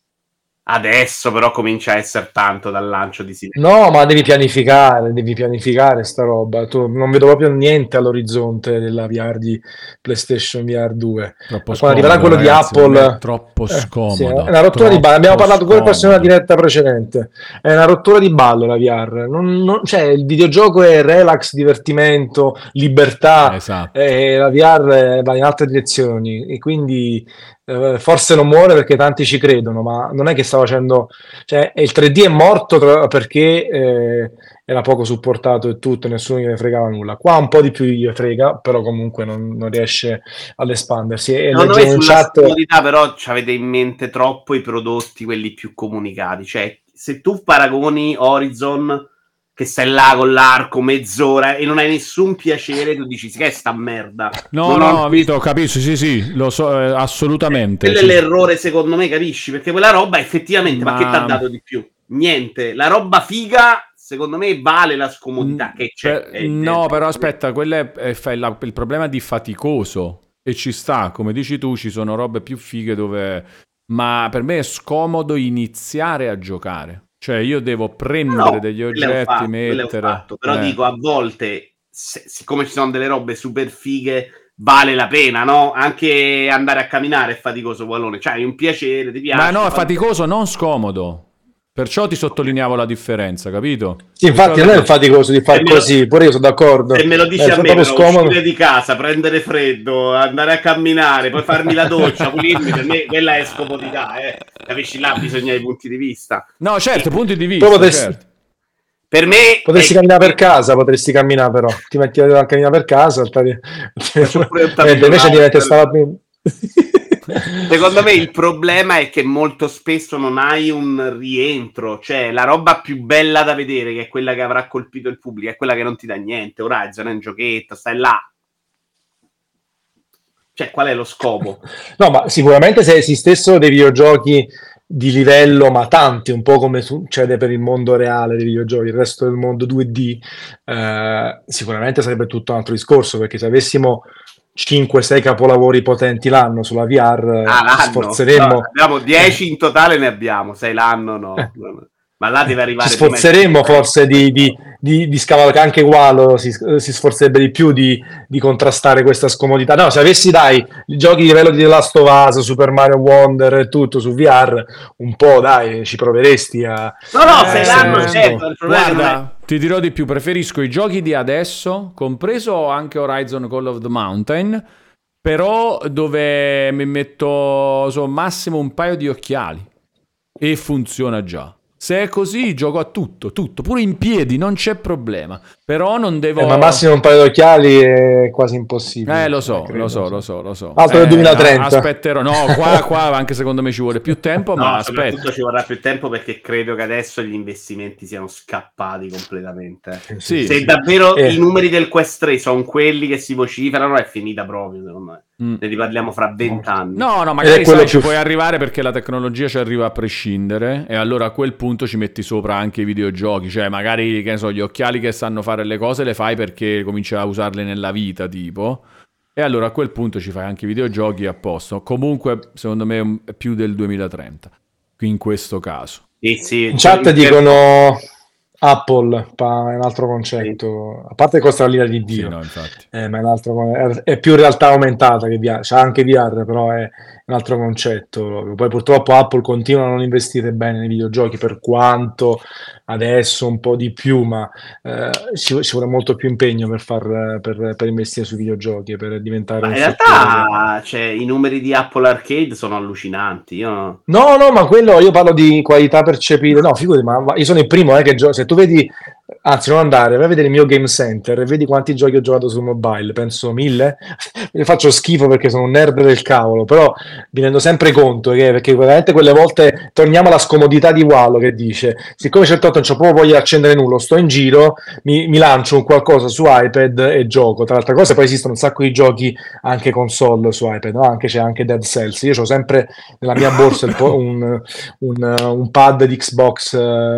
adesso, però comincia a essere tanto dal lancio di Silent No, ma devi pianificare, devi pianificare sta roba. Tu, non vedo proprio niente all'orizzonte della V R di PlayStation V R due. Troppo Quando arriverà scomodo, quello di ragazzi, Apple, per me è troppo eh, sì, scomodo. è una rottura di balle. Abbiamo troppo parlato pure per nella scomodo. diretta precedente. È una rottura di ballo la V R. Non- non- cioè, il videogioco è relax, divertimento, libertà. Esatto. E la V R va in altre direzioni. E quindi eh, forse non muore perché tanti ci credono, ma non è che sta facendo. Cioè, il tre D è morto tra- perché eh, era poco supportato e tutto, nessuno gliene fregava nulla. Qua un po' di più gli frega, però comunque non, non riesce ad espandersi. E Secondo me leggevo in sulla chat. scomodità però ci avete in mente troppo i prodotti, quelli più comunicati. Cioè, se tu paragoni Horizon, che stai là con l'arco mezz'ora e non hai nessun piacere, tu dici, che è sta merda? No, Non ho- no, Vito, capisci, sì, sì, lo so, eh, assolutamente. Quello è Sì. l'errore, secondo me, capisci? Perché quella roba effettivamente, ma, Ma- che ti ha dato di più? Niente. La roba figa, secondo me, vale la scomodità che c'è. Per- È il- no, è- però aspetta, quello è, è fa- la- il problema di faticoso e ci sta, come dici tu, ci sono robe più fighe dove... Ma per me è scomodo iniziare a giocare. Cioè io devo prendere No, degli quello è un oggetti, fatto, quello è un mettere... fatto. Però eh. dico, a volte, se- siccome ci sono delle robe super fighe, vale la pena, no? Anche andare a camminare è faticoso, Wallone. Cioè, hai un piacere, ti piace. Ma no, è fa- faticoso, non scomodo. Perciò ti sottolineavo la differenza, capito? Sì, infatti non è il faticoso di fare Se me lo- così, pure io sono d'accordo. Se me lo dici Eh, a fa me, proprio però, scomodo. uscire di casa, prendere freddo, andare a camminare, poi farmi la doccia, pulirmi, per me quella è scomodità, eh. Capisci? Là bisogna i punti di vista. No, certo, punti di vista, Poi potresti- certo. Per me Potresti è- camminare per casa, potresti camminare però. Ti metti a camminare per casa, altri- Faccio pure un Eh, invece tappeto diventa round. stava Secondo me il problema è che molto spesso non hai un rientro, cioè la roba più bella da vedere, che è quella che avrà colpito il pubblico, è quella che non ti dà niente. Horizon è un giochetto, stai là. Cioè, qual è lo scopo? No, ma sicuramente se esistessero dei videogiochi di livello, ma tanti, un po' come succede per il mondo reale dei videogiochi, il resto del mondo due D, eh, sicuramente sarebbe tutto un altro discorso, perché se avessimo cinque sei capolavori potenti l'anno sulla V R, Ah, ci l'anno? sforzeremmo, No, abbiamo dieci in totale, ne abbiamo sei l'anno, no. Eh. No, no. Ma là deve arrivare ci prima il- sforzeremmo forse di, di, di, di scavalcare, anche Walo si, si sforzerebbe di più di, di contrastare questa scomodità. No, se avessi dai i giochi di livello di The Last of Us, Super Mario Wonder e tutto su V R, un po' dai, ci proveresti a... No, no, Eh, sei sì, l'anno, sì. certo. Il problema non è- Guarda, ti dirò di più, preferisco i giochi di adesso, compreso anche Horizon Call of the Mountain, però dove mi metto so, massimo un paio di occhiali e funziona già. Se è così, gioco a tutto, tutto, pure in piedi, non c'è problema. Però non devo... Eh, ma massimo un paio di occhiali è quasi impossibile. Eh, lo so, credo, lo so, sì. lo so, lo so. Altro del Eh, duemilatrenta. Aspetterò, no, qua, qua anche secondo me ci vuole più tempo, ma No, aspetta. soprattutto ci vorrà più tempo perché credo che adesso gli investimenti siano scappati completamente. Sì, Se sì. davvero Eh. i numeri del Quest tre sono quelli che si vociferano, è finita proprio, secondo me. Mm. Ne riparliamo fra vent'anni. No, no, Ed magari è quello sai, ci più- puoi arrivare perché la tecnologia ci arriva a prescindere e allora a quel punto ci metti sopra anche i videogiochi, cioè magari, che ne so, gli occhiali che sanno fare le cose le fai perché cominci a usarle nella vita, tipo, e allora a quel punto ci fai anche i videogiochi a posto. Comunque, secondo me è più del duemilatrenta, qui in questo caso. Sì, sì, In chat cioè, dicono Apple pa- è un altro concetto, a parte che costa la lira di Dio, Sì, no, infatti. eh, ma è, un altro, è, è più realtà aumentata che V R, c'è anche V R, però è un altro concetto. Poi purtroppo Apple continua a non investire bene nei videogiochi, per quanto adesso un po' di più, ma eh, ci, ci vuole molto più impegno per, far, per, per investire sui videogiochi, per diventare Ma un in settore. realtà, cioè, i numeri di Apple Arcade sono allucinanti. Io... No, no, ma quello io parlo di qualità percepite. No, figurati, ma ma io sono il primo eh, che gio- se tu vedi, anzi, non andare, vai a vedere il mio Game Center e vedi quanti giochi ho giocato su mobile, penso mille. Io faccio schifo perché sono un nerd del cavolo, però mi rendo sempre conto che perché veramente quelle volte torniamo alla scomodità di Wallo che dice: siccome certe volte non c'ho proprio voglia di accendere nulla, sto in giro, mi, mi lancio un qualcosa su iPad e gioco. Tra l'altra cosa, poi esistono un sacco di giochi anche console su iPad, no? Anche c'è anche Dead Cells. Io ho sempre nella mia borsa il po- un, un, un pad di Xbox eh,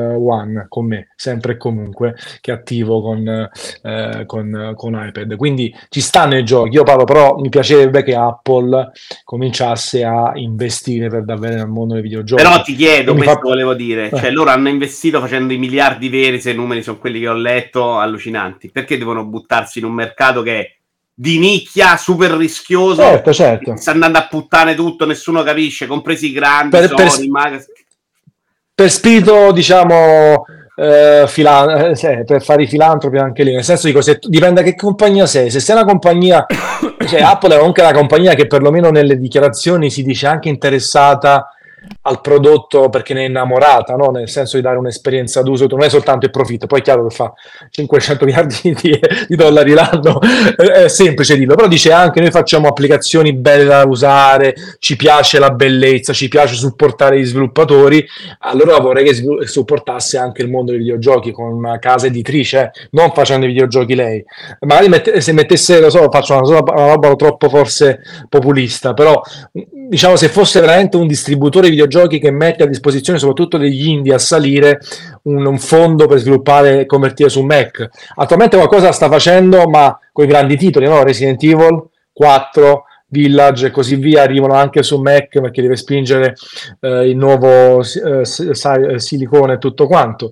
One con me, sempre e comunque, che attivo con, eh, con, con iPad. Quindi ci stanno i giochi. Io parlo, però mi piacerebbe che Apple cominciasse a investire per davvero nel mondo dei videogiochi. Però ti chiedo, E mi questo fa- volevo dire, eh. cioè loro hanno investito facendo i miliardi veri, se i numeri sono quelli che ho letto, allucinanti. Perché devono buttarsi in un mercato che è di nicchia, super rischioso, Certo, certo. sta andando a puttane tutto, nessuno capisce, compresi i grandi, Per- per- Sony, Microsoft. per spirito, diciamo, eh, filan- eh, sì, per fare i filantropi anche lì, nel senso dico, se tu- dipende da che compagnia sei, se sei una compagnia, cioè Apple è comunque una compagnia che perlomeno nelle dichiarazioni si dice anche interessata al prodotto perché ne è innamorata, no? Nel senso di dare un'esperienza d'uso, non è soltanto il profitto, poi è chiaro che fa cinquecento miliardi di, di dollari l'anno, è semplice dirlo, però dice anche noi facciamo applicazioni belle da usare, ci piace la bellezza, ci piace supportare gli sviluppatori, allora vorrei che svilu- supportasse anche il mondo dei videogiochi con una casa editrice, eh, non facendo i videogiochi lei. Magari mette- se mettesse, lo so, faccio una, sola- una roba troppo forse populista, però diciamo se fosse veramente un distributore di videogiochi che mette a disposizione soprattutto degli indie a salire un, un fondo per sviluppare e convertire su Mac. Attualmente qualcosa sta facendo, ma con i grandi titoli, no? Resident Evil quattro, Village e così via arrivano anche su Mac perché deve spingere eh, il nuovo eh, si- silicone e tutto quanto,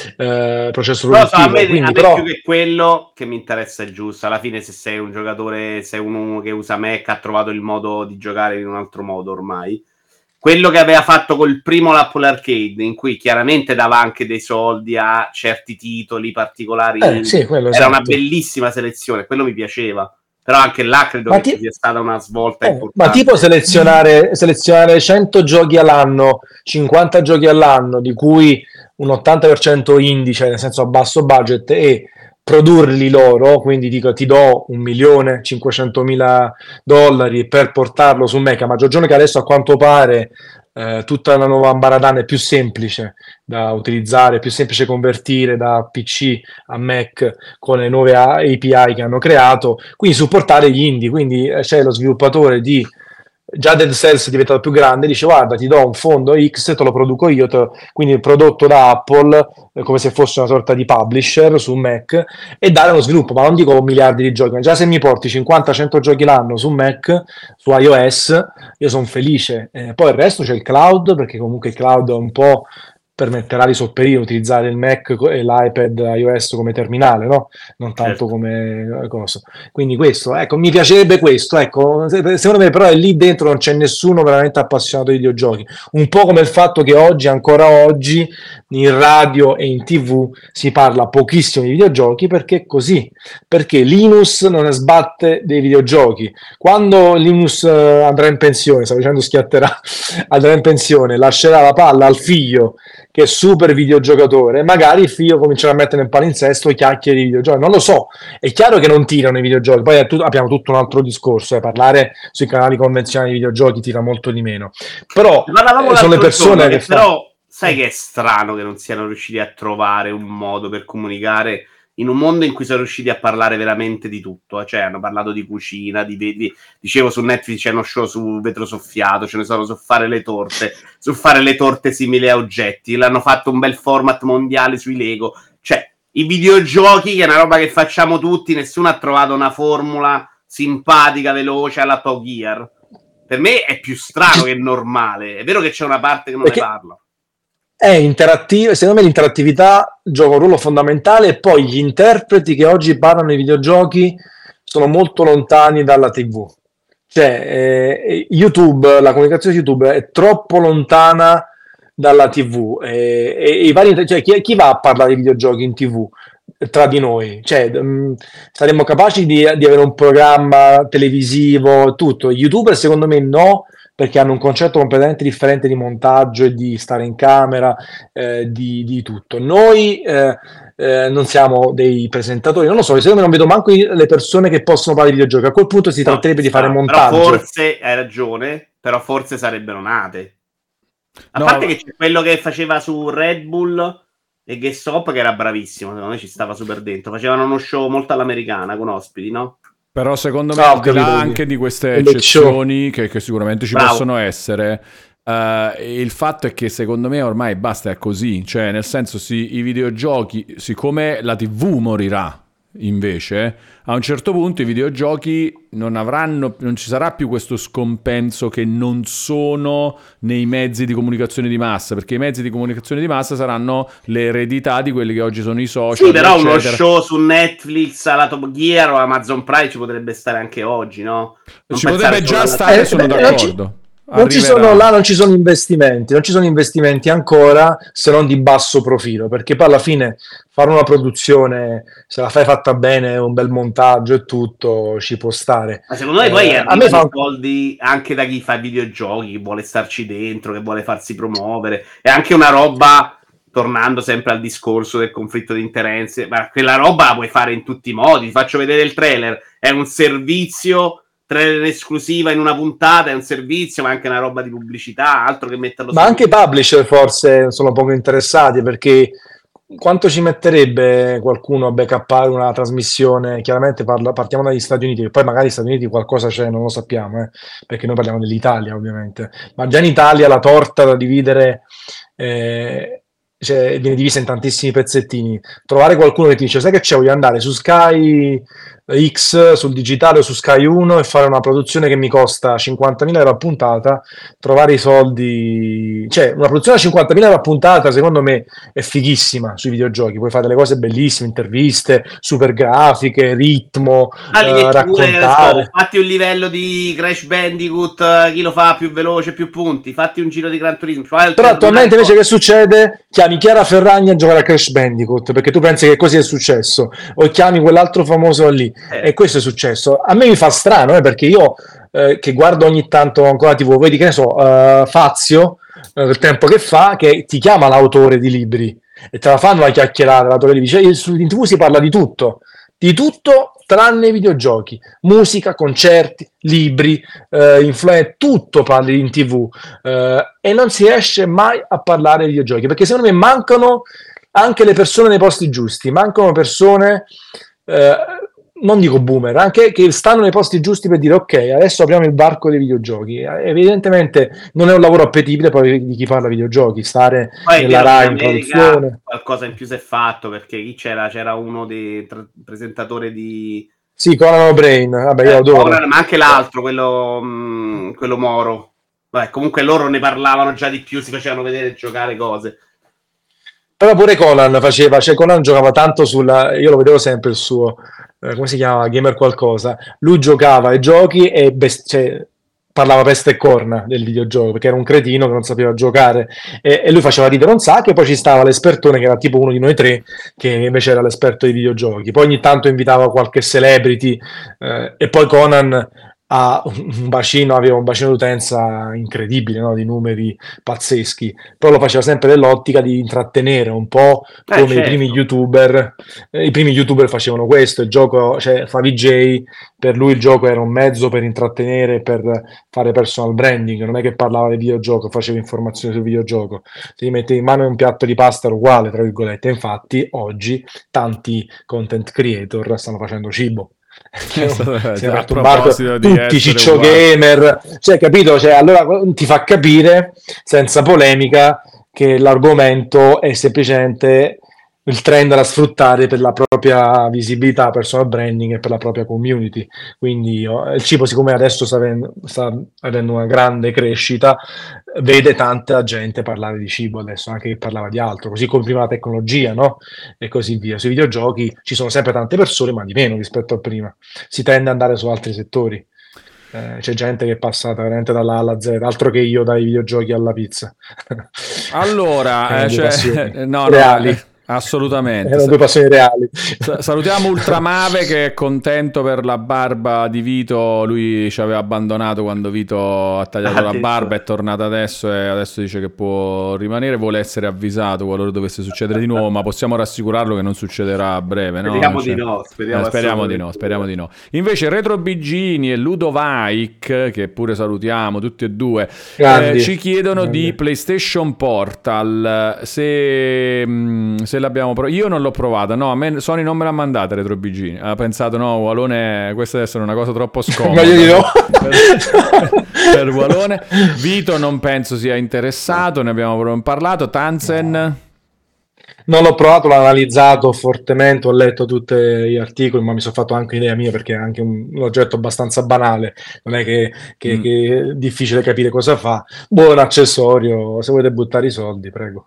eh, processo Però so, a produttivo. me, a Quindi, me però, più che quello che mi interessa è giusto. Alla fine, se sei un giocatore, sei uno che usa Mac, ha trovato il modo di giocare in un altro modo ormai. Quello che aveva fatto col primo l'Apple Arcade, in cui chiaramente dava anche dei soldi a certi titoli particolari, eh, sì, quello era una esatto. bellissima selezione, quello mi piaceva. Però anche là credo Ma che ti- ci sia stata una svolta Eh, importante. ma tipo selezionare, selezionare cento giochi all'anno, cinquanta giochi all'anno, di cui un ottanta per cento indie, cioè nel senso a basso budget, e produrli loro, quindi dico ti do un milione cinquecentomila dollari per portarlo su Mac, a maggior ragione che adesso a quanto pare eh, tutta la nuova Ambaradana è più semplice da utilizzare, più semplice convertire da P C a Mac con le nuove A P I che hanno creato, quindi supportare gli indie, quindi eh, c'è lo sviluppatore di già Dead Cells è diventato più grande, dice guarda ti do un fondo X, te lo produco io, te lo- quindi prodotto da Apple eh, come se fosse una sorta di publisher su Mac e dare uno sviluppo, ma non dico miliardi di giochi, ma già se mi porti cinquanta cento giochi l'anno su Mac, su iOS, io sono felice. Eh, poi il resto c'è il cloud, perché comunque il cloud è un po' permetterà di sopperire, utilizzare il Mac e l'iPad iOS come terminale, no? Non tanto Certo. come cosa. Quindi questo, ecco, mi piacerebbe questo, ecco, se- secondo me però è lì dentro non c'è nessuno veramente appassionato di videogiochi, un po' come il fatto che oggi, ancora oggi, in radio e in tv si parla pochissimo di videogiochi perché è così, perché Linus non ne sbatte dei videogiochi. Quando Linus eh, andrà in pensione, stavo dicendo schiatterà, andrà in pensione, lascerà la palla al figlio che è super videogiocatore, magari il figlio comincerà a mettere nel palinsesto e chiacchiere di videogiochi, non lo so, è chiaro che non tirano i videogiochi, poi è tut- abbiamo tutto un altro discorso, eh, parlare sui canali convenzionali di videogiochi tira molto di meno, però Ne parlavamo eh, sono le l'altro persone giorno, che, che fanno... però sai che è strano che non siano riusciti a trovare un modo per comunicare in un mondo in cui sono riusciti a parlare veramente di tutto, eh. Cioè hanno parlato di cucina, di, di- dicevo su Netflix c'è uno show su vetro soffiato, ce ne sono su fare le torte, su fare le torte simili a oggetti, l'hanno fatto un bel format mondiale sui Lego, cioè i videogiochi che è una roba che facciamo tutti, nessuno ha trovato una formula simpatica, veloce alla Top Gear. Per me è più strano che normale. È vero che c'è una parte che non Perché- ne parla. è interattiva, secondo me l'interattività gioca un ruolo fondamentale, e poi gli interpreti che oggi parlano di videogiochi sono molto lontani dalla tivù. Cioè, eh, YouTube, la comunicazione di YouTube è troppo lontana dalla tivù, e, e i vari, cioè, chi, chi va a parlare di videogiochi in tivù tra di noi? Cioè, mh, saremmo capaci di, di avere un programma televisivo, tutto. Gli YouTuber secondo me no, perché hanno un concetto completamente differente di montaggio e di stare in camera, eh, di, di tutto. Noi eh, eh, non siamo dei presentatori, non lo so, secondo me non vedo manco le persone che possono parlare di videogiochi. A quel punto si No, tratterebbe di sta, fare montaggio. Però forse hai ragione, però forse sarebbero nate. A No, parte ma- che c'è quello che faceva su Red Bull e Gessop, che era bravissimo, secondo me ci stava super dentro. Facevano uno show molto all'americana con ospiti, no? Però secondo me, Ah, ho al di là capito, anche di queste il show. eccezioni che, che sicuramente ci Bravo. possono essere, eh, il fatto è che secondo me ormai basta, è così. Cioè, nel senso, sì, i videogiochi, siccome la tivù morirà, invece, a un certo punto i videogiochi non avranno, non ci sarà più questo scompenso che non sono nei mezzi di comunicazione di massa, perché i mezzi di comunicazione di massa saranno le eredità di quelli che oggi sono i social. Sì, però uno eccetera. show su Netflix alla Top Gear o Amazon Prime ci potrebbe stare anche oggi, no? Non Ci pensare potrebbe solo già alla- stare, Eh, sono beh, d'accordo. Non ci Arriverà. sono, là non ci sono investimenti, non ci sono investimenti ancora, se non di basso profilo, perché poi alla fine fare una produzione, se la fai fatta bene, un bel montaggio e tutto, ci può stare. Ma secondo me poi Eh, a arrivano me fa i soldi anche da chi fa videogiochi, chi vuole starci dentro, che vuole farsi promuovere. È anche una roba, tornando sempre al discorso del conflitto di interessi, ma quella roba la puoi fare in tutti i modi. Ti faccio vedere il trailer, è un servizio, trailer esclusiva in una puntata, è un servizio, ma anche una roba di pubblicità, altro che metterlo Ma su- anche i publisher forse sono poco interessati, perché quanto ci metterebbe qualcuno a backuppare una trasmissione? Chiaramente parla- partiamo dagli Stati Uniti, che poi magari gli Stati Uniti qualcosa c'è, non lo sappiamo, eh, perché noi parliamo dell'Italia ovviamente, ma già in Italia la torta da dividere eh, cioè, viene divisa in tantissimi pezzettini. Trovare qualcuno che ti dice, sai che c'è, voglio andare su Sky X, sul digitale o su Sky uno e fare una produzione che mi costa cinquantamila euro a puntata, trovare i soldi, cioè una produzione a cinquantamila euro a puntata secondo me è fighissima sui videogiochi, puoi fare delle cose bellissime, interviste, super grafiche, ritmo, Ah, li eh, metti pure, raccontare. so, fatti un livello di Crash Bandicoot, eh, chi lo fa più veloce, più punti, fatti un giro di Gran Turismo. Fai il Però attualmente invece terminale- che succede? Chiami Chiara Ferragni a giocare a Crash Bandicoot perché tu pensi che così è successo, o chiami quell'altro famoso lì, Eh. e questo è successo. A me mi fa strano, eh, perché io eh, che guardo ogni tanto ancora tivù, vedi che ne so, eh, Fazio, eh, il tempo che fa, che ti chiama l'autore di libri e te la fanno la chiacchierata, l'autore di libri. Cioè, su- in tivù si parla di tutto, di tutto tranne i videogiochi, musica, concerti, libri, eh, influ- tutto parli in tivù, eh, e non si riesce mai a parlare di videogiochi, perché secondo me mancano anche le persone nei posti giusti, mancano persone, eh, non dico boomer, anche che stanno nei posti giusti per dire ok, adesso apriamo il varco dei videogiochi. Eh, Evidentemente non è un lavoro appetibile poi di chi parla di videogiochi, stare Poi è nella vero che Rai in in America produzione. qualcosa in più si è fatto, perché chi c'era? C'era uno dei tra- presentatori di Sì, Conan O'Brien, vabbè, io eh, adoro. Conan, ma anche l'altro, quello, mh, quello Moro. Vabbè, comunque loro ne parlavano già di più, si facevano vedere giocare cose. Però pure Conan faceva, cioè Conan giocava tanto sulla, io lo vedevo sempre il suo, eh, come si chiama, Gamer qualcosa, lui giocava ai giochi e best- cioè, parlava peste e corna del videogioco, perché era un cretino che non sapeva giocare, e, e lui faceva ridere un sacco, e poi ci stava l'espertone che era tipo uno di noi tre, che invece era l'esperto dei videogiochi, poi ogni tanto invitava qualche celebrity, eh, e poi Conan ha un bacino, aveva un bacino d'utenza incredibile, no? Di numeri pazzeschi, però lo faceva sempre nell'ottica di intrattenere, un po' Eh, come i certo. primi youtuber. Eh, i primi youtuber facevano questo, il gioco, cioè fa V J, per lui il gioco era un mezzo per intrattenere, per fare personal branding, non è che parlava di videogioco, faceva informazioni sul videogioco, se gli mettevi in mano un piatto di pasta era uguale, tra virgolette. Infatti oggi tanti content creator stanno facendo cibo. Cioè, si è A aperto un barco, proposito di tutti essere ciccio uguali. gamer, cioè capito? Cioè, allora ti fa capire senza polemica che l'argomento è semplicemente il trend da sfruttare per la propria visibilità, personal branding e per la propria community. Quindi oh, il cibo, siccome adesso sta avendo, sta avendo una grande crescita, vede tanta gente parlare di cibo adesso, anche che parlava di altro, così come prima la tecnologia, no? E così via. Sui videogiochi ci sono sempre tante persone, ma di meno rispetto a prima. Si tende ad andare su altri settori. Eh, c'è gente che è passata veramente dalla A alla Z, altro che io dai videogiochi alla pizza. Allora, eh, cioè, no, reali. no, assolutamente. Erano due passioni reali. Salutiamo Ultramave che è contento per la barba di Vito. Lui ci aveva abbandonato quando Vito ha tagliato ah, la barba, è tornato adesso e adesso dice che può rimanere. Vuole essere avvisato qualora dovesse succedere di nuovo, ma possiamo rassicurarlo che non succederà a breve, no? Speriamo cioè, di no. Speriamo, eh, speriamo di no, speriamo di no. Invece Retro Bigini e Ludovic, che pure salutiamo tutti e due, eh, ci chiedono Grandi. di PlayStation Portal. Se... Mh, se l'abbiamo prov- io non l'ho provata, no, a me Sony non me l'ha mandata Retro Bigini, ha pensato no, Walone, questa deve essere una cosa troppo scomoda ma io no. per, per Walone. Vito non penso sia interessato, ne abbiamo proprio parlato. Tanzen no. Non l'ho provato, l'ho analizzato fortemente, ho letto tutti gli articoli, ma mi sono fatto anche idea mia perché è anche un, un oggetto abbastanza banale, non è che, che, mm. che è difficile capire cosa fa. Buon accessorio, se volete buttare i soldi, prego.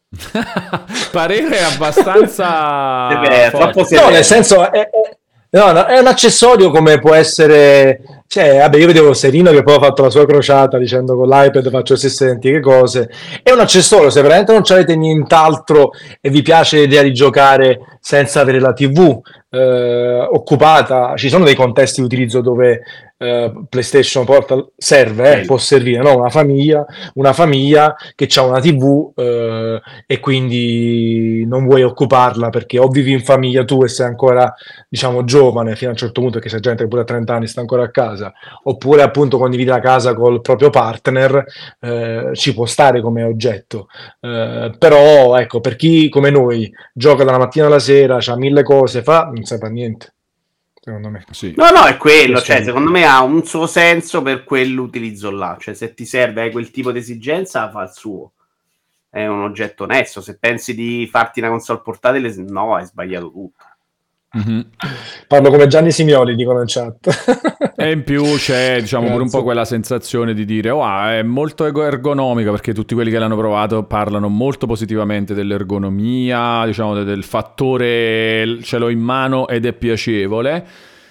Parere abbastanza Beh, no, nel senso è, è, no, no, è un accessorio come può essere, cioè, vabbè, io vedevo Serino che poi ha fatto la sua crociata dicendo con l'iPad faccio le stesse identiche cose. È un accessorio, se veramente non avete nient'altro e vi piace l'idea di giocare senza avere la tivù eh, occupata, ci sono dei contesti di utilizzo dove eh, PlayStation Portal serve, eh, può servire, no? Una famiglia, una famiglia che ha una tivù eh, e quindi non vuoi occuparla perché o vivi in famiglia tu e sei ancora, diciamo, giovane fino a un certo punto, perché c'è gente che pure a trenta anni sta ancora a casa, oppure appunto condividi la casa col proprio partner, eh, ci può stare come oggetto. Eh, però ecco, per chi come noi gioca dalla mattina alla sera, c'ha mille cose, fa, non sa niente. Secondo me sì. No, no, è quello, cioè, secondo me ha un suo senso per quell'utilizzo là, cioè se ti serve, hai quel tipo di esigenza, fa il suo, è un oggetto onesto. Se pensi di farti una console portatile, no, hai sbagliato tutto. Mm-hmm. Parlo come Gianni Simioli, dicono in chat. E in più c'è, diciamo, pure un po' quella sensazione di dire oh, è molto ergonomica, perché tutti quelli che l'hanno provato parlano molto positivamente dell'ergonomia, diciamo del fattore ce l'ho in mano ed è piacevole.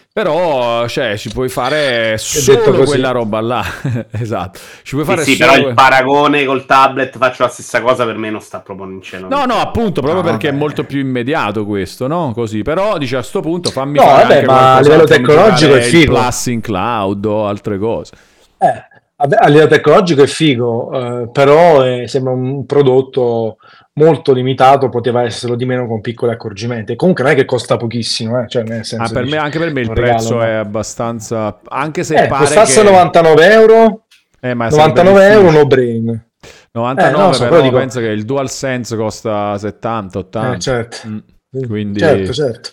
Però, cioè, ci puoi fare solo quella roba là. Esatto. Ci puoi fare sì, sì, solo... però il paragone col tablet, faccio la stessa cosa, per me non sta proprio in cielo. No, no, appunto, proprio no, perché vabbè. è molto più immediato questo, no? Così, però dice a sto punto fammi no, fare vabbè, anche ma a livello tecnologico è figo. Il Plus in cloud o altre cose. Eh, a livello tecnologico è figo, eh, però è, sembra un prodotto molto limitato, poteva esserlo di meno con piccoli accorgimenti. Comunque non è che costa pochissimo, eh? Cioè, nel senso, ah, per dici, me, anche per me il regalo, prezzo no? è abbastanza, anche se eh, pare costasse che... novantanove euro, eh, ma novantanove euro no brain. novantanove, eh, so, però, però dico... penso che il DualSense costa settanta ottanta. Eh, certo. Mm. Quindi... certo, certo.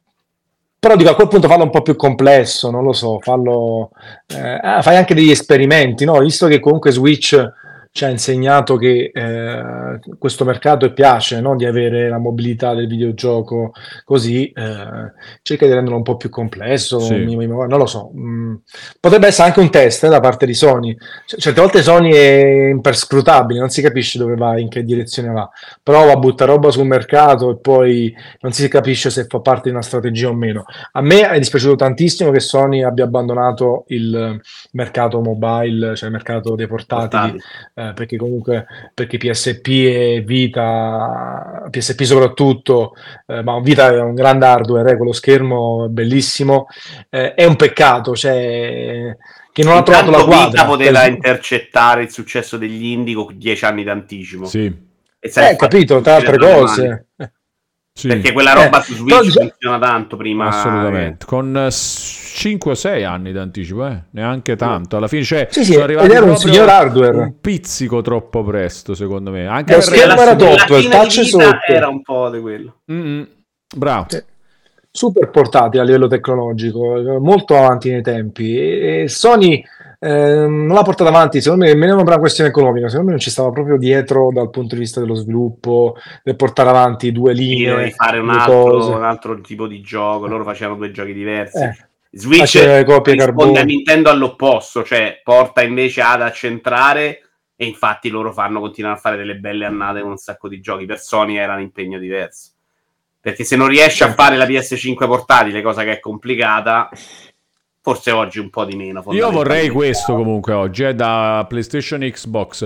Però dico, a quel punto fallo un po' più complesso, non lo so, fallo eh, ah, fai anche degli esperimenti, no? Visto che comunque Switch ci ha insegnato che eh, questo mercato piace, no? Di avere la mobilità del videogioco così, eh, cerca di renderlo un po' più complesso, sì. non lo so. Mm, potrebbe essere anche un test eh, da parte di Sony. C- certe volte Sony è imperscrutabile, non si capisce dove va, in che direzione va. Prova a buttare roba sul mercato e poi non si capisce se fa parte di una strategia o meno. A me è dispiaciuto tantissimo che Sony abbia abbandonato il mercato mobile, cioè il mercato dei portatili, eh, perché comunque perché P S P e Vita, P S P soprattutto, eh, ma Vita è un grande hardware, eh, quello schermo è bellissimo, eh, è un peccato, cioè che non intanto ha trovato la quadra. Vita poteva per... intercettare il successo degli indie con dieci anni d'anticipo. Sì. E eh, capito, tra altre cose. Sì. Perché quella roba eh, su Switch dice... funziona tanto prima. Assolutamente. Con cinque o sei anni d'anticipo, eh? Neanche tanto. Alla fine, cioè, sì, sì, sono arrivati era un signor hardware. Un pizzico troppo presto, secondo me. Anche lo per schermo era tutto, il touch sotto. Era un po' di quello. Mm-hmm. Bravo. Sì. Super portatile a livello tecnologico, molto avanti nei tempi. E Sony eh, non l'ha portata avanti, secondo me nemmeno per una questione economica, secondo me non ci stava proprio dietro dal punto di vista dello sviluppo, per portare avanti due Io linee, dovevi fare un due altro, cose. un altro tipo di gioco, loro facevano due giochi diversi. Eh, Switch faceva le copie risponde a carbone. Nintendo all'opposto, cioè porta invece ad accentrare, e infatti loro fanno continuare a fare delle belle annate con un sacco di giochi. Per Sony era un impegno diverso, perché se non riesci a fare la P S cinque portatile, cosa che è complicata, forse oggi un po' di meno. Io vorrei fondamentalmente. questo comunque oggi, eh, da PlayStation Xbox,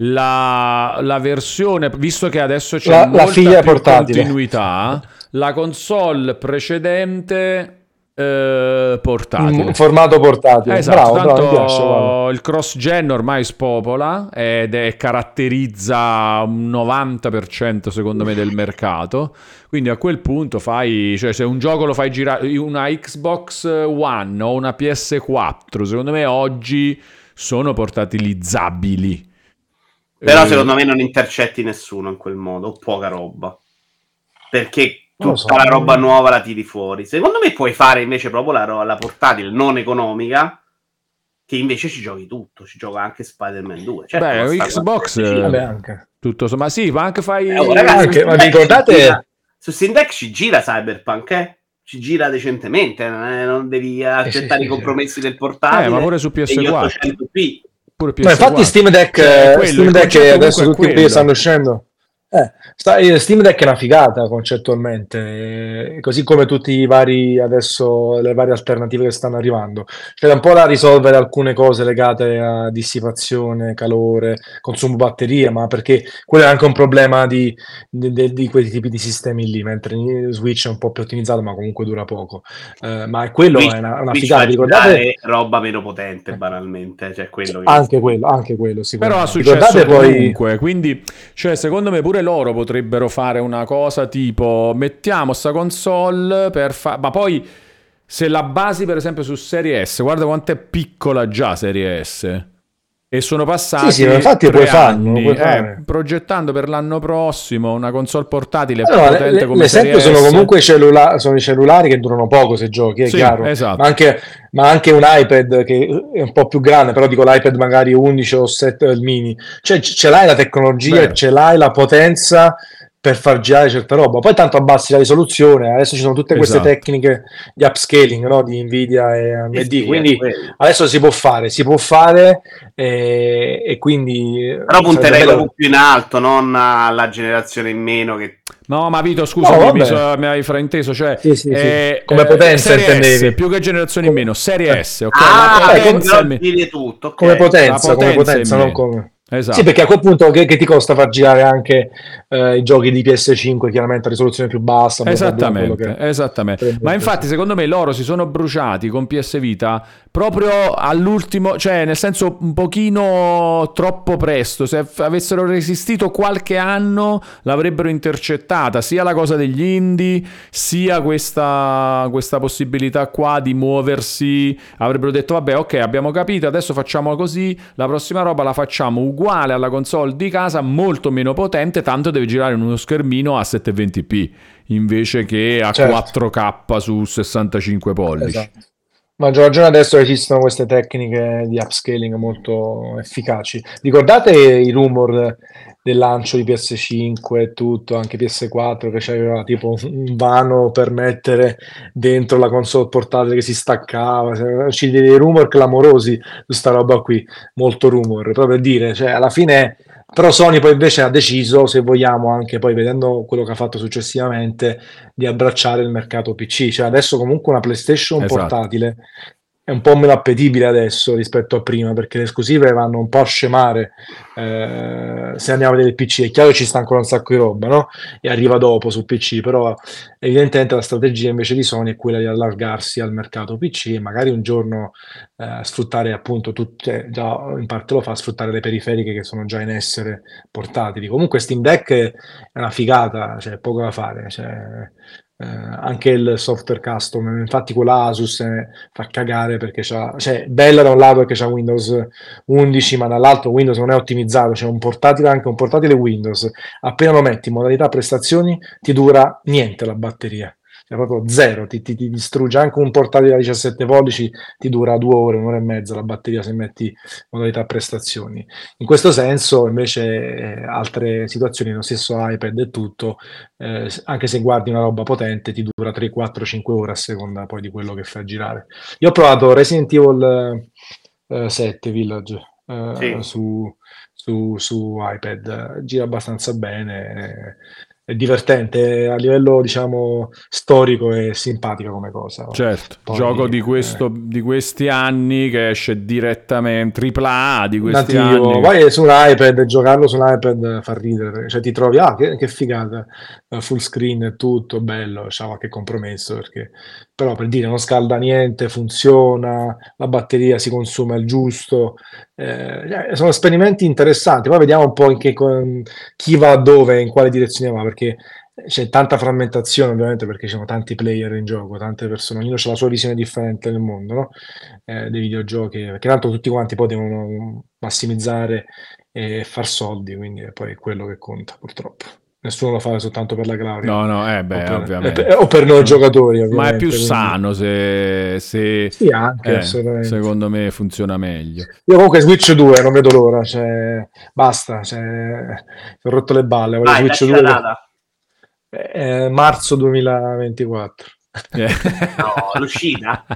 la, la versione, visto che adesso c'è La- la molta figlia più portatile. continuità, la console precedente eh, portatile. In formato portatile. Esatto, Bravo, tanto bravo, mi piace, guarda. il cross-gen ormai spopola ed è, caratterizza un novanta per cento secondo me del mercato, quindi a quel punto fai, cioè se un gioco lo fai girare, una Xbox One o una P S quattro, secondo me oggi sono portatilizzabili. Però Eh, secondo me non intercetti nessuno in quel modo, o poca roba. Perché Non lo tutta so. la roba nuova la tiri fuori. Secondo me puoi fare invece proprio la, ro- la portatile non economica, che invece ci giochi tutto. Ci gioca anche Spider-Man due. Certo, Beh, costa Xbox, quattrocentocinquanta. Vabbè, anche. tutto sommato, sì, ma anche fai... Eh, oh, ragazzi, Anche- su ma Steam vi ricordate- ci gira- Su Steam Deck ci gira Cyberpunk, eh? Ci gira decentemente, eh, non devi accettare sì, i sì, compromessi del portatile Eh, ma pure su P S e gli quattro. ottocento p. Pure Ma infatti P S quattro. Steam Deck, Cioè, eh, quello, Steam il Deck concetto adesso comunque è tutti quelli quello. stanno uscendo. Eh, sta- eh, Steam Deck è una figata concettualmente, eh, così come tutti i vari adesso le varie alternative che stanno arrivando. C'è un po' da risolvere alcune cose legate a dissipazione, calore, consumo batteria, ma perché quello è anche un problema di, di, di- di quei tipi di sistemi lì, mentre il Switch è un po' più ottimizzato, ma comunque dura poco. Eh, ma quello Switch- è una, una Switch figata. fa Vi ricordate? girare roba meno potente, banalmente, cioè quello che Anche quello, anche quello Però ha sicuramente. successo Ricordate poi comunque, quindi cioè, secondo me pure loro potrebbero fare una cosa tipo mettiamo sta console per fare... Ma poi se la basi per esempio su Serie S, guarda quanto è piccola già Serie S. E sono passati Sì, sì, ma infatti tre puoi farlo, anni, puoi eh, fare. progettando per l'anno prossimo una console portatile Allora, le- potente le- come l'esempio Serie sono S. comunque i cellula- sono i cellulari che durano poco se giochi, è Sì, chiaro, esatto. ma anche, ma anche un iPad che è un po' più grande, però dico l'iPad magari undici o sette, il mini, cioè c- ce l'hai la tecnologia, Vero. ce l'hai la potenza per far girare certa roba, poi tanto abbassi la risoluzione, adesso ci sono tutte queste Esatto. tecniche di upscaling, no? Di Nvidia e A M D, Sì, sì, è quindi quello. adesso si può fare, si può fare e, e quindi Però sarebbe punterei bello- proprio più in alto, non alla generazione in meno che No, ma Vito, scusami, No, mi, vabbè. so- mi hai frainteso. Cioè, Sì, sì, sì. eh, Come eh, potenza Serie intendevi. S, più che generazione in meno, Serie S, ok? ah, La beh, potenza però in- dire tutto, ok. come potenza, La come potenza potenza, in non me. come... Esatto. Sì, perché a quel punto che, che ti costa far girare anche eh, i giochi di P S cinque, chiaramente a risoluzione più bassa, bla bla bla, quello Esattamente, che- esattamente. Prende Ma questo. infatti, secondo me, loro si sono bruciati con P S Vita proprio all'ultimo, cioè nel senso un pochino troppo presto. Se f- avessero resistito qualche anno, l'avrebbero intercettata sia la cosa degli indie, sia questa, questa possibilità qua di muoversi. Avrebbero detto, vabbè, ok, abbiamo capito, adesso facciamo così, la prossima roba la facciamo uguale alla console di casa, molto meno potente, tanto deve girare in uno schermino a settecentoventi p invece che a Certo. quattro K su sessantacinque pollici. Esatto. Ma già ragione adesso esistono queste tecniche di upscaling molto efficaci. Ricordate i rumor del lancio di P S cinque e tutto, anche P S quattro, che c'aveva tipo un vano per mettere dentro la console portatile che si staccava? Sono usciti dei rumor clamorosi su sta roba qui, molto rumor, proprio per dire, cioè alla fine... Però Sony poi invece ha deciso, se vogliamo, anche poi vedendo quello che ha fatto successivamente, di abbracciare il mercato P C. Cioè adesso comunque una PlayStation Esatto. portatile è un po' meno appetibile adesso rispetto a prima, perché le esclusive vanno un po' a scemare. Eh, se andiamo a vedere il P C, è chiaro che ci sta ancora un sacco di roba, no? E arriva dopo sul P C, però evidentemente la strategia invece di Sony è quella di allargarsi al mercato P C e magari un giorno eh, sfruttare appunto tutte, già in parte lo fa, sfruttare le periferiche che sono già in essere portatili. Comunque Steam Deck è una figata, c'è poco da fare, cioè, eh, anche il software custom, infatti quella Asus eh, fa cagare perché c'ha, cioè bella da un lato perché c'ha Windows undici, ma dall'altro Windows non è ottimizzato, c'è un portatile, anche un portatile Windows, appena lo metti in modalità prestazioni ti dura niente la batteria, cioè proprio zero, ti, ti, ti distrugge. Anche un portatile da diciassette pollici ti dura due ore, un'ora e mezza la batteria se metti modalità prestazioni. In questo senso invece eh, altre situazioni, lo stesso iPad e tutto, eh, anche se guardi una roba potente ti dura tre, quattro, cinque ore a seconda poi di quello che fa girare. Io ho provato Resident Evil eh, sette Village eh, Sì. su, su, su iPad, gira abbastanza bene, è, è divertente a livello diciamo storico e simpatica come cosa, no? Certo, Poi, gioco di, questo, eh, di questi anni che esce direttamente, tripla A di questi nativo, anni. vai su un iPad, giocarlo su un iPad fa ridere, cioè ti trovi, ah che, che figata, eh, full screen e tutto, bello, c'ha qualche compromesso perché, però per dire non scalda niente, funziona, la batteria si consuma il giusto, eh, sono esperimenti interessanti, poi vediamo un po' in che, con, chi va dove, in quale direzione va, perché c'è tanta frammentazione ovviamente perché ci sono tanti player in gioco, tante persone, ognuno ha la sua visione differente del mondo, no? Eh, dei videogiochi, perché tanto tutti quanti poi devono massimizzare e far soldi, quindi è poi quello che conta purtroppo. Nessuno lo fa soltanto per la gloria. No, no, eh beh, o per, ovviamente. per- o per noi giocatori, ovviamente. Ma è più quindi- sano se, se Sì, anche, eh, assolutamente. secondo me funziona meglio. Io comunque Switch due non vedo l'ora, cioè, basta, cioè, ho rotto le balle, voglio Vai, Switch dacci la due. data. Eh, marzo duemilaventiquattro. Eh. No, l'uscita?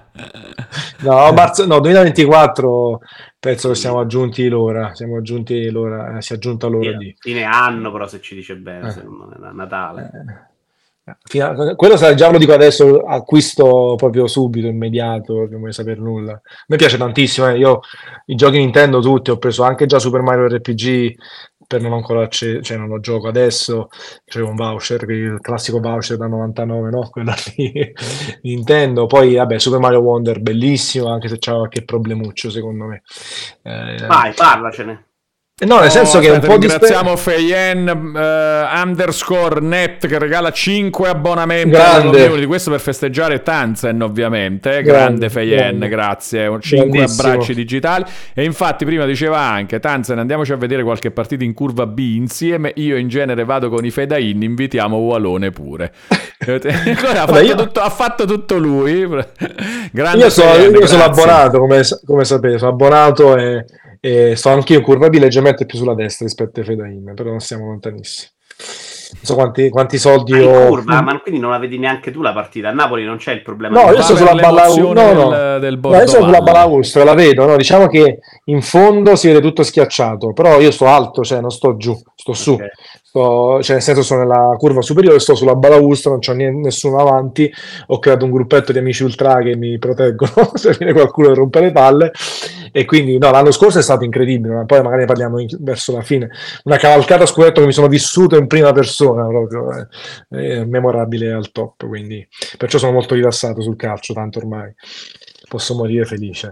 No, marzo, no, duemilaventiquattro penso che siamo aggiunti l'ora, siamo aggiunti l'ora, eh, si è aggiunta l'ora di... Fine anno, però se ci dice bene, Eh. secondo me, da Natale. Eh, fino a- quello sa- già ve lo dico adesso, acquisto proprio subito, immediato, non voglio sapere nulla. A me piace tantissimo, eh, io i giochi Nintendo tutti, ho preso anche già Super Mario R P G per non ancora acce- cioè non lo gioco adesso, c'è un voucher, il classico voucher da novantanove, no? Quello lì, Nintendo, poi vabbè Super Mario Wonder bellissimo, anche se c'ha qualche problemuccio secondo me. Eh, Vai, parlacene. no, nel senso Oh, che è un aspetta, po' di ringraziamo Feyen eh, underscore net che regala cinque abbonamenti Grande. alla community, questo per festeggiare Tanzen ovviamente, eh. grande, Grande, Feyen, grande. grazie, cinque Grandissimo. abbracci digitali. E infatti prima diceva anche Tanzen, andiamoci a vedere qualche partita in curva B insieme, io in genere vado con i Fedain, invitiamo Walone pure. Ancora, ha, Vabbè, fatto io- tutto, ha fatto tutto lui. Grande Io sono, Feyen, io sono grazie. abbonato, come, come sapete, sono abbonato e, e sto anch'io in curva B leggermente più sulla destra rispetto ai Fedain, però non siamo lontanissimi. Non so quanti, quanti soldi Ah, in ho... curva, ma quindi non la vedi neanche tu la partita. A Napoli non c'è il problema. No, di- io sto per sulla balla l'emozione no, no. del- del No, io sono sulla Bordovalle. balla Austria, la vedo, no? Diciamo che in fondo si vede tutto schiacciato, però io sto alto, cioè non sto giù, sto su. Ok. Sto, cioè nel senso sono nella curva superiore, sto sulla balaustra, non c'ho nie- nessuno avanti, ho creato un gruppetto di amici ultra che mi proteggono se viene qualcuno a rompere le palle e quindi no, l'anno scorso è stato incredibile, ma poi magari ne parliamo in- verso la fine, una cavalcata a scudetto che mi sono vissuto in prima persona proprio, eh, è memorabile al top, quindi perciò sono molto rilassato sul calcio, tanto ormai posso morire felice.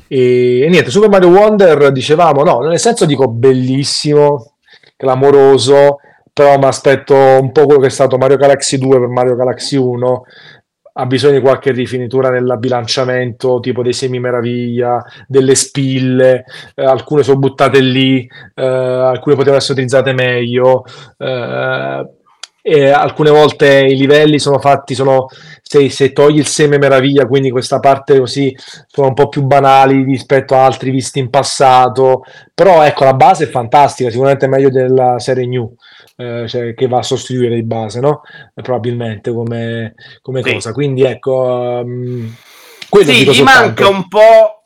E, e niente, Super Mario Wonder dicevamo, no, nel senso dico bellissimo, clamoroso, però mi aspetto un po' quello che è stato Mario Galaxy due per Mario Galaxy uno, ha bisogno di qualche rifinitura nell'abbilanciamento, tipo dei semi meraviglia, delle spille, eh, alcune sono buttate lì, eh, alcune potevano essere utilizzate meglio, eh, e alcune volte i livelli sono fatti, sono, se, se togli il seme meraviglia, quindi questa parte così, sono un po' più banali rispetto a altri visti in passato, però ecco, la base è fantastica, sicuramente meglio della serie New, eh, cioè, che va a sostituire di base, no? Eh, probabilmente come, come Sì. cosa, quindi ecco, um, quello Sì, dico gli soltanto. manca un po',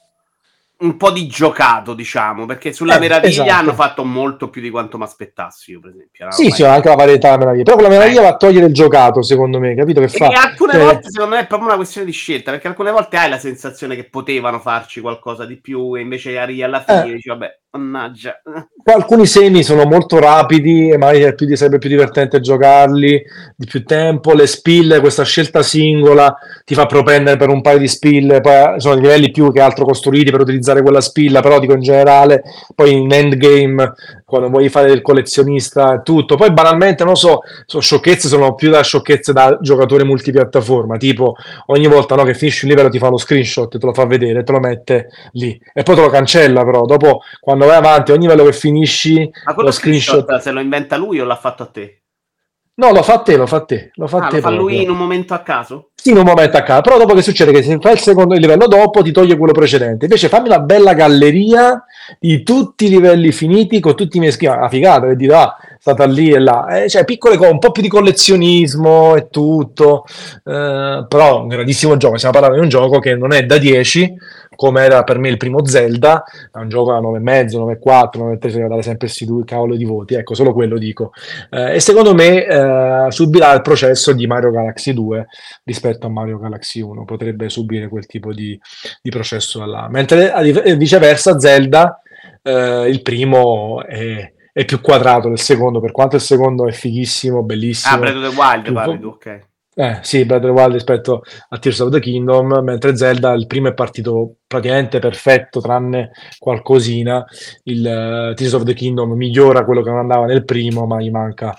un po' di giocato, diciamo, perché sulla Eh, meraviglia esatto. hanno fatto molto più di quanto mi aspettassi io, per esempio. Era Sì, ormai- sì, anche la varietà della meraviglia, però quella meraviglia Eh. va a togliere il giocato, secondo me, capito che E fa? alcune Cioè, volte secondo me è proprio una questione di scelta, perché alcune volte hai la sensazione che potevano farci qualcosa di più e invece arrivi alla fine Eh. e dici vabbè, mannaggia. poi alcuni semi sono molto rapidi e magari è più, sarebbe più divertente giocarli di più tempo. Le spille, questa scelta singola ti fa propendere per un paio di spille, poi sono livelli più che altro costruiti per utilizzare quella spilla, però dico in generale, poi in endgame, quando vuoi fare il collezionista e tutto. Poi banalmente, non so, sono sciocchezze, sono più da sciocchezze da giocatore multipiattaforma, tipo ogni volta no, che finisci un livello ti fa lo screenshot, te lo fa vedere, te lo mette lì e poi te lo cancella, però dopo quando vai avanti ogni livello che finisci Ma quello lo screenshot screenshot se lo inventa lui o l'ha fatto a te? No, lo fa te, lo fa te, lo fa Ah, te lo fa lui proprio. in un momento a caso? Sì, in un momento a caso, però dopo che succede che se fai il secondo il livello dopo ti toglie quello precedente. Invece fammi una bella galleria di tutti i livelli finiti con tutti i miei schemi. Una figata, per dire, ah, è stata lì e là. Eh, cioè, piccole cose, un po' più di collezionismo e tutto. Eh, però un grandissimo gioco. Stiamo parlando di un gioco che non è da dieci, come era per me il primo Zelda, è un gioco da nove e mezzo, nove virgola quattro, nove virgola tre, se dare sempre questi due cavolo di voti. Ecco, solo quello dico. Eh, e secondo me eh, subirà il processo di Mario Galaxy due rispetto a Mario Galaxy uno, potrebbe subire quel tipo di, di processo là. Mentre eh, viceversa Zelda, eh, il primo è, è più quadrato del secondo, per quanto il secondo è fighissimo, bellissimo. Ah, Breath of the Wild più, parli tu, ok. Eh, sì, Breath of the Wild rispetto a Tears of the Kingdom, mentre Zelda il primo è partito praticamente perfetto, tranne qualcosina. Il uh, Tears of the Kingdom migliora quello che non andava nel primo, ma gli manca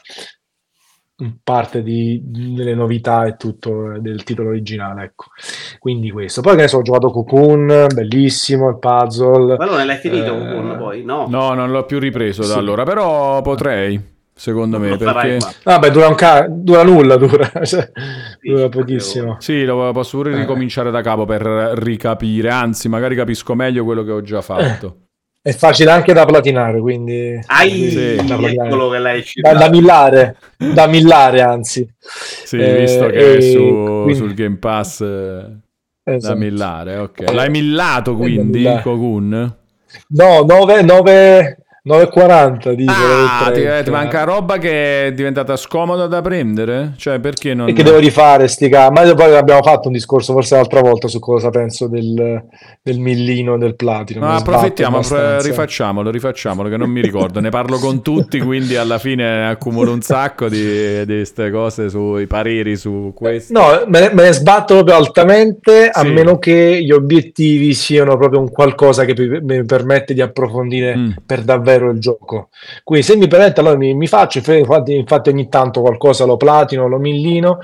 parte di, delle novità e tutto del titolo originale, ecco. Quindi questo. Poi che ne so, ho giocato Cocoon, bellissimo, il puzzle. Ma non l'hai finito eh, Cocoon poi? No. No, non l'ho più ripreso da Sì. allora, però potrei, secondo Non me, lo farai perché... mai. Vabbè, dura un ca- dura nulla, dura, cioè, Sì, dura sì, pochissimo. Sì, lo posso pure Eh. ricominciare da capo per ricapire, anzi, magari capisco meglio quello che ho già fatto. È facile anche da platinare, quindi Ai, Sì. da platinare. eccolo che l'hai Da, citato. da millare, da millare anzi. Sì, Eh, visto che è e su, quindi- sul Game Pass eh, da esatto. millare, ok. L'hai millato Eh, da quindi, millare. Cocoon? No, nove, nove, nove e quaranta dico. Ah, ti, nove e trenta. ti manca roba che è diventata scomoda da prendere? Cioè, perché non... E che devo rifare, sti ca- Ma poi abbiamo fatto un discorso forse l'altra volta su cosa penso del, del millino e del platino. No, Me ne sbatto approfittiamo, abbastanza. rifacciamolo, rifacciamolo, che non mi ricordo. Ne parlo con tutti, quindi alla fine accumulo un sacco di queste cose sui pareri su questo. No, me ne, me ne sbatto proprio altamente, a Sì. meno che gli obiettivi siano proprio un qualcosa che mi, mi permette di approfondire Mm. per davvero il gioco. Quindi se mi permette, allora mi, mi faccio, infatti, infatti ogni tanto qualcosa lo platino, lo millino,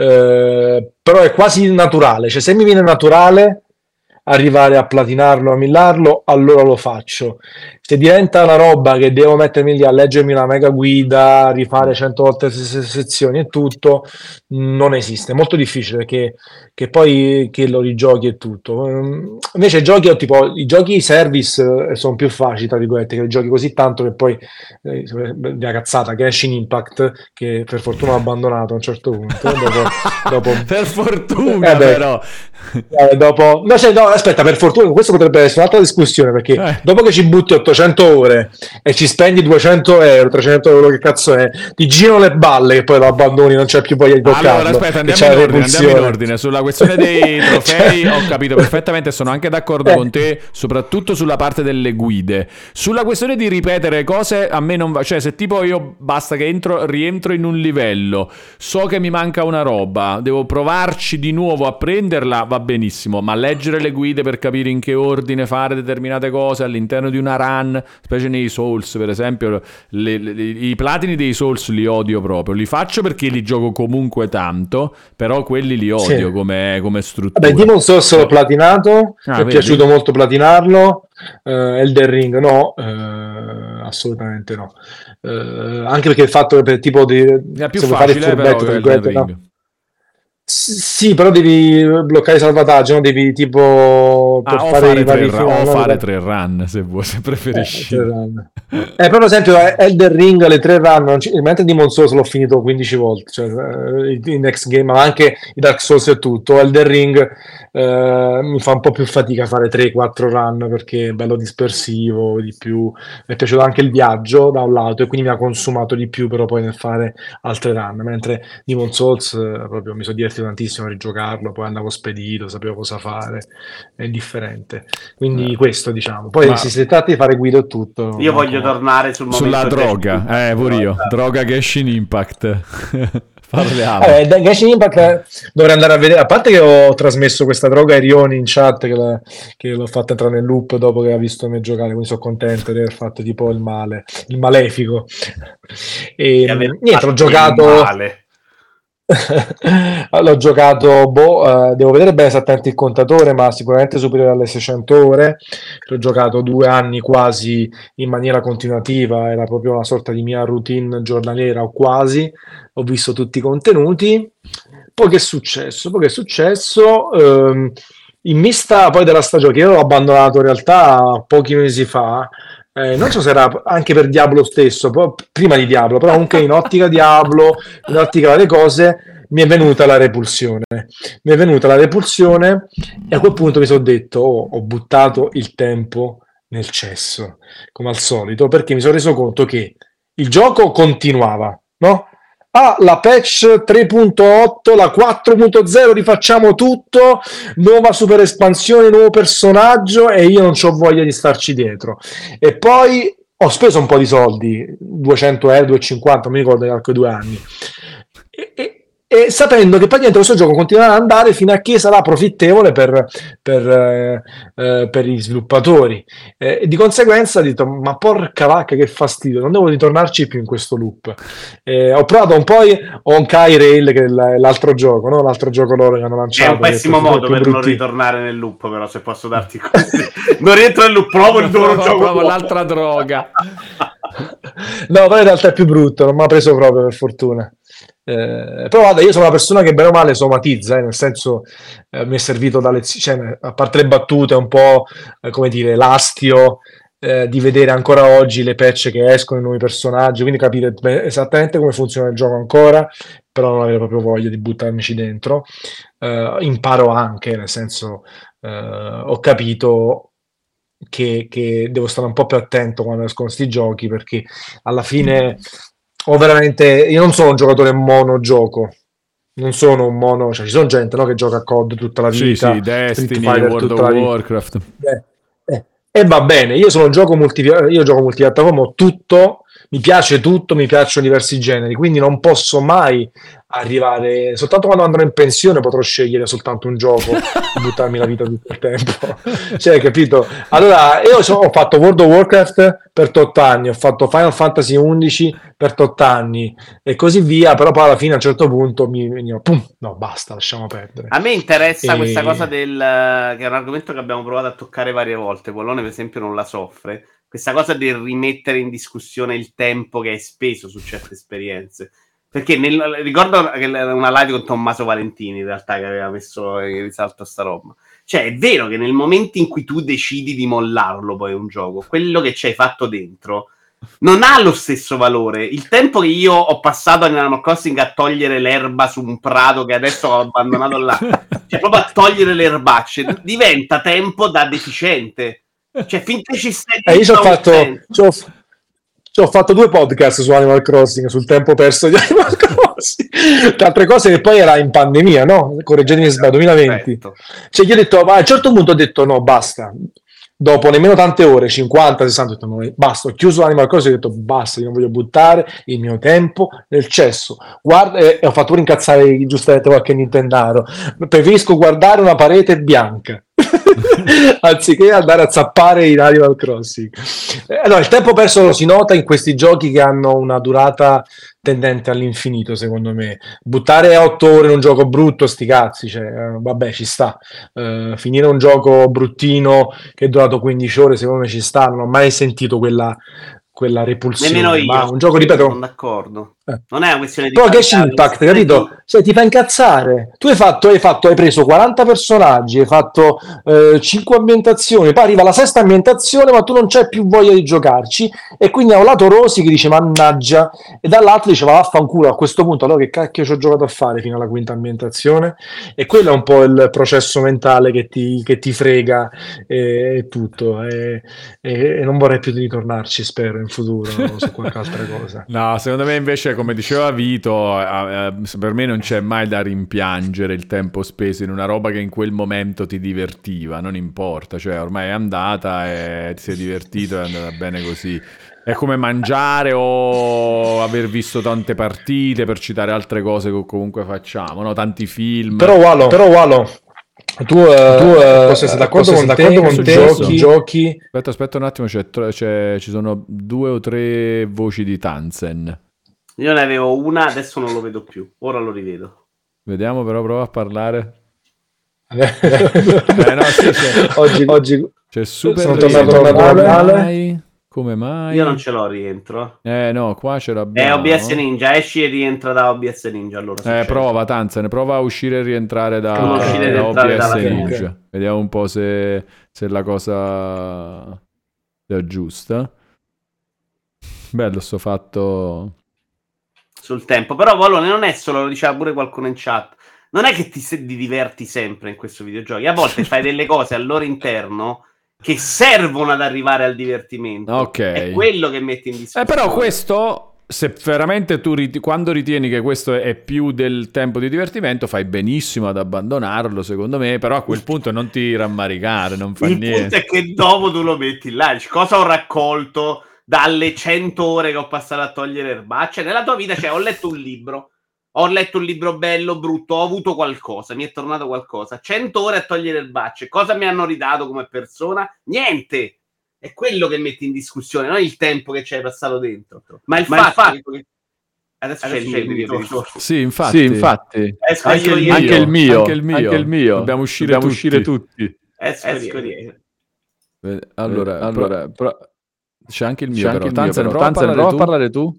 eh, però è quasi naturale, cioè se mi viene naturale arrivare a platinarlo, a millarlo, allora lo faccio. Se diventa una roba che devo mettermi lì a leggermi una mega guida, rifare cento volte se- se- sezioni e tutto, non esiste. È molto difficile che, che poi che lo rigiochi e tutto. Ehm, Invece giochi tipo i giochi service eh, sono più facili, tra virgolette, che li giochi così tanto che poi eh, una cazzata, Genshin Impact, che per fortuna ho abbandonato a un certo punto. Dopo, dopo... Per fortuna, Eh beh, però. eh, dopo... No, cioè, no, aspetta, per fortuna, questo potrebbe essere un'altra discussione, perché Eh. dopo che ci butti ottocento ore e ci spendi duecento euro, trecento euro, che cazzo è? Ti girano le balle che poi lo abbandoni, non c'è più voglia di toccarlo. Allora, aspetta, che andiamo c'è in la ordine, andiamo in repulsione. ordine. Sulla questione dei trofei ho capito perfettamente, sono anche d'accordo Eh. con te, soprattutto sulla parte delle guide. Sulla questione di ripetere cose, a me non va. Cioè, se tipo io basta che entro, rientro in un livello, so che mi manca una roba, devo provarci di nuovo a prenderla, va benissimo. Ma leggere le guide per capire in che ordine fare determinate cose all'interno di una run, specie nei Souls, per esempio, le, le, i platini dei Souls li odio proprio. Li faccio perché li gioco comunque tanto, però quelli li odio Sì. come, come struttura. Vabbè, Demon Souls l'ho platinato, Ah, mi è vedi? piaciuto molto platinarlo. Eh, Elden Ring no, eh, assolutamente no. Eh, anche perché il fatto che per tipo di È più se vuoi fare il facile, però, furbetto, che tra Elden virgolette, no? Ring. S- Sì, però devi bloccare i salvataggi, no? Devi tipo per Ah, o fare, fare, i tre, vari run, finali, o no? fare tre run, se vuoi, se preferisci. Eh, tre run. Eh, però, ad esempio, eh, Elden Ring, le tre run, non ci- mentre Demon Souls l'ho finito quindici volte, cioè eh, i i next game, ma anche i Dark Souls e tutto. Elden Ring eh, mi fa un po' più fatica a fare tre quattro run perché è bello dispersivo, di più. Mi è piaciuto anche il viaggio da un lato e quindi mi ha consumato di più, però poi nel fare altre run, mentre Demon Souls eh, proprio mi sono divertito tantissimo a rigiocarlo, poi andavo spedito, sapevo cosa fare, è differente. Quindi Eh. questo diciamo. Poi Ma- se si tratta di fare guida e tutto. Io manco- voglio tornare sul momento Sulla del- droga, eh, pure io. Droga Genshin Impact. Parliamo. Eh, da- Genshin Impact eh, dovrei andare a vedere, a parte che ho trasmesso questa droga a Rioni in chat che, la- che l'ho fatta entrare nel loop dopo che ha visto me giocare, quindi sono contento di aver fatto tipo il male, il malefico. E Che aveva niente, fatto ho il giocato. male. L'ho giocato, boh, eh, devo vedere bene esattamente il contatore, ma sicuramente superiore alle seicento ore. L'ho giocato due anni quasi in maniera continuativa, era proprio una sorta di mia routine giornaliera o quasi. Ho visto tutti i contenuti. Poi che è successo? Poi che è successo? Ehm, in vista poi della stagione, che io l'ho abbandonato in realtà pochi mesi fa, eh, non so se era anche per Diablo stesso, po- prima di Diablo, però comunque in ottica Diablo, in ottica varie cose, mi è venuta la repulsione. Mi è venuta la repulsione e a quel punto mi sono detto, oh, ho buttato il tempo nel cesso, come al solito, perché mi sono reso conto che il gioco continuava, no? Ah, la patch tre punto otto, la quattro punto zero, rifacciamo tutto, nuova super espansione, nuovo personaggio e io non c'ho voglia di starci dietro. E poi ho speso un po' di soldi, duecento euro, duecentocinquanta, non mi ricordo neanche due anni. E, e, e sapendo che praticamente questo gioco continuerà ad andare fino a che sarà profittevole per, per, eh, eh, per gli sviluppatori. Eh, e di conseguenza ho detto, ma porca vacca che fastidio, non devo ritornarci più in questo loop. Eh, ho provato un po' Honkai Rail, che è l- l'altro gioco, no? L'altro gioco loro che hanno lanciato. È un pessimo modo per brutti. non ritornare nel loop, però, se posso darti così. Non rientro nel loop, provo il loro gioco. Provo l'altra droga. No, però in realtà è più brutto, non mi ha preso proprio, per fortuna. Eh, però guarda, io sono una persona che bene o male somatizza, eh, nel senso eh, mi è servito da lezione, cioè, a parte le battute, un po' eh, come dire, l'astio eh, di vedere ancora oggi le patch che escono, i nuovi personaggi, quindi capire be- esattamente come funziona il gioco ancora, però non avere proprio voglia di buttarmici dentro. Eh, imparo anche, nel senso eh, ho capito che, che devo stare un po' più attento quando escono questi giochi, perché alla fine o veramente io non sono un giocatore monogioco, non sono un mono, cioè ci sono gente, no, che gioca a C O D tutta la Sì, vita, sì, Street Destiny, Fighter World tutta of la vita. Warcraft. Eh, eh, e va bene, io sono un gioco multi, io gioco multipiattaforma, ho tutto, mi piace tutto, mi piacciono diversi generi, quindi non posso mai arrivare, soltanto quando andrò in pensione potrò scegliere soltanto un gioco e buttarmi la vita tutto il tempo. Cioè, capito? Allora, io so- ho fatto World of Warcraft per otto anni, ho fatto Final Fantasy undici per otto anni e così via, però poi alla fine a un certo punto mi veniva, pum, no, basta, lasciamo perdere. A me interessa E- questa cosa del che è un argomento che abbiamo provato a toccare varie volte. Pollone, per esempio, non la soffre. Questa cosa del rimettere in discussione il tempo che hai speso su certe esperienze. Perché nel, ricordo che era una live con Tommaso Valentini, in realtà, che aveva messo in risalto sta roba. Cioè, è vero che nel momento in cui tu decidi di mollarlo, poi un gioco, quello che ci hai fatto dentro non ha lo stesso valore. Il tempo che io ho passato in Animal Crossing a togliere l'erba su un prato che adesso ho abbandonato là, cioè proprio a togliere le erbacce, diventa tempo da deficiente. Cioè, finché ci stai Eh, io ci ho dentro, fatto, un senso. ci ho, ci ho fatto due podcast su Animal Crossing, sul tempo perso di Animal Crossing. Tra altre cose che poi era in pandemia, no? Correggetemi se sbaglio, duemilaventi. Perfetto. Cioè io ho detto, ma a un certo punto ho detto no, basta. Dopo nemmeno tante ore, cinquanta, sessanta, ho detto no, basta, ho chiuso Animal Crossing e ho detto basta, io non voglio buttare il mio tempo nel cesso. Guarda, e, e ho fatto pure incazzare giustamente qualche nintendaro. Preferisco guardare una parete bianca anziché andare a zappare in Animal Crossing. Eh, no, il tempo perso lo si nota in questi giochi che hanno una durata tendente all'infinito, secondo me. Buttare otto ore in un gioco brutto, sti cazzi, cioè, eh, vabbè, ci sta. Eh, finire un gioco bruttino che è durato quindici ore, secondo me ci sta. Non ho mai sentito quella, quella repulsione. Nemmeno io. Ma un gioco, Sì, ripeto, sono d'accordo. eh. Non è una questione di Però Genshin qualità, è una Impact, questione capito? di- Cioè, ti fa incazzare. Tu hai fatto, hai fatto, hai preso quaranta personaggi, hai fatto eh, cinque ambientazioni, poi arriva la sesta ambientazione, ma tu non c'hai più voglia di giocarci. E quindi ha un lato Rosy che dice mannaggia, e dall'altro dice ma vaffanculo, a questo punto allora che cacchio ci ho giocato a fare fino alla quinta ambientazione? E quello è un po' il processo mentale che ti, che ti frega e, e tutto. E, e- e non vorrei più di ritornarci, spero, in futuro su qualche altra cosa. No, secondo me invece, come diceva Vito, eh, eh, per me non c'è mai da rimpiangere il tempo speso in una roba che in quel momento ti divertiva, non importa, cioè ormai è andata e ti sei divertito e è andata bene così. È come mangiare o aver visto tante partite, per citare altre cose che comunque facciamo, no? Tanti film. Però Walo, però Walo, tu, eh, tu eh, posso essere d'accordo con te, d'accordo con con te, te, giochi, giochi. Aspetta, aspetta un attimo, c'è, c'è- ci sono due o tre voci di Tanzen. Io ne avevo una, adesso non lo vedo più. Ora lo rivedo. Vediamo, però prova a parlare. eh, no, sì, c'è, oggi, oggi c'è super sono tornato normale. Come mai? Io non ce l'ho rientro. Eh no, qua ce l'abbiamo. È O B S Ninja, esci e rientra da O B S Ninja. Allora, eh, prova, Tanzane, prova a uscire e rientrare da, uscire da O B S Ninja. Okay. Vediamo un po' se, se la cosa è aggiusta. Bello sto fatto sul tempo. Però Volone non è solo, lo diceva pure qualcuno in chat, non è che ti, ti diverti sempre in questo videogiochi. A volte fai delle cose al loro interno che servono ad arrivare al divertimento. Ok. È quello che metti in discussione. Eh, però questo, se veramente tu rit- quando ritieni che questo è più del tempo di divertimento, fai benissimo ad abbandonarlo, secondo me. Però a quel punto non ti rammaricare, non fa Il niente. Il punto è che dopo tu lo metti là. Cosa ho raccolto dalle cento ore che ho passato a togliere erbacce? Nella tua vita, cioè, ho letto un libro. Ho letto un libro bello, brutto, ho avuto qualcosa, mi è tornato qualcosa. cento ore a togliere erbacce. Cosa mi hanno ridato come persona? Niente! È quello che metti in discussione, non il tempo che ci hai passato dentro. Ma il Ma fatto, fatto che... Adesso, Adesso c'è il mio mio. Sì, infatti. Sì, infatti. Anche il, anche il mio. Anche il mio. Anche il mio. Dobbiamo uscire Dobbiamo tutti. Uscire tutti. Esco dietro. Allora, allora pro... c'è anche il mio, c'è però. Anche il mio, Tanzane, però. prova, Tanzane, a parlare, prova a parlare tu.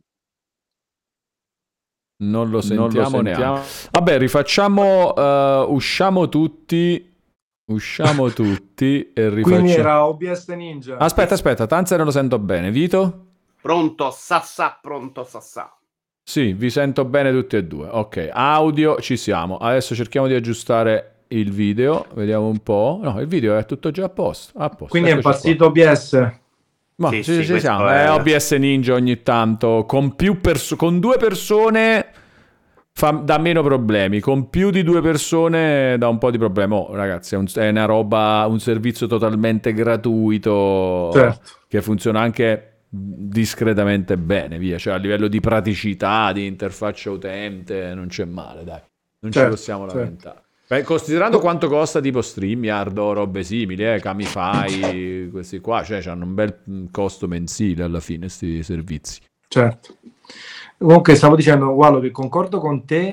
Non lo sentiamo, non lo sentiamo neanche. Vabbè, rifacciamo. Uh, usciamo tutti. Usciamo tutti e rifacciamo. Quindi era O B S Ninja. Aspetta, aspetta, Tanzane lo sento bene. Vito? Pronto, sassà, pronto, sassà. Sì, vi sento bene tutti e due. Ok, audio ci siamo. Adesso cerchiamo di aggiustare il video. Vediamo un po'. No, il video è tutto già a posto. A posto. Quindi Eccoci è impazzito O B S. Ma sì, sì, sì, sì, siamo. è... È O B S Ninja ogni tanto. Con più perso- con due persone fa- dà meno problemi. Con più di due persone dà un po' di problemi. Oh, ragazzi, è, un- è una roba, un servizio totalmente gratuito. Certo. Che funziona anche discretamente bene, via. Cioè a livello di praticità, di interfaccia utente, non c'è male, dai. Non certo, ci possiamo certo. lamentare. Beh, considerando quanto costa tipo StreamYard o robe simili, eh, Camify, questi qua, cioè hanno un bel costo mensile alla fine, questi servizi. Certo. Comunque stavo dicendo, Gualo, che concordo con te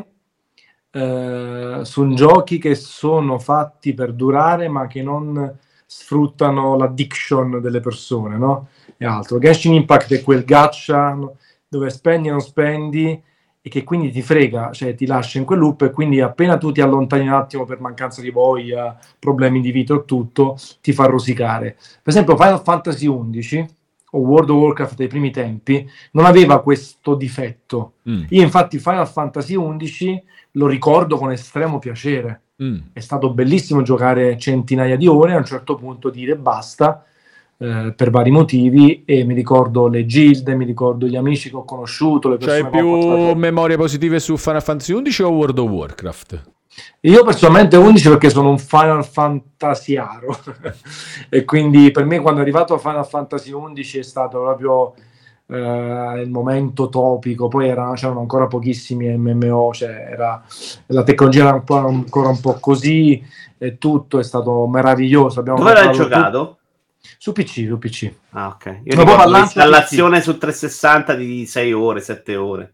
eh, su giochi che sono fatti per durare ma che non sfruttano l'addiction delle persone, no? E altro. Genshin Impact è quel gacha dove spendi e non spendi e che quindi ti frega, cioè ti lascia in quel loop e quindi appena tu ti allontani un attimo per mancanza di voglia, problemi di vita o tutto, ti fa rosicare. Per esempio Final Fantasy undici o World of Warcraft dei primi tempi non aveva questo difetto. Mm. Io infatti Final Fantasy undici lo ricordo con estremo piacere. Mm. È stato bellissimo giocare centinaia di ore, a un certo punto dire basta, Eh, per vari motivi, e mi ricordo le gilde, mi ricordo gli amici che ho conosciuto, le persone. C'hai più portato... memorie positive su Final Fantasy undici o World of Warcraft? Io personalmente undici perché sono un Final Fantasiaro e quindi per me quando è arrivato a Final Fantasy undici è stato proprio eh, il momento topico. Poi era, c'erano ancora pochissimi M M O, cioè era, la tecnologia era un po', ancora un po' così e tutto è stato meraviglioso. Abbiamo Dove l'hai giocato? Tutto. Su P C, su P C. Ah, ok. Io no, l'installazione su trecentosessanta di sei ore, sette ore.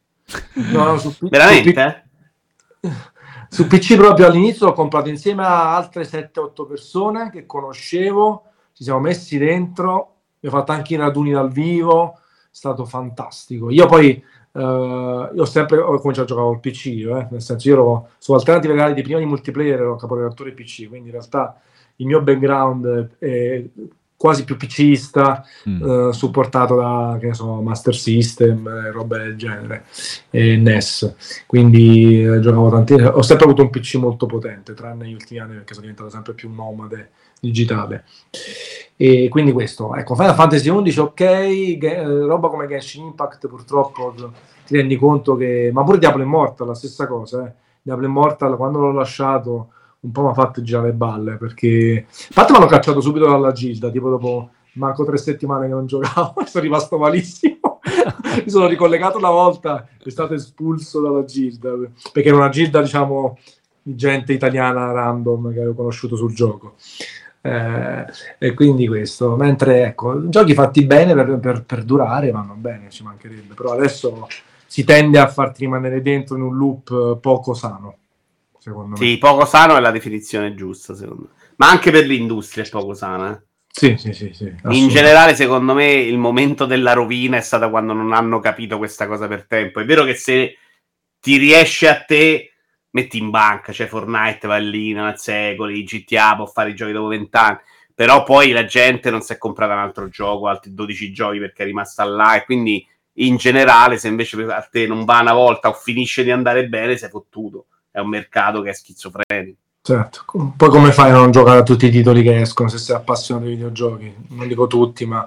No, no, su P C. Veramente? Su P C, su P C proprio all'inizio l'ho comprato insieme a altre sette otto persone che conoscevo, ci siamo messi dentro, abbiamo fatto anche i raduni dal vivo, è stato fantastico. Io poi uh, io ho sempre ho cominciato a giocare col P C, eh? Nel senso io ero su Alternative Reality prima di multiplayer, ero caporedattore P C, quindi in realtà il mio background è quasi più PCista, mm. eh, supportato da, che ne so, Master System, eh, robe del genere, e N E S. Quindi eh, giocavo tanti. Ho sempre avuto un P C molto potente, tranne negli ultimi anni perché sono diventato sempre più nomade digitale. E quindi questo, ecco, Final Fantasy undici, ok, ge- roba come Genshin Impact purtroppo ti rendi conto che, ma pure Diablo Immortal, la stessa cosa, eh. Diablo Immortal quando l'ho lasciato un po' mi ha fatto girare le balle, perché a parte mi hanno cacciato subito dalla Gilda, tipo dopo manco tre settimane che non giocavo, sono rimasto malissimo, mi sono ricollegato una volta e stato espulso dalla Gilda, perché era una Gilda, diciamo, di gente italiana random che avevo conosciuto sul gioco. Eh, e quindi questo, mentre ecco, giochi fatti bene per, per, per durare vanno bene, ci mancherebbe, però adesso si tende a farti rimanere dentro in un loop poco sano, secondo Sì, me. poco sano è la definizione giusta, secondo me. Ma anche per l'industria è poco sana. Eh. Sì, sì, sì, sì, In assolutamente. generale, secondo me, il momento della rovina è stato quando non hanno capito questa cosa per tempo. È vero che se ti riesce a te, metti in banca, cioè Fortnite va lì, non ha secoli, G T A può fare i giochi dopo vent'anni, però poi la gente non si è comprata un altro gioco, altri dodici giochi perché è rimasta là, e quindi in generale, se invece a te non va una volta o finisce di andare bene, sei fottuto. È un mercato che è schizofrenico. Certo. Poi come fai a non giocare a tutti i titoli che escono se sei appassionato dei videogiochi? Non dico tutti, ma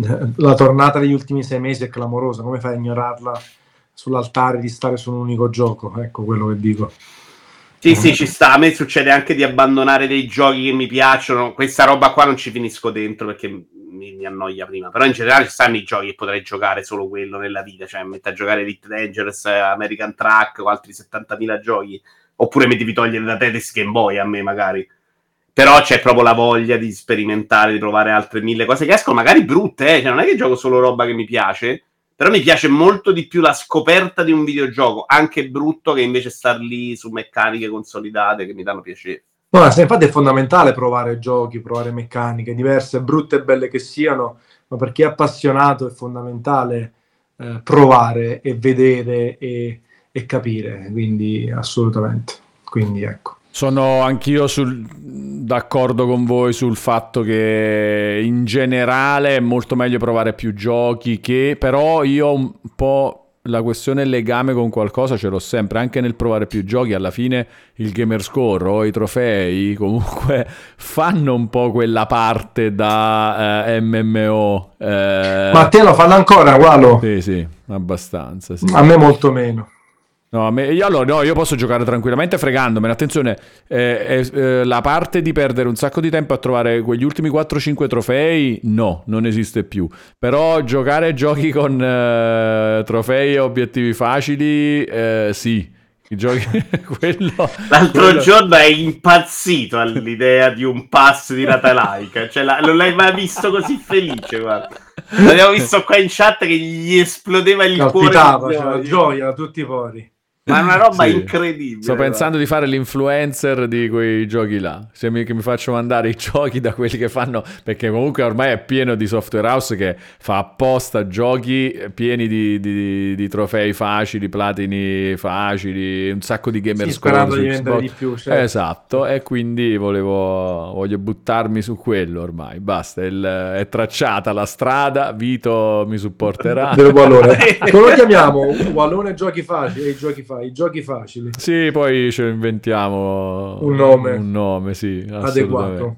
la tornata degli ultimi sei mesi è clamorosa. Come fai a ignorarla sull'altare di stare su un unico gioco? Ecco quello che dico. Sì, sì, ci sta. A me succede anche di abbandonare dei giochi che mi piacciono. Questa roba qua non ci finisco dentro perché mi, mi annoia prima. Però in generale ci stanno i giochi che potrei giocare solo quello nella vita. Cioè, mi metto a giocare Elite Dangerous, American Truck o altri settantamila giochi. Oppure mi devi togliere da Tetris Game Boy a me, magari. Però c'è proprio la voglia di sperimentare, di provare altre mille cose che escono, magari brutte, eh. Cioè, non è che gioco solo roba che mi piace. Però mi piace molto di più la scoperta di un videogioco, anche brutto, che invece star lì su meccaniche consolidate che mi danno piacere. No, infatti è fondamentale provare giochi, provare meccaniche diverse, brutte e belle che siano, ma per chi è appassionato è fondamentale eh, provare e vedere e, e capire, quindi assolutamente. Quindi ecco. Sono anch'io sul, d'accordo con voi sul fatto che in generale è molto meglio provare più giochi, che però io un po' la questione legame con qualcosa ce l'ho sempre, anche nel provare più giochi. Alla fine il gamer score o i trofei comunque fanno un po' quella parte da eh, M M O. Eh... Ma a te lo fanno ancora, Walo? Sì, sì, abbastanza. Sì. A me molto meno. No, a me, io, allora, no, io posso giocare tranquillamente fregandomene. Attenzione, eh, eh, la parte di perdere un sacco di tempo a trovare quegli ultimi quattro cinque trofei, no, non esiste più. Però giocare giochi con eh, trofei e obiettivi facili, eh, sì. I giochi, quello, L'altro quello... giorno è impazzito all'idea di un pass di Natalaica. Cioè, la, non l'hai mai visto così felice, guarda. L'abbiamo visto qua in chat che gli esplodeva il Calpitava, cuore. c'era gioia da tutti i pori. Ma è una roba Sì. incredibile. Sto pensando di fare l'influencer di quei giochi là. Se mi, che mi faccio mandare i giochi da quelli che fanno, perché comunque ormai è pieno di software house che fa apposta giochi pieni di, di, di trofei facili, platini facili, un sacco di gamer Sì, score sperando su di vendere Xbox. di più, certo. Esatto, e quindi volevo voglio buttarmi su quello ormai. Basta, il, è tracciata la strada, Vito mi supporterà. Del valore. Come lo chiamiamo? Wallone giochi facili, i giochi facili. I giochi facili. Sì, poi ce lo inventiamo un nome, un nome sì, adeguato.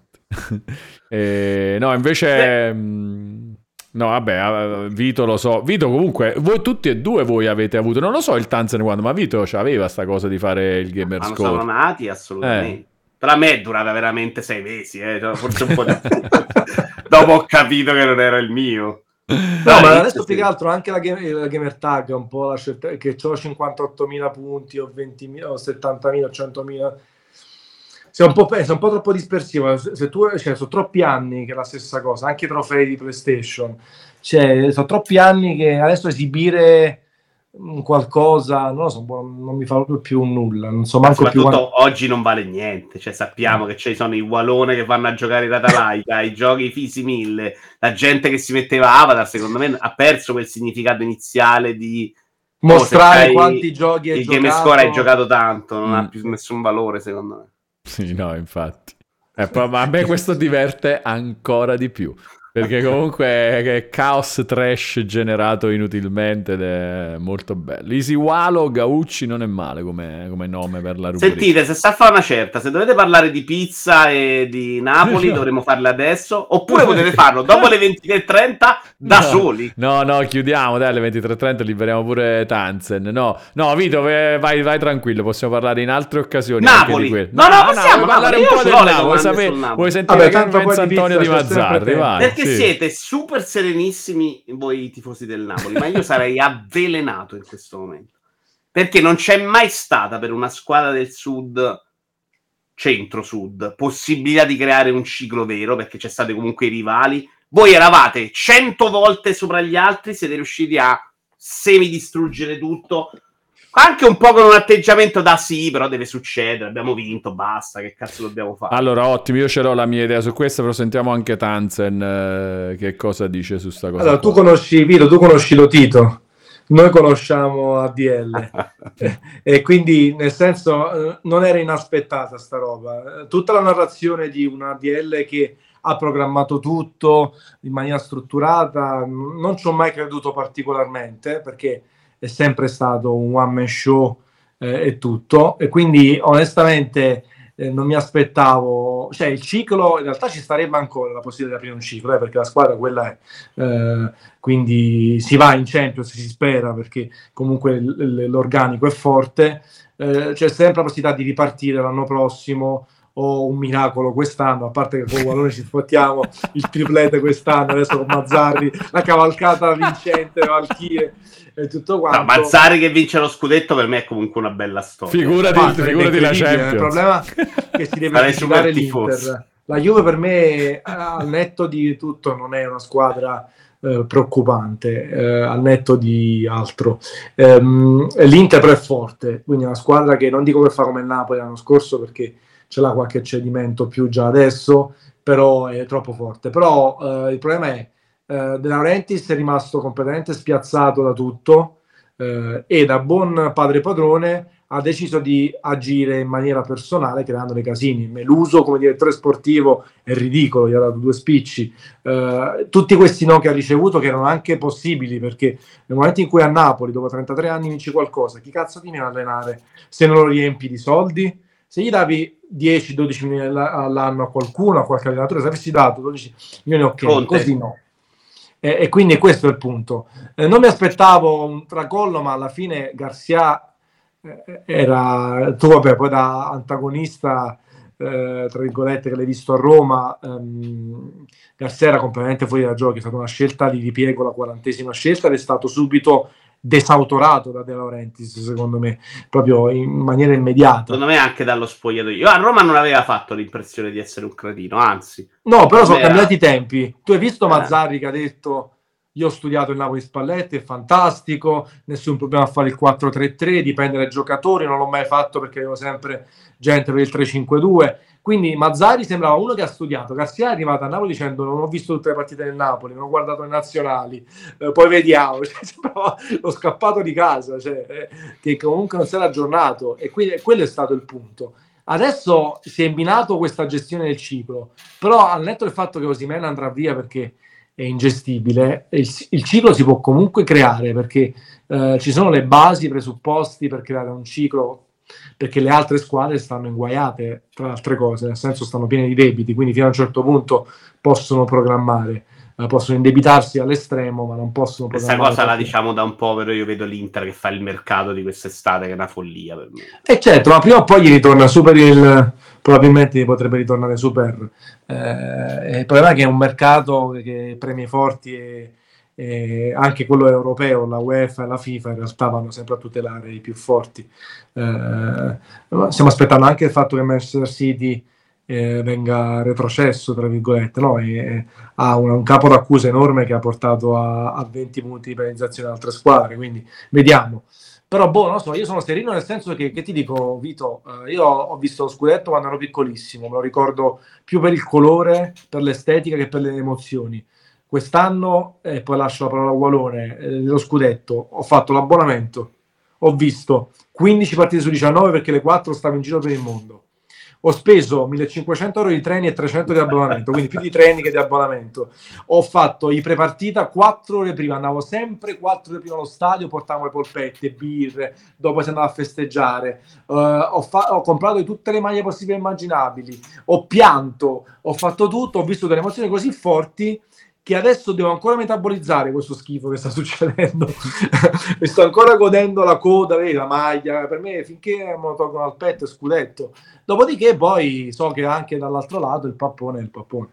e, no, invece mh, no, vabbè, Vito lo so. Vito comunque, voi tutti e due voi avete avuto, non lo so il Tanzen quando, ma Vito aveva sta cosa di fare il gamer Quando score. sono nati, assolutamente. Eh. Per a me è durata veramente sei mesi, eh. Forse un po' di... Dopo ho capito che non era il mio. No, no, ma adesso sì. Più che altro anche la, game, la gamer tag è un po' la scelta che ho cinquantottomila punti o ventimila o settantamila o centomila. Sei un po', sei un po' troppo dispersivo. Se, se tu, cioè, sono troppi anni che è la stessa cosa, anche i trofei di PlayStation. Cioè, sono troppi anni che adesso esibire qualcosa, non lo so, non mi fa più nulla. Non so manco più quando... oggi non vale niente. Cioè, sappiamo mm. che ci sono i Wallone che vanno a giocare Data Laika, i giochi Fisi mille, la gente che si metteva Avatar, secondo me ha perso quel significato iniziale di mostrare oh, quanti giochi hai il giocato. Game Score hai giocato tanto, non mm. ha più nessun valore, secondo me. Sì, no, infatti. Eh, ma a me questo diverte ancora di più. Perché comunque è caos trash generato inutilmente ed è molto bello. Isiwalo Gaucci non è male come, come nome per la rubrica. Sentite, se sta a fare una certa, se dovete parlare di pizza e di Napoli dovremmo farle adesso, oppure potete farlo dopo le ventitré e trenta da no, soli. No, no, chiudiamo, dai, alle ventitré e trenta liberiamo pure Tanzen. No, no, Vito, vai, vai tranquillo, possiamo parlare in altre occasioni. Napoli. Anche di no, no, no, possiamo no, parlare un po' del Napoli. Vuoi, sapere, vuoi sentire che pensa Antonio Di Mazzarri? Vai. Perché sì. siete super serenissimi voi tifosi del Napoli, ma io sarei avvelenato in questo momento, perché non c'è mai stata per una squadra del sud, centro-sud, possibilità di creare un ciclo vero, perché c'è state comunque i rivali. Voi eravate cento volte sopra gli altri, siete riusciti a semi-distruggere tutto, anche un po' con un atteggiamento da sì, però deve succedere, abbiamo vinto, basta, che cazzo dobbiamo fare? Allora, ottimo, io ce l'ho la mia idea su questo, però sentiamo anche Tanzen eh, che cosa dice su sta cosa. Allora, qua. tu conosci Vito, tu conosci Lotito, noi conosciamo A D L e quindi nel senso non era inaspettata sta roba. Tutta la narrazione di un A D L che ha programmato tutto in maniera strutturata, non ci ho mai creduto particolarmente perché è sempre stato un one man show eh, e tutto, e quindi onestamente eh, non mi aspettavo, cioè il ciclo in realtà ci starebbe ancora la possibilità di aprire un ciclo eh, perché la squadra quella è, eh, quindi si va in Champions, si spera, perché comunque l- l- l'organico è forte, eh, c'è sempre la possibilità di ripartire l'anno prossimo o un miracolo quest'anno, a parte che con Wallone ci sfottiamo il triplete quest'anno, adesso con Mazzarri, la cavalcata vincente, Valkyrie e tutto quanto. No, Mazzarri che vince lo scudetto per me è comunque una bella storia. Figurati, Ma figurati la incredibile, Champions. il problema è che si deve Sarei giocare super tifoso. l'Inter. La Juve per me, al netto di tutto, non è una squadra eh, preoccupante, eh, al netto di altro. Ehm, L'Inter però è forte, quindi è una squadra che non dico che fa come il Napoli l'anno scorso, perché ce l'ha qualche cedimento più già adesso, però è troppo forte. Però eh, il problema è eh, De Laurentiis è rimasto completamente spiazzato da tutto eh, e da buon padre padrone ha deciso di agire in maniera personale creando dei casini. Meluso come direttore sportivo è ridicolo, gli ha dato due spicci. Eh, tutti questi no che ha ricevuto, che erano anche possibili, perché nel momento in cui a Napoli dopo trentatré anni vinci qualcosa, chi cazzo ti viene a allenare se non lo riempi di soldi? Se gli davi dieci dodici milioni all'anno a qualcuno, a qualche allenatore, se avessi dato dodici milioni, ok, Conte. così no. E, e quindi questo è il punto. Eh, non mi aspettavo un tracollo, ma alla fine Garcia eh, era, tu vabbè, poi da antagonista, eh, tra virgolette, che l'hai visto a Roma, ehm, Garcia era completamente fuori da gioco, è stata una scelta di ripiego, la quarantesima scelta, ed è stato subito desautorato da De Laurentiis, secondo me, proprio in maniera immediata. Secondo me anche dallo spogliatoio. A Roma non aveva fatto l'impressione di essere un cretino, anzi. No, però sono Era- cambiati i tempi. Tu hai visto Eh. Mazzarri che ha detto io ho studiato il Napoli Spalletti, è fantastico, nessun problema a fare il quattro tre tre, dipende dai giocatori, non l'ho mai fatto perché avevo sempre gente per il tre cinque due. Quindi Mazzarri sembrava uno che ha studiato. Garcia è arrivato a Napoli dicendo non ho visto tutte le partite del Napoli, non ho guardato le nazionali, eh, poi vediamo. Cioè, sembrava lo scappato di casa, cioè, eh, che comunque non si era aggiornato, e quindi quello è stato il punto. Adesso si è imbinato questa gestione del ciclo, però al netto del fatto che Osimhen andrà via perché è ingestibile, il, il ciclo si può comunque creare, perché eh, ci sono le basi, i presupposti per creare un ciclo, perché le altre squadre stanno inguaiate, tra le altre cose, nel senso stanno piene di debiti, quindi fino a un certo punto possono programmare, eh, possono indebitarsi all'estremo, ma non possono Questa programmare cosa la troppo. diciamo da un po', però io vedo l'Inter che fa il mercato di quest'estate, che è una follia per me. E certo, ma prima o poi gli ritorna super il, probabilmente gli potrebbe ritornare super. Eh, il problema è che è un mercato che premia i forti, e, e anche quello europeo, la UEFA e la FIFA in realtà vanno sempre a tutelare i più forti. Eh, stiamo aspettando anche il fatto che Manchester City eh, venga retrocesso, tra virgolette, no? E, e ha un, un capo d'accusa enorme che ha portato a, a venti punti di penalizzazione ad altre squadre, quindi vediamo. Però boh, non lo so, io sono sereno nel senso che, che ti dico, Vito, eh, io ho visto lo scudetto quando ero piccolissimo, me lo ricordo più per il colore, per l'estetica che per le emozioni. Quest'anno, e eh, poi lascio la parola a Wallone, eh, lo scudetto, ho fatto l'abbonamento, ho visto quindici partite su diciannove perché le quattro stavo in giro per il mondo. Ho speso millecinquecento euro di treni e trecento di abbonamento, quindi più di treni che di abbonamento. Ho fatto i prepartita quattro ore prima, andavo sempre quattro ore prima allo stadio, portavo le polpette, birre, dopo si andava a festeggiare. Uh, ho, fa- ho comprato di tutte le maglie possibili e immaginabili, ho pianto, ho fatto tutto, ho visto delle emozioni così forti che adesso devo ancora metabolizzare questo schifo che sta succedendo. Mi sto ancora godendo la coda, vedi, la maglia, per me finché me lo tolgono al petto e scudetto. Dopodiché poi so che anche dall'altro lato il pappone è il pappone.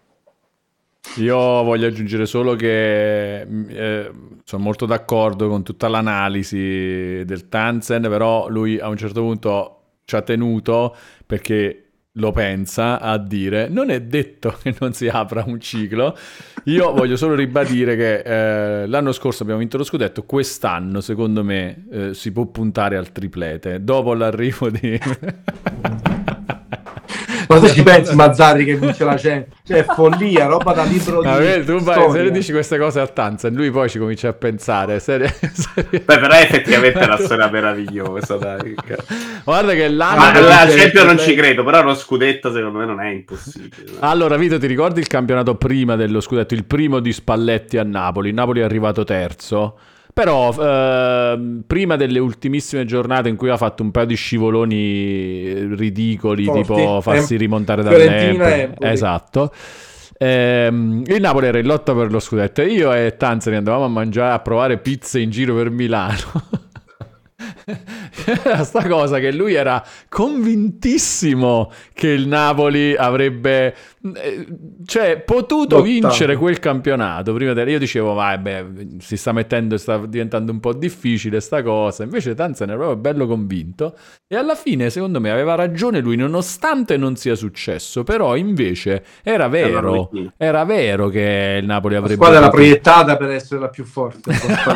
Io voglio aggiungere solo che eh, sono molto d'accordo con tutta l'analisi del Tanzen, però lui a un certo punto ci ha tenuto perché lo pensa, a dire non è detto che non si apra un ciclo. Io voglio solo ribadire che eh, l'anno scorso abbiamo vinto lo scudetto, quest'anno secondo me eh, si può puntare al triplete dopo l'arrivo di Ma se ci pensi Mazzarri che vince la Champions, cioè è follia, roba da libro di Vabbè, tu vai, storia. se le dici queste cose a Tanzan, lui poi ci comincia a pensare serie, serie... Beh, però effettivamente è una storia meravigliosa, dai. Guarda che l'anno Ma che la vince- Champions non ci credo, però lo scudetto secondo me non è impossibile. Allora, Vito, ti ricordi il campionato prima dello scudetto, il primo di Spalletti a Napoli? Napoli è arrivato terzo. Però ehm, prima delle ultimissime giornate in cui ha fatto un paio di scivoloni ridicoli, Forti. tipo farsi Em- rimontare Fiorentina dall'Empoli, Empoli. esatto. Ehm, il Napoli era in lotta per lo scudetto. Io e Tanzani andavamo a mangiare, a provare pizze in giro per Milano. Era sta cosa che lui era convintissimo che il Napoli avrebbe eh, cioè potuto Lottato. vincere quel campionato prima del... Io dicevo vai beh, si sta mettendo, sta diventando un po' difficile sta cosa, invece Tanzan era proprio bello convinto e alla fine secondo me aveva ragione lui, nonostante non sia successo, però invece era vero, Allora, era vero che il Napoli La avrebbe squadra era potuto- proiettata per essere la più forte.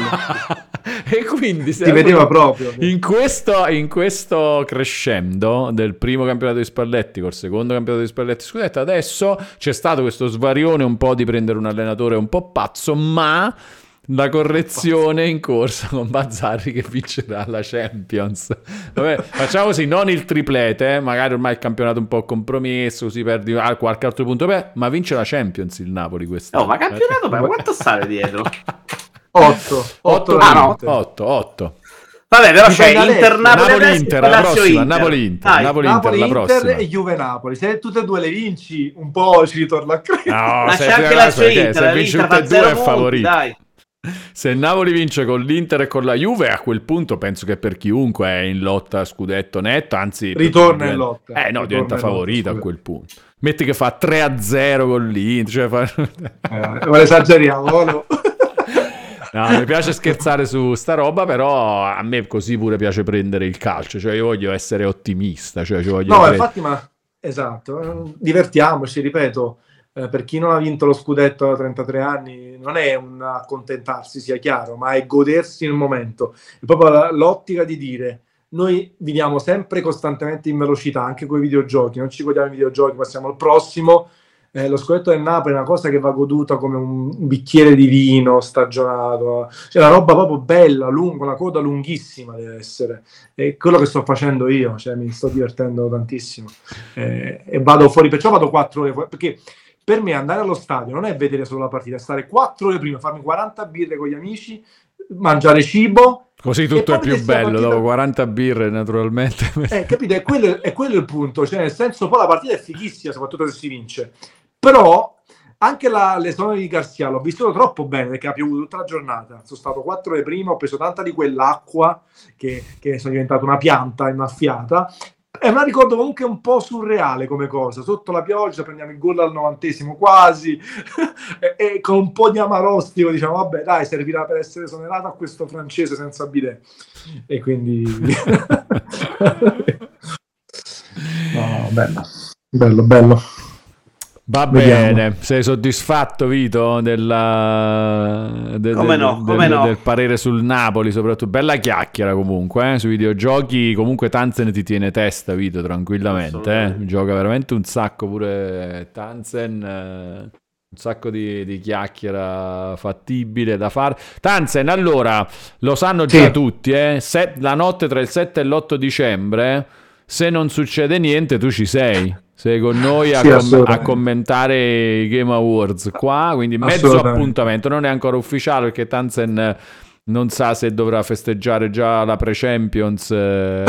e quindi se Si vedeva proprio. in questo, in questo crescendo del primo campionato di Spalletti col secondo campionato di Spalletti scudetto, adesso c'è stato questo svarione un po' di prendere un allenatore un po' pazzo, ma la correzione in corsa con Bazzarri che vincerà la Champions. Vabbè, facciamo così, non il triplete, eh, magari ormai il campionato è un po' compromesso, così perdi ah, qualche altro punto, beh, ma vince la Champions il Napoli quest'anno. No, ma campionato, ma quanto sale dietro? otto. otto, Ah, no. otto, otto. Vabbè, però Dipende c'è adesso. Inter Napoli, Napoli adesso Inter e la Lazio prossima, Inter. Napoli Inter, Dai, Napoli Napoli, Inter la Inter prossima. e Juve Napoli. Se tutte e due le vinci, un po' ci ritorna a credere. No, Ma se, c'è anche se- Lazio se- Inter, se vince l'Inter tutte e fa zero due è punti, favorito. dai. Se il Napoli vince con l'Inter e con la Juve, a quel punto penso che per chiunque è in lotta a scudetto netto, anzi Ritorna diventa- in lotta. Eh no, Ritorna diventa in lotta, favorito a scusa. quel punto. Metti che fa tre a zero con l'Inter, cioè fa... Eh, ma esageriamo, no? No, mi piace scherzare su sta roba, però a me così pure piace prendere il calcio, cioè io voglio essere ottimista, cioè ci voglio No, credere. infatti, ma esatto, eh, divertiamoci, ripeto, eh, per chi non ha vinto lo scudetto a trentatré anni non è un accontentarsi, sia chiaro, ma è godersi il momento. È proprio la- l'ottica di dire, noi viviamo sempre costantemente in velocità, anche con i videogiochi, non ci godiamo i videogiochi, passiamo al prossimo. Eh, lo scudetto del Napoli è una cosa che va goduta come un bicchiere di vino stagionato, cioè una roba proprio bella, lunga, una coda lunghissima deve essere. È quello che sto facendo io, cioè mi sto divertendo tantissimo. Eh, e vado fuori, perciò vado quattro ore fuori, perché per me andare allo stadio non è vedere solo la partita, è stare quattro ore prima, farmi quaranta birre con gli amici, mangiare cibo. Così e tutto poi è più vedersi la bello, partita- dopo quaranta birre naturalmente. Eh, capite? È quello, è quello il punto, cioè nel senso poi la partita è fighissima, soprattutto se si vince. Però anche la lesione di Garcia l'ho vissuto troppo bene perché ha piovuto tutta la giornata. Sono stato quattro ore prima, ho preso tanta di quell'acqua che, che sono diventata una pianta innaffiata. E me la ricordo comunque un po' surreale come cosa. Sotto la pioggia prendiamo il gol al novantesimo quasi e, e con un po' di amarostico diciamo vabbè dai, servirà per essere esonerato a questo francese senza bidet. E quindi no, bello, bello, bello. Va Vediamo. bene, sei soddisfatto Vito della, de- Come de- no, del, come no. del parere sul Napoli, soprattutto bella chiacchiera comunque, eh? Sui videogiochi comunque Tanzen ti tiene testa Vito tranquillamente, eh? Assolutamente. Gioca veramente un sacco pure Tanzen, eh, un sacco di, di chiacchiera fattibile da fare. Tanzen, allora, lo sanno già Sì. tutti, eh? Se- la notte tra il sette e l'otto dicembre, se non succede niente tu ci sei. Sei con noi a, Sì, com- a assolutamente. commentare i Game Awards qua, quindi mezzo Assolutamente. appuntamento, non è ancora ufficiale perché Tanzen non sa se dovrà festeggiare già la pre-Champions. eh.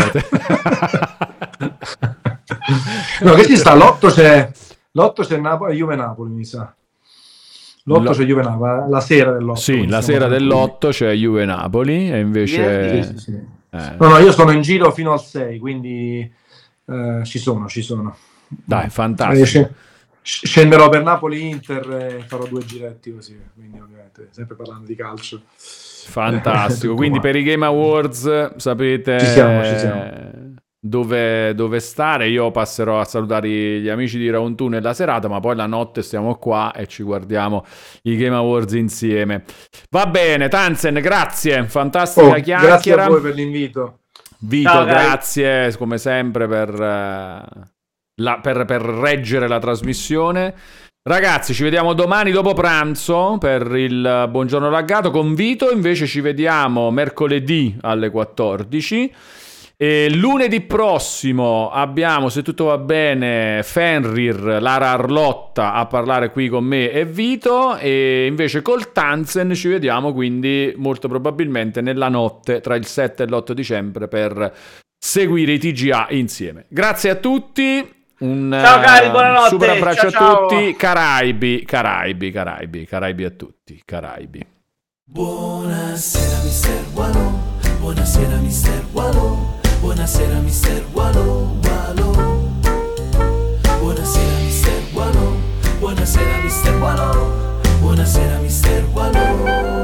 No, che ci sta? L'otto c'è l'otto c'è Napoli, Juve Napoli, mi sa. L'otto Lo- c'è Juve Napoli, la sera dell'otto. Sì, quindi la siamo sera tranquilli. dell'otto c'è Juve Napoli e invece... Sì, sì, sì. eh, No, no, io sono in giro fino al sei, quindi eh, ci sono, ci sono. Dai, Eh, fantastico. sc- Scenderò per Napoli-Inter e farò due giretti così, quindi ovviamente sempre parlando di calcio. Fantastico, Tutto quindi qua. per i Game Awards sapete Ci siamo, ci siamo. dove, dove stare. Io passerò a salutare gli amici di Round due nella serata, ma poi la notte stiamo qua e ci guardiamo i Game Awards insieme. Va bene, Tanzen, grazie, fantastica Oh, chiacchiera. grazie a voi per l'invito. Vito, Ciao, Gai. grazie come sempre per, eh, la- per, per reggere la trasmissione. Ragazzi, ci vediamo domani dopo pranzo per il Buongiorno Laggato con Vito. Invece ci vediamo mercoledì alle quattordici. E lunedì prossimo abbiamo, se tutto va bene, Fenrir, Lara Arlotta a parlare qui con me e Vito. E invece col Tanzen ci vediamo quindi molto probabilmente nella notte tra il sette e l'otto dicembre per seguire i T G A insieme. Grazie a tutti. Un Ciao cari, eh, buonanotte. super abbraccio Ciao, ciao. a tutti. Caraibi, Caraibi, Caraibi, Caraibi a tutti. Caraibi. Buonasera mister Wallo, buonasera mister Wallo, buonasera mister Wallo, Wallo. Buonasera mister Wallo, buonasera mister Wallo, buonasera mister Wallo.